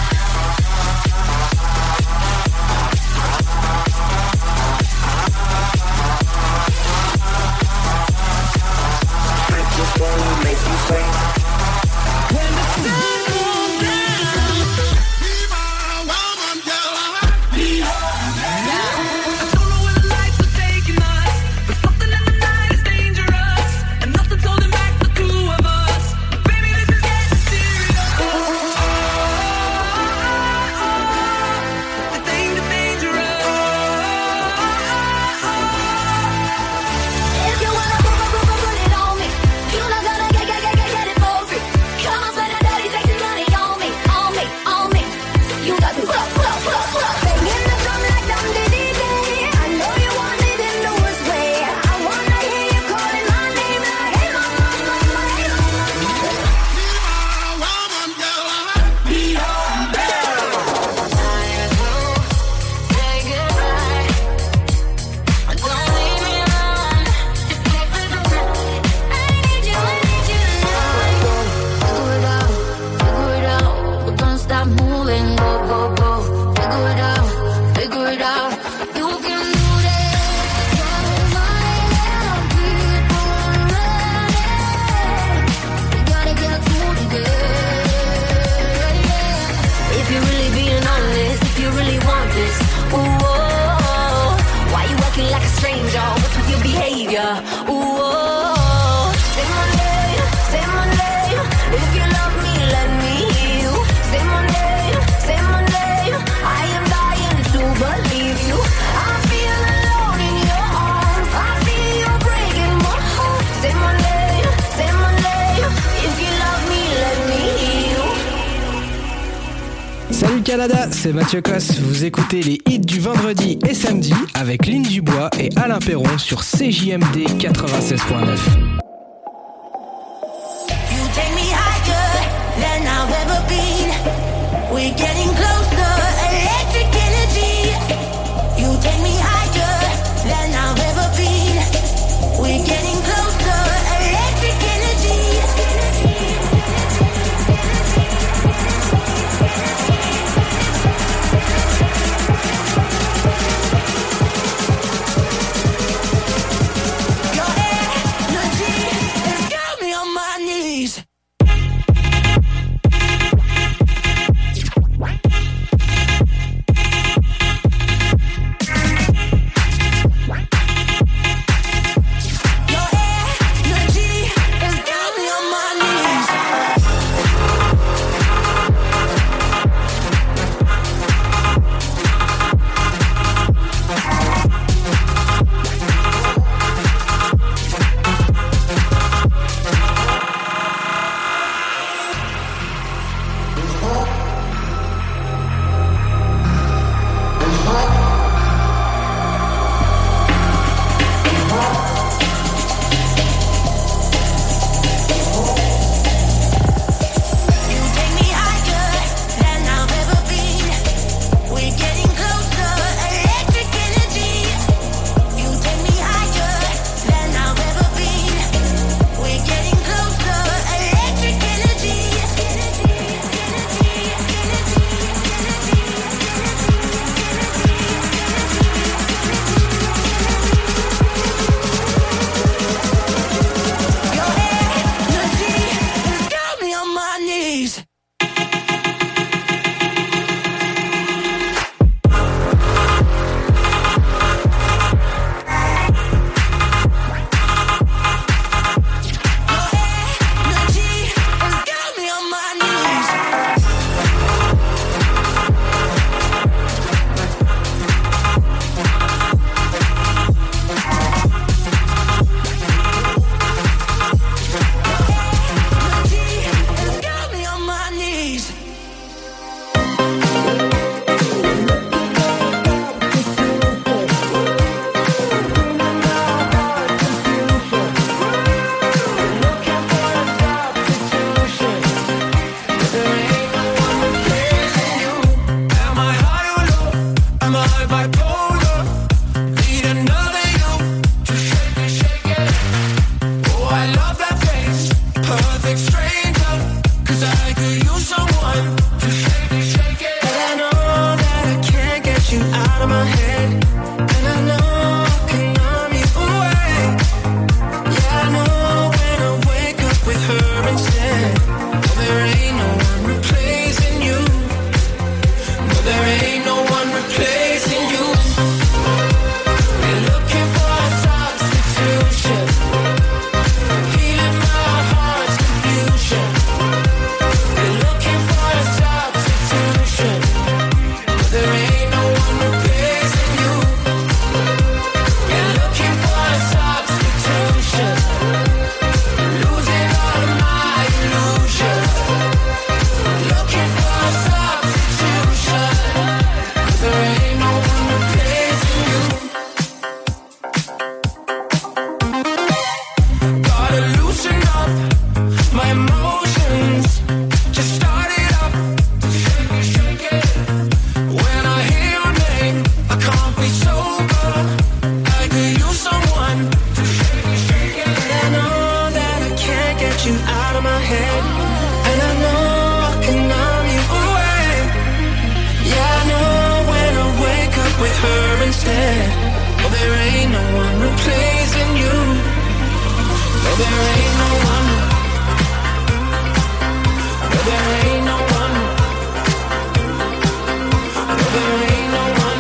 I just only make you sweat. When the sun goes down. Be my woman, girl. Be her. I don't know where the lights are taking us, but something in the night is dangerous, and nothing's holding back the two of us. Baby, this is getting serious. The thing is dangerous. If you wanna put it on me, you're not gonna get it for free. Come on, spend a daddy, take some money on me, on me, on me. You got to pull up, pull up, pull up, pull up. Banging the drum like dum diddy day. I know you want it in the worst way. I wanna hear you calling my name like, hey mama, mama, hey mama. Be your girl. I will say goodbye. Don't leave me alone. Just stay for the night. I need you tonight. Figure it out. But don't stop moving. Go, go, go. Figure it out. Figure it out. You can do this. Follow my love, keep on running. We gotta get through today. If you're really being honest, if you really want this, ooh, oh, why you acting like a stranger? What's with your behavior? Ooh, oh, say my name, say my name. If you love me, let me hear you. Say my name, say my name. I am dying to believe you. I feel alone in your arms. I feel you breaking my heart. Say my name, say my name. If you love me, let me hear you. Salut Canada, c'est Mathieu Cosse. Vous écoutez les hits du vendredi et samedi avec Lynn Dubois et Alain Perron sur CJMD 96.9. You take me higher than I've ever been. We're getting closer, electric energy. You take me higher than I've ever been. We're getting closer, electric energy. 'cause I could use someone to shake it. But I know that I can't get you out of my head, and I know I can numb you away. Yeah, I know when I wake up with her instead. No, there ain't no one replacing you. No, there ain't no one replacing you. We're looking for a substitution, healing my heart's confusion. We're looking for a substitution. No, there ain't no one replacing you. We're looking for a substitution, losing all of my illusions. Looking for a substitution. There ain't no one replacing you. Gotta loosen up my emotions. Just start it up. Shake it. When I hear your name, I can't be sober. I could use someone to shake it. But I know that I can't get you out of my head, and I know I can numb you away. Yeah, I know when I wake up with her instead. Oh, there ain't no one replacing you. No, there ain't no one. No, there ain't no one. No, there ain't no one.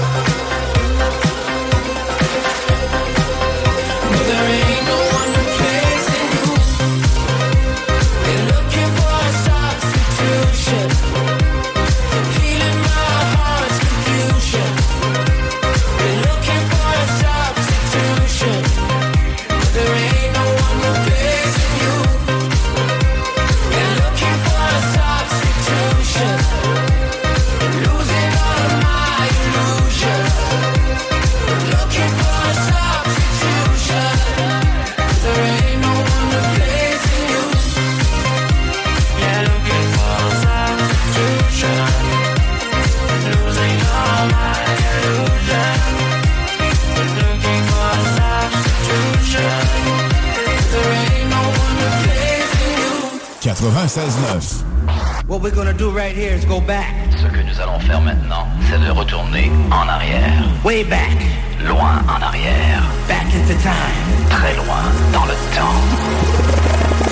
No, there ain't no one replacing you. We're looking for a substitution, healing my heart's confusion. We're looking for a substitution. There ain't no one replacing you. We're looking for a substitution, losing all of my illusions. Looking for a substitution. There ain't no one replacing you. Yeah, looking for a substitution, losing all my illusions. Looking for a substitution. There ain't no one replacing you. 96.9. What we're gonna do right here is go back. Ce que nous allons faire maintenant, c'est de retourner en arrière. Way back. Loin en arrière. Back into time. Très loin dans le temps.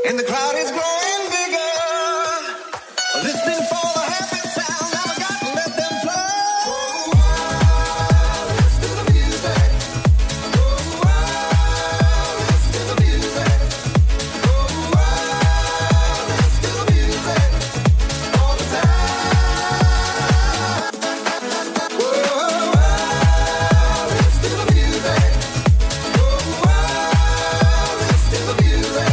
And the crowd is growing bigger. Listening for the happy sound. Now I got to let them flow. Listen to the music. Listen to the music. Listen to the music. All the time. Listen to the music. Listen to the music.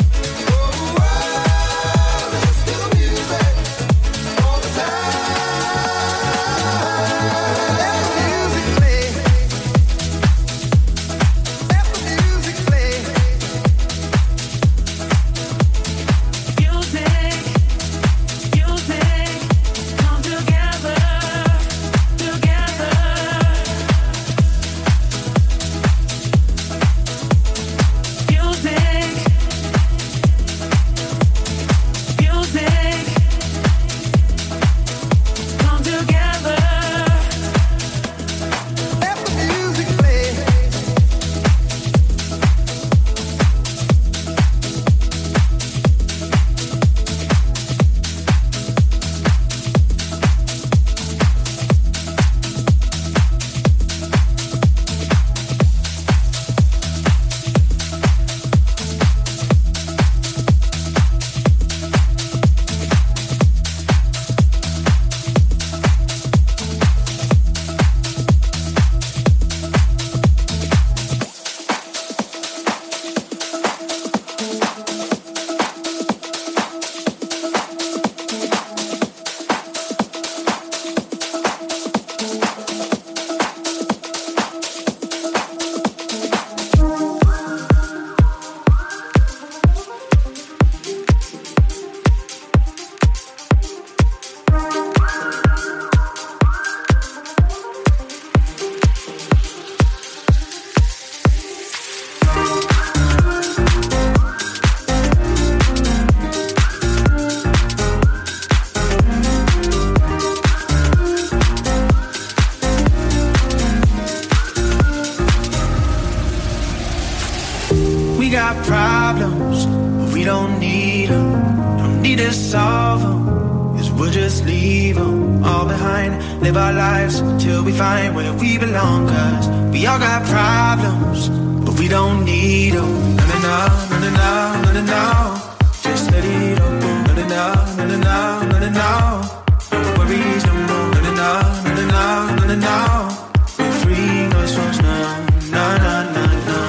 We got problems, but we don't need them. Don't need to solve them, 'cause we'll just leave them all behind. Live our lives till we find where we belong. 'Cause we all got problems, but we don't need them. No, no, no, no, no, no, no, no. Just let it up. No, no, no, no, no, no, no, no. No worries no more. No, no, no, no, no, no, no, no. We're free, no songs now. No, no, no, no.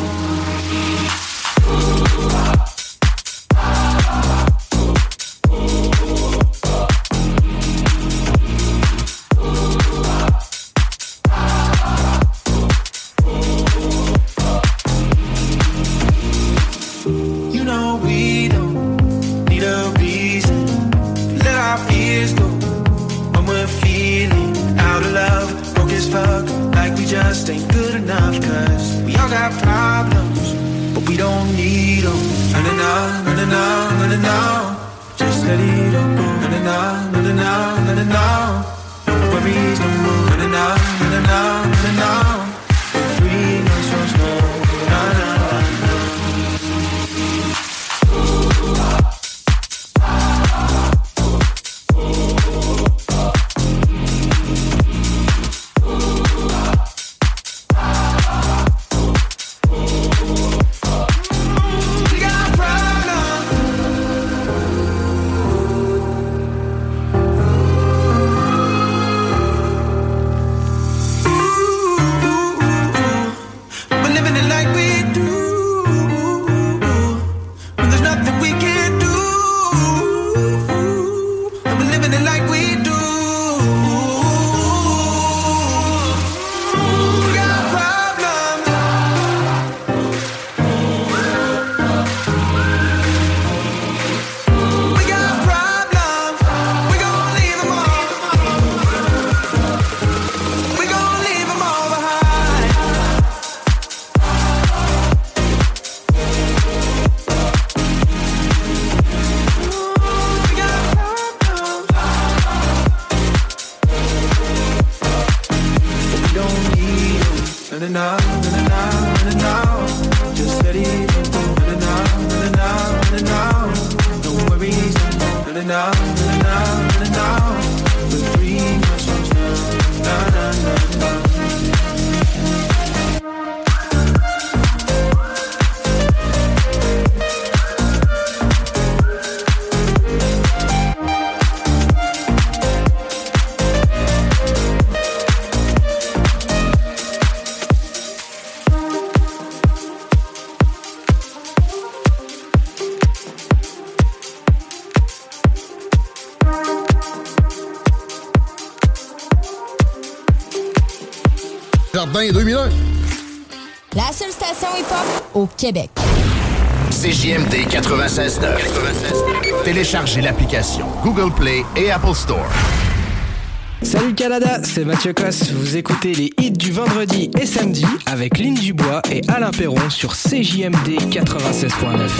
You know we don't need a reason to let our fears go when we're feeling out of love, broke as fuck, like we just ain't good enough. 'Cause we all got problems, but we don't need them. No, no, no, no, no, no, no, no, no. Just let it all go. No, no, no, no, no, no, no, no, no. No worries no more. No, no, no, no, no, no, no, no. We're free, no songs, no. No, no, no, no. now, now, now. We're free, much now, now. Jardin 2001. La seule station hip-hop au Québec. CJMD 96.9. Téléchargez l'application Google Play et Apple Store. Salut Canada, c'est Mathieu Cosse. Vous écoutez les hits du vendredi et samedi avec Lynn Dubois et Alain Perron sur CJMD 96.9.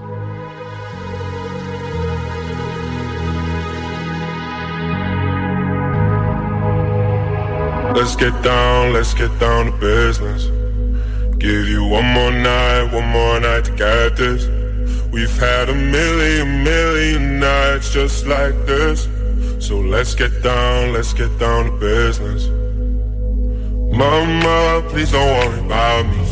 Let's get down to business. Give you one more night to get this. We've had a million nights just like this. So let's get down to business. Mama, please don't worry about me.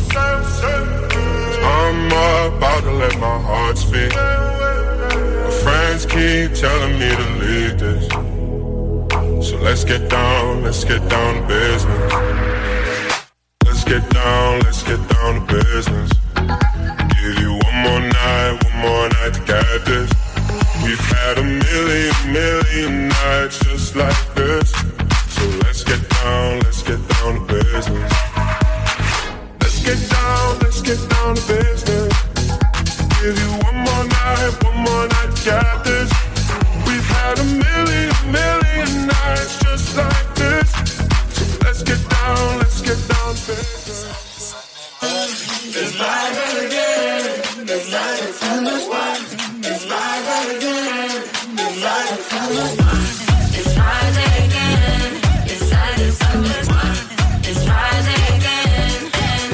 I'm about to let my heart speak. My friends keep telling me to leave this. So let's get down to business. Let's get down to business. Give you one more night to get this. We've had a million nights just like this. So let's get down to business. Let's get down to business. Give you one more night to get this. We've had a million nights just like this. So let's get down to business. It's live again. It's live again. It's live again. It's live again. It's Friday again. It's Saturday, Sunday. It's Friday again.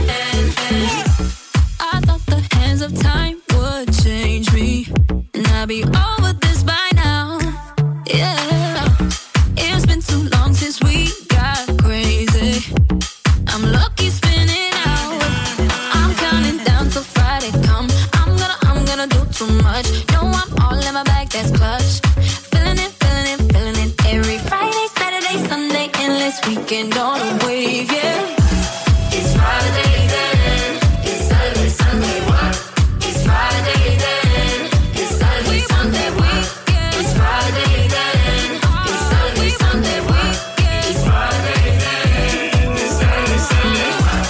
I thought the hands of time would change me, and I'd be over this by now. Yeah, it's been too long since we got crazy. I'm lucky spinning out. I'm counting down till Friday come. I'm gonna do too much. No, I'm all in my bag, that's clutch. Feeling it. Every Friday, Saturday, Sunday, endless weekend on a wave, yeah. It's Friday then. It's Saturday, Sunday, what? It's Friday then. It's Saturday, Sunday, what? It's Friday then. It's Saturday, Sunday, what? It's Friday then. It's Saturday, Sunday, what?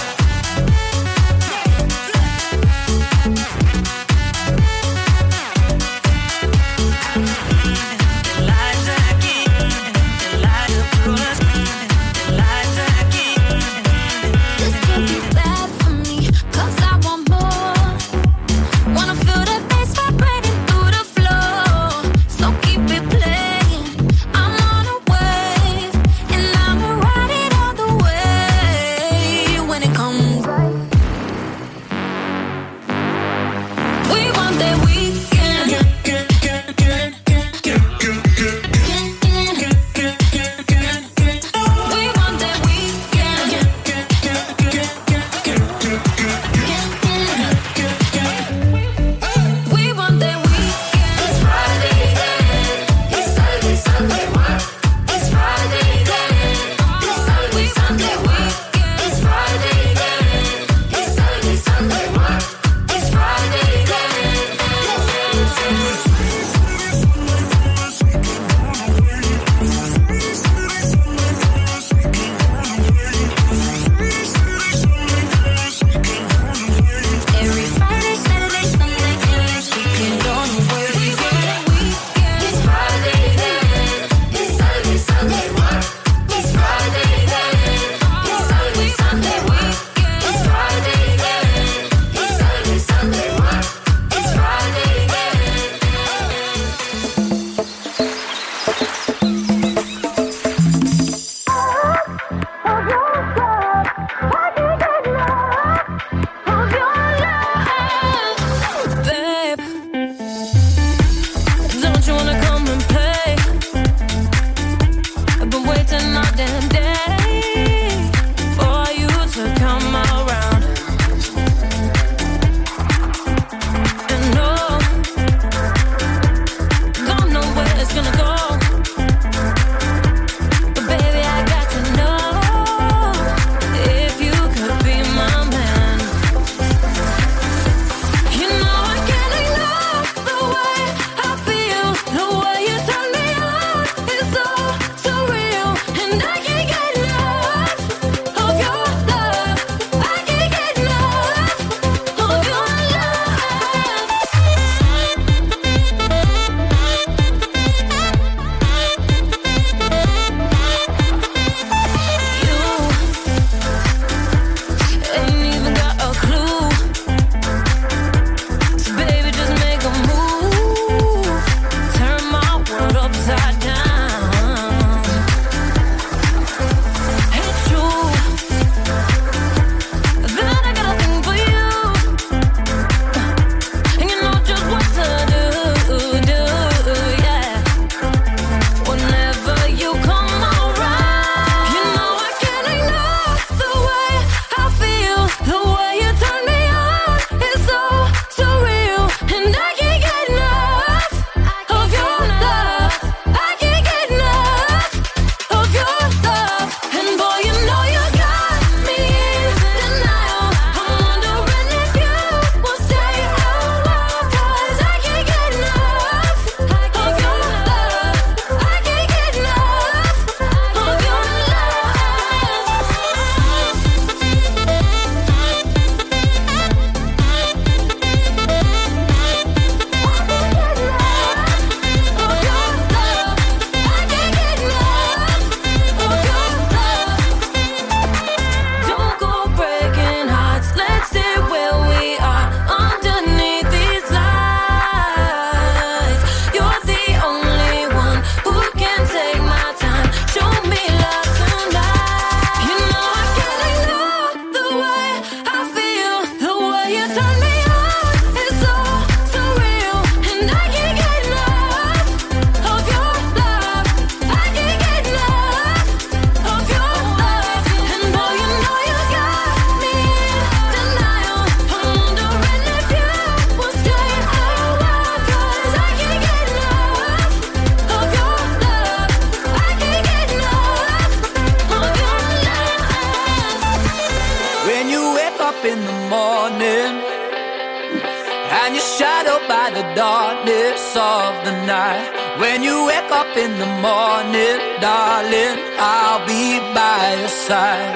shadowed by the darkness of the night. When you wake up in the morning, darling, I'll be by your side.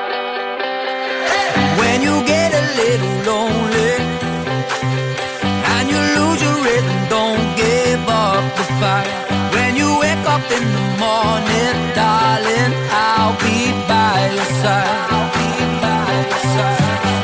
When you get a little lonely and you lose your rhythm, don't give up the fight. When you wake up in the morning, darling, I'll be by your side. I'll be by your side.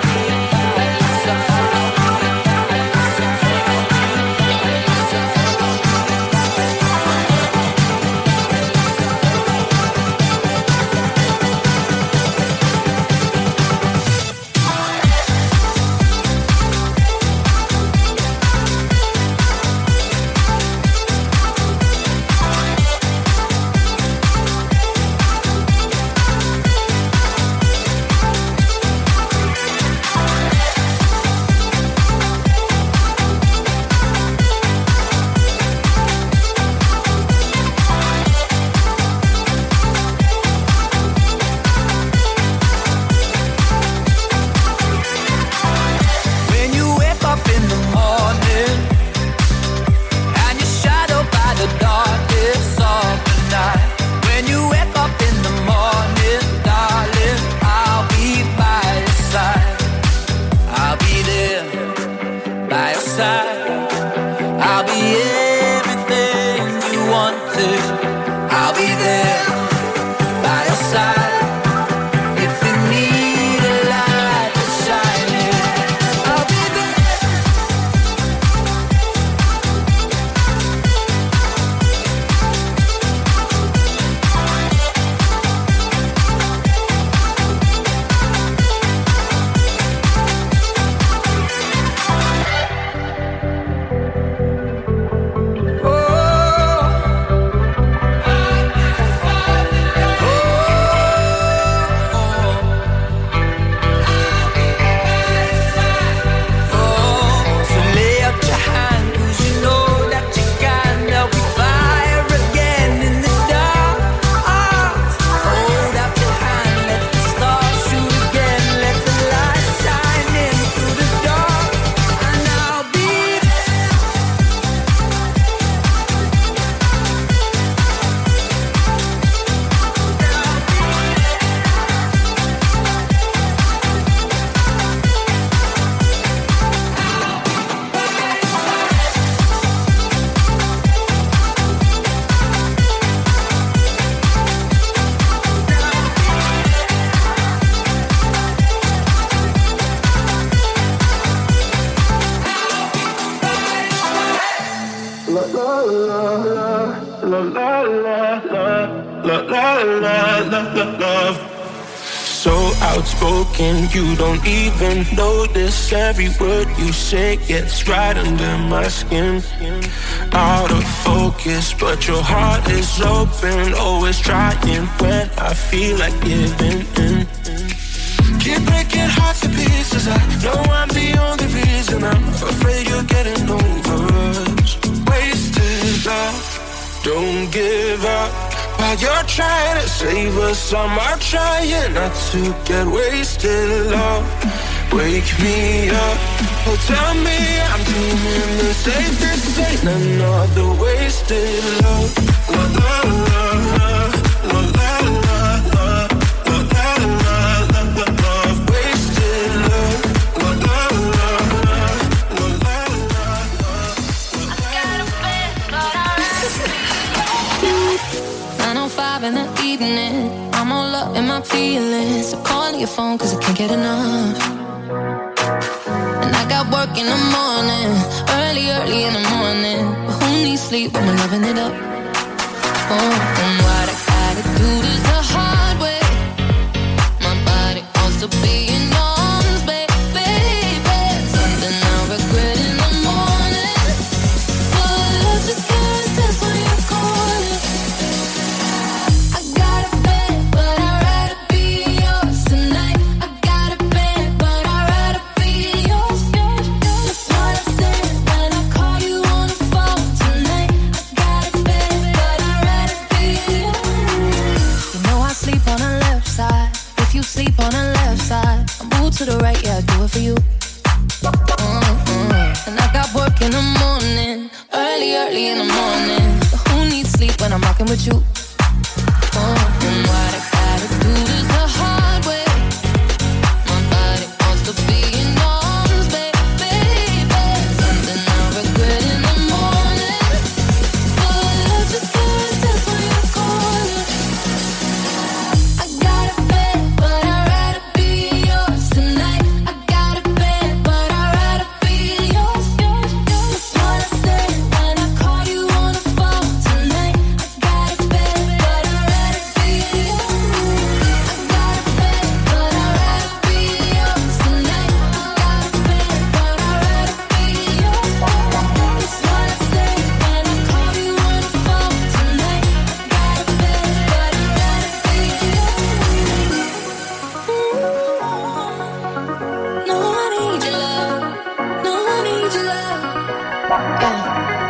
I'll be everything you wanted. I'll be there by your side. If you need a light to shine in, I'll be so outspoken, you don't even notice. Every word you say gets right under my skin. Out of focus, but your heart is open. Always trying when I feel like giving in. Keep breaking hearts to pieces. I know I'm the only reason. I'm afraid you're getting over us. Wasted love, don't give up. While you're trying to save us, I'm trying not to get wasted, love. Wake me up, oh tell me I'm dreaming the same. This ain't another wasted love. La la la la, la la la la, love, wasted love. La la la la, la la la. 9:05 in the evening, I'm all up in my feelings. So calling your phone cause I can't get enough. And I got work in the morning, early in the morning. But who needs sleep when we're loving it up? Oh, and what I gotta do is the hard way. My body wants to be in arms, baby. Something I regret in the morning. But love just can't resist when you're calling. I got a bed, but I'd rather be yours tonight. I got a bed, but I'd rather be yours. That's what I said when I call you on the phone tonight. I got a bed, but I'd rather be yours. in the morning, early in the morning. But who needs sleep when I'm rocking with you? Oh, and what I gotta do is the hard way. My body wants to be in arms, baby. Something I regret in the morning, but I just can't resist when you're calling. I got a bed, but I'd rather be yours tonight. I got a bed, but I'd rather be yours. That's what I said when I call you on the phone tonight. I got a bed, but I'd rather be yours. I got a bed, but I'd rather be yours tonight. I got a bed, but I'd rather be yours. That's what I said when I call you on the phone tonight. I got a bed, but I'd rather be yours. No, I need your love. No, I need your love. Yeah.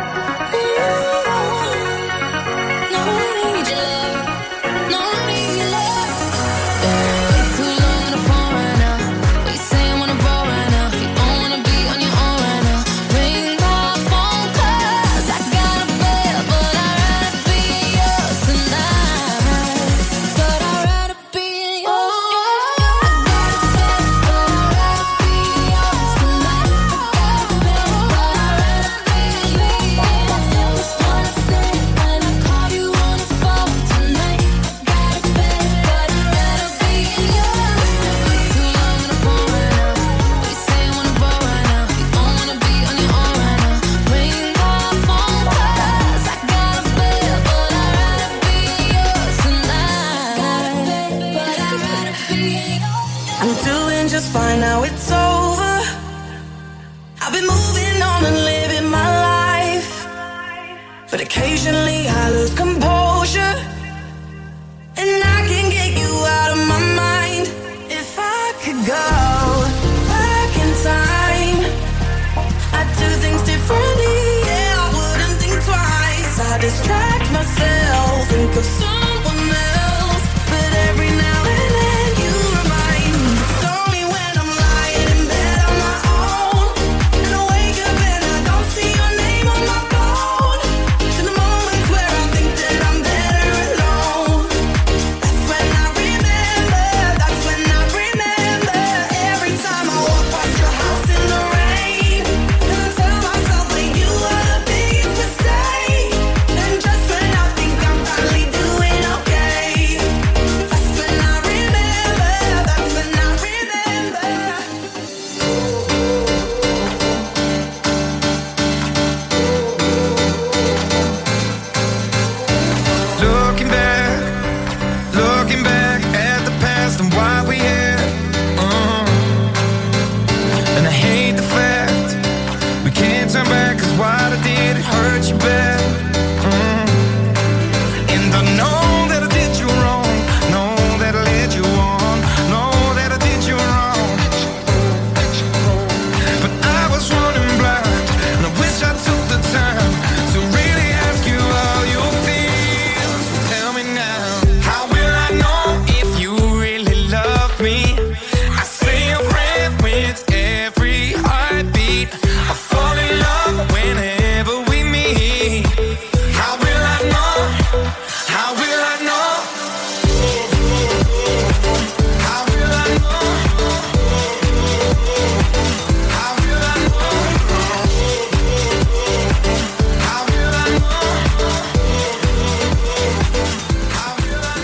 No, I need your love. No, I need your love. Way too long on the phone right now. What you say I wanna roll right now? You don't wanna be on your own right now. Ring my phone 'cause I got a bed, but I'd rather be yours tonight. But I'd rather be yours. I got a bed, but I'd rather be yours tonight. I got a bed, but I'd rather be yours. That's what I said when I call you on the phone tonight. I got a bed, but I'd rather be yours. Way too long on the phone right now. What you say I wanna roll right now? You don't wanna be on your own right now. Ring my phone 'cause I got a bed, but I'd rather be yours tonight. Got a bed, but I'd rather be yours. I'm doing just fine now, it's over. I've been moving on and living my life, but occasionally I lose composure, and I can get you out of my mind. If I could go back in time, I'd do things differently, yeah, I wouldn't think twice. I distract myself, think of someone else, but every now and then you remind me. It's only when I'm lying in bed on my own, and I wake up and I don't see your name on my phone. To the moments where I think that I'm better alone. That's when I remember, that's when I remember. Every time I walk past your house in the rain, and I tell myself that you are the biggest mistake. And just when I think I'm finally doing okay, that's when I remember, that's when I remember. Looking back at the past and why we here. And I hate the fact we can't turn back, 'cause what I did, it hurt you bad. And I know that I did you wrong, know that I led you on, know that I did you wrong. But I was running blind, and I wish I took the time to really ask you how you feel. So tell me now, how will I know if you really love me? I say a prayer with every heartbeat. I fall in love whenever we meet. How will I know? How will I know? How will I know? How will I know? How will I know? How will I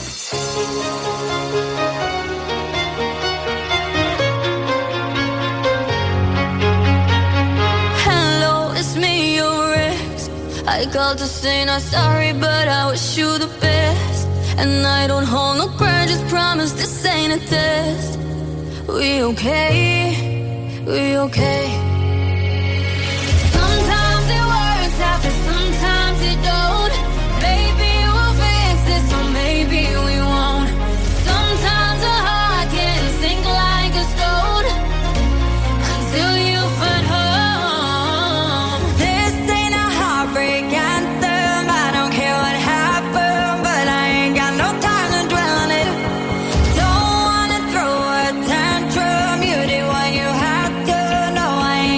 Hello, it's me, your ex. I called to say not sorry, but I wish you the best. And I don't hold no grudges, promise this ain't a test. We okay, we okay. Sometimes it works out, but sometimes it don't. Maybe we'll fix this, or maybe we won't. Sometimes a heart can sink like a stone until you find home. This ain't a heartbreak anthem. I don't care what happened, but I ain't got no time to dwell on it. Don't wanna throw a tantrum. You did what you had to. No, I ain't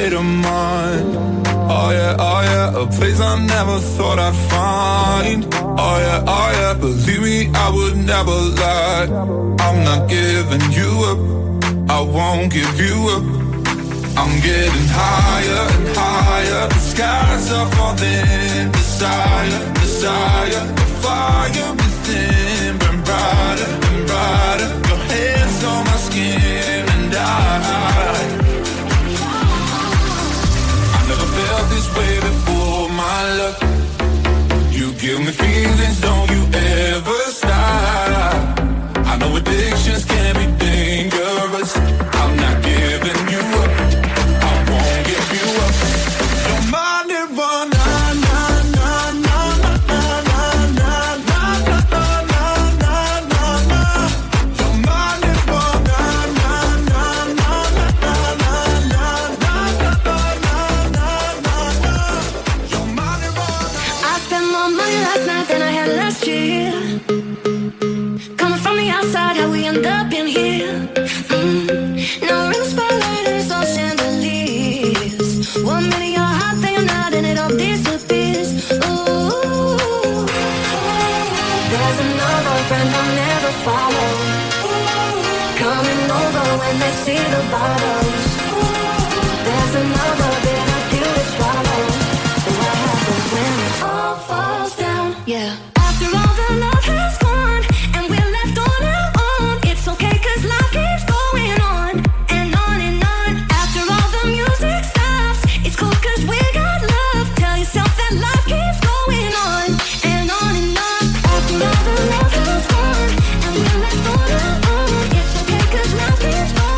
state of mind. Oh yeah, a place I never thought I'd find. Oh yeah, believe me, I would never lie. I'm not giving you up, I won't give you up. I'm getting higher and higher, the skies are falling. Desire, desire, the fire within burn brighter and brighter. Your hands on my skin and I never felt this way before, my love. You give me feelings, don't you ever stop. I know addictions can be dangerous. I'm not giving you up, I won't give you up. You're my nirvana. See the bottles. There's another bitter pill to swallow. What happens when it all falls down? Yeah. After all the love has gone and we're left on our own, it's okay 'cause life keeps going on and on and on. After all the music stops, it's cool 'cause we got love. Tell yourself that life keeps going on and on and on. After all the love has gone and we're left on our own, it's okay 'cause life keeps going.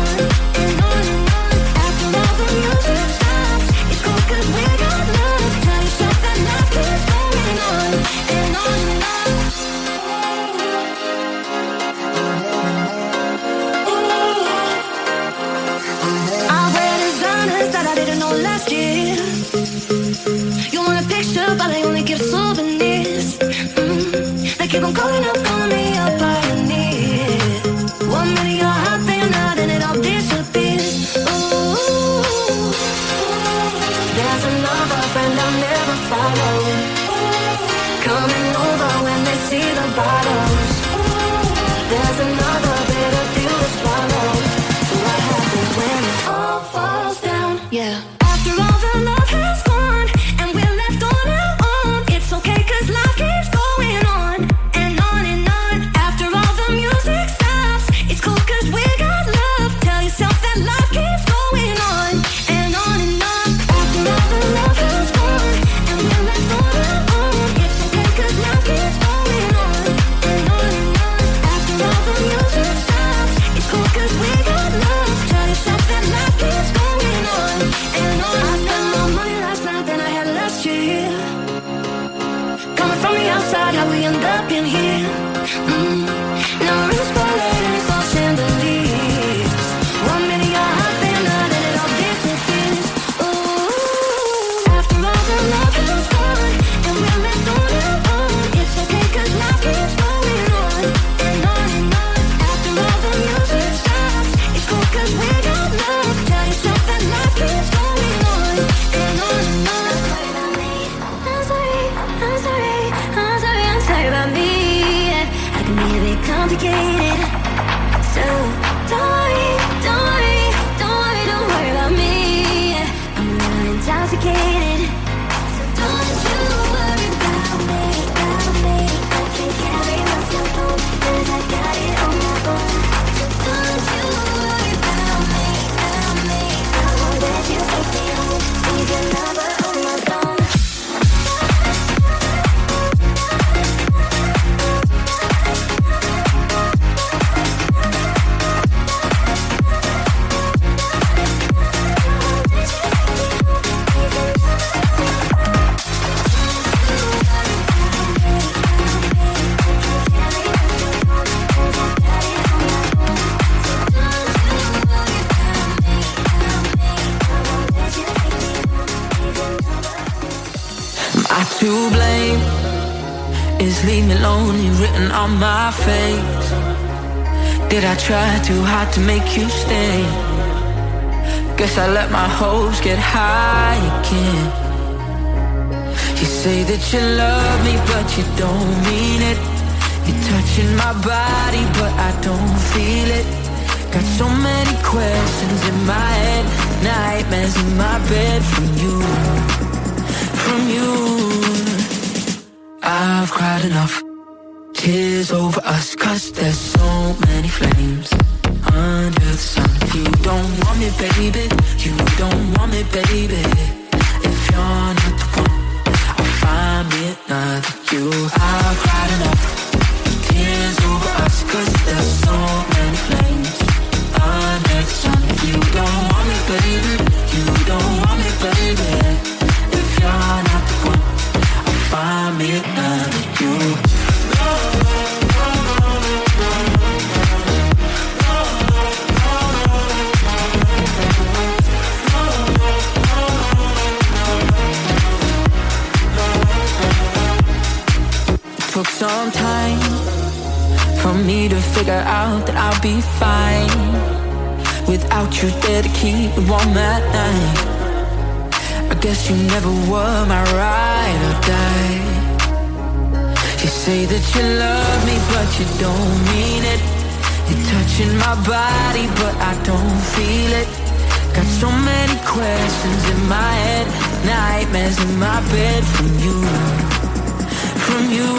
But I only give souvenirs. They keep on calling up, calling me up, pioneer. 1 minute you're hot, then you're not, and it all disappears. Ooh, there's another friend I'll never follow. Coming over when they see the bottles. There's another bitter pill to swallow. What happens when it all falls down? Yeah. After all the love has gone and we're left on our own, it's okay 'cause life keeps going on and on and on. After all the music stops, it's cool 'cause we got love. Tell yourself that life keeps going on and on and on. After all the love has gone and we're left on our own, it's okay 'cause life keeps going on and on and on. After all the music stops, it's cool 'cause we got love. Tell yourself that life keeps going on and on. I spent more money last night than I had last year. Coming from the outside, how we end up in here. Now we're in the spotlight and it's all chandeliers. 1 minute you're hot, then you're not, and it all disappears. Ooh, after all the love has gone and we're left on our own, it's okay 'cause life keeps going on and on and on. After all the music stops, it's cool 'cause we got love. Tell yourself that life keeps going on and on and on. I'm sorry about me. I can be a bit complicated. So don't worry about me. I'm a little intoxicated. So don't you worry about me. I can carry myself home 'cause I got it on my own. So don't you worry about me. I won't let you take me home. Leave your number on my phone. To blame is leave me lonely written on my face. Did I try too hard to make you stay? Guess I let my hopes get high again. You say that you love me, but you don't mean it. You're touching my body, but I don't feel it. Got so many questions in my head, nightmares in my bed from you, from you. I've cried enough, tears over us, 'cause there's so many flames under the sun. You don't want me, baby, you don't want me, baby. If you're not the one, I'll find me another you. I've cried enough, tears over us, 'cause there's so many flames under the sun. You don't want me, baby, you don't want me, baby. If you're not the one, I'll find me another you. Took some time for me to figure out that I'll be fine without you there to keep me warm at night. I guess you never were my ride or die. You say that you love me, but you don't mean it. You're touching my body, but I don't feel it. Got so many questions in my head, nightmares in my bed from you, from you.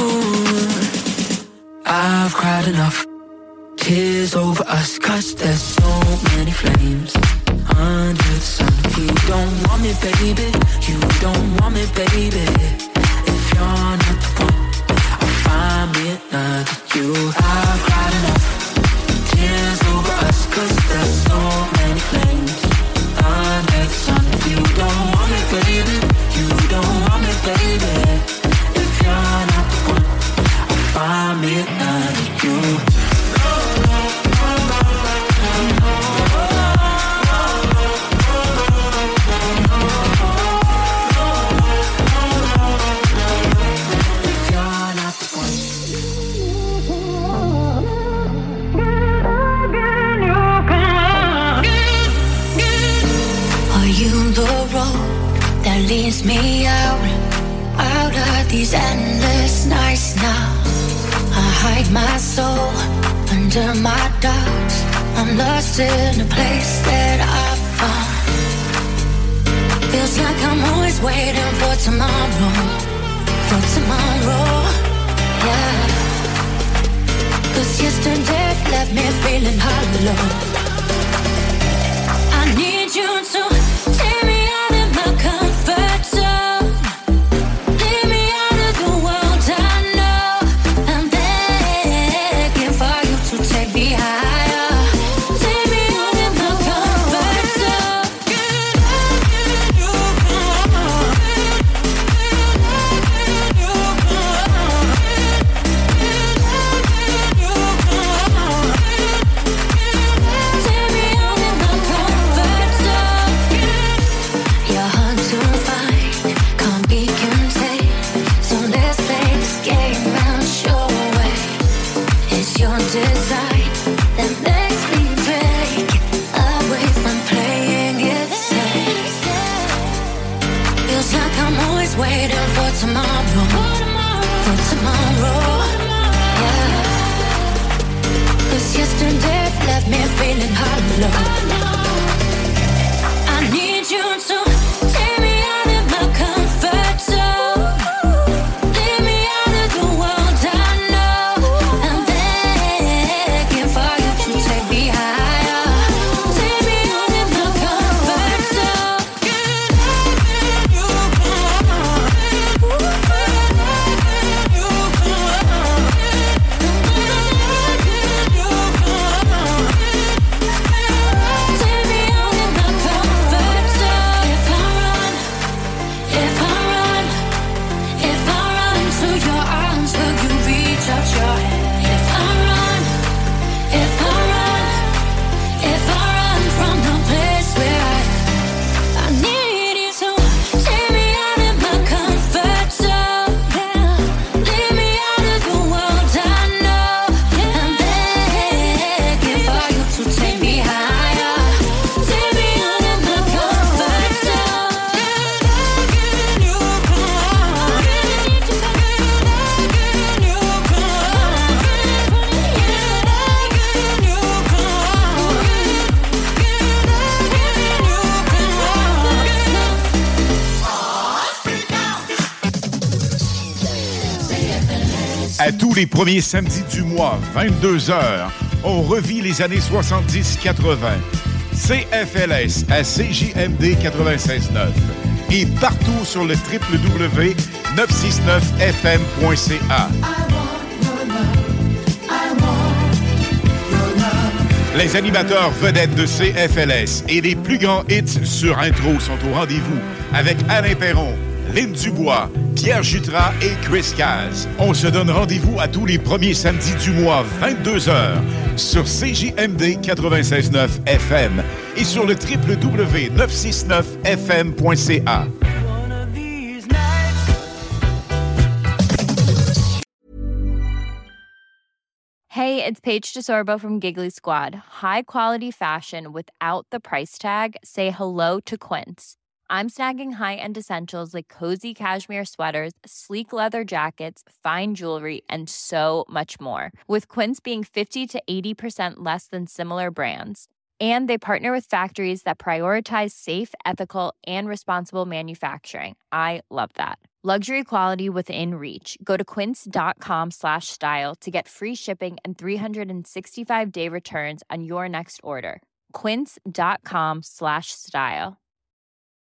I've cried enough, tears over us, 'cause there's so many flames under the sun. You don't want me, baby, you don't want me, baby. If you're not the one, I'll find me another you. I've cried enough, tears over us, 'cause there's so many flames under the sun. You don't want me, baby, you don't want me, baby. If you're not the one, I'll find me another you. That leads me out of these endless nights now. I hide my soul under my doubts. I'm lost in a place that I've found. Feels like I'm always waiting for tomorrow, yeah. 'Cause yesterday left me feeling hollow. I need you to take me out of my comfort zone. Leave me out of the world I know. I'm begging for you to take me higher. Take me out of my comfort zone. Take me out of my comfort zone. You're hard to find, can't be contained. So let's play this game and show away. It's your design that makes me break away from playing it safe. Feels like I'm always waiting for tomorrow, yeah. 'Cause yesterday left me feeling hollow. I need you to take me out of my comfort zone. Leave me out of the world I know. I'm begging for you to take me higher. Take me out of my comfort zone. Take me out of my comfort zone. If À tous les premiers samedis du mois, 22h, on revit les années 70-80. CFLS à CJMD 96.9 et partout sur le www.969fm.ca. Les animateurs vedettes de CFLS et les plus grands hits sur intro sont au rendez-vous avec Alain Perron, Lynn Dubois, Pierre Jutras et Chris Caz. On se donne rendez-vous à tous les premiers samedis du mois, 22h, sur CJMD 96.9 FM et sur le www.969fm.ca. Hey, it's Paige DeSorbo from Giggly Squad. High quality fashion without the price tag. Say hello to Quince. I'm snagging high-end essentials like cozy cashmere sweaters, sleek leather jackets, fine jewelry, and so much more. With Quince being 50 to 80% less than similar brands. And they partner with factories that prioritize safe, ethical, and responsible manufacturing. I love that. Luxury quality within reach. Go to quince.com/style to get free shipping and 365-day returns on your next order. Quince.com/style.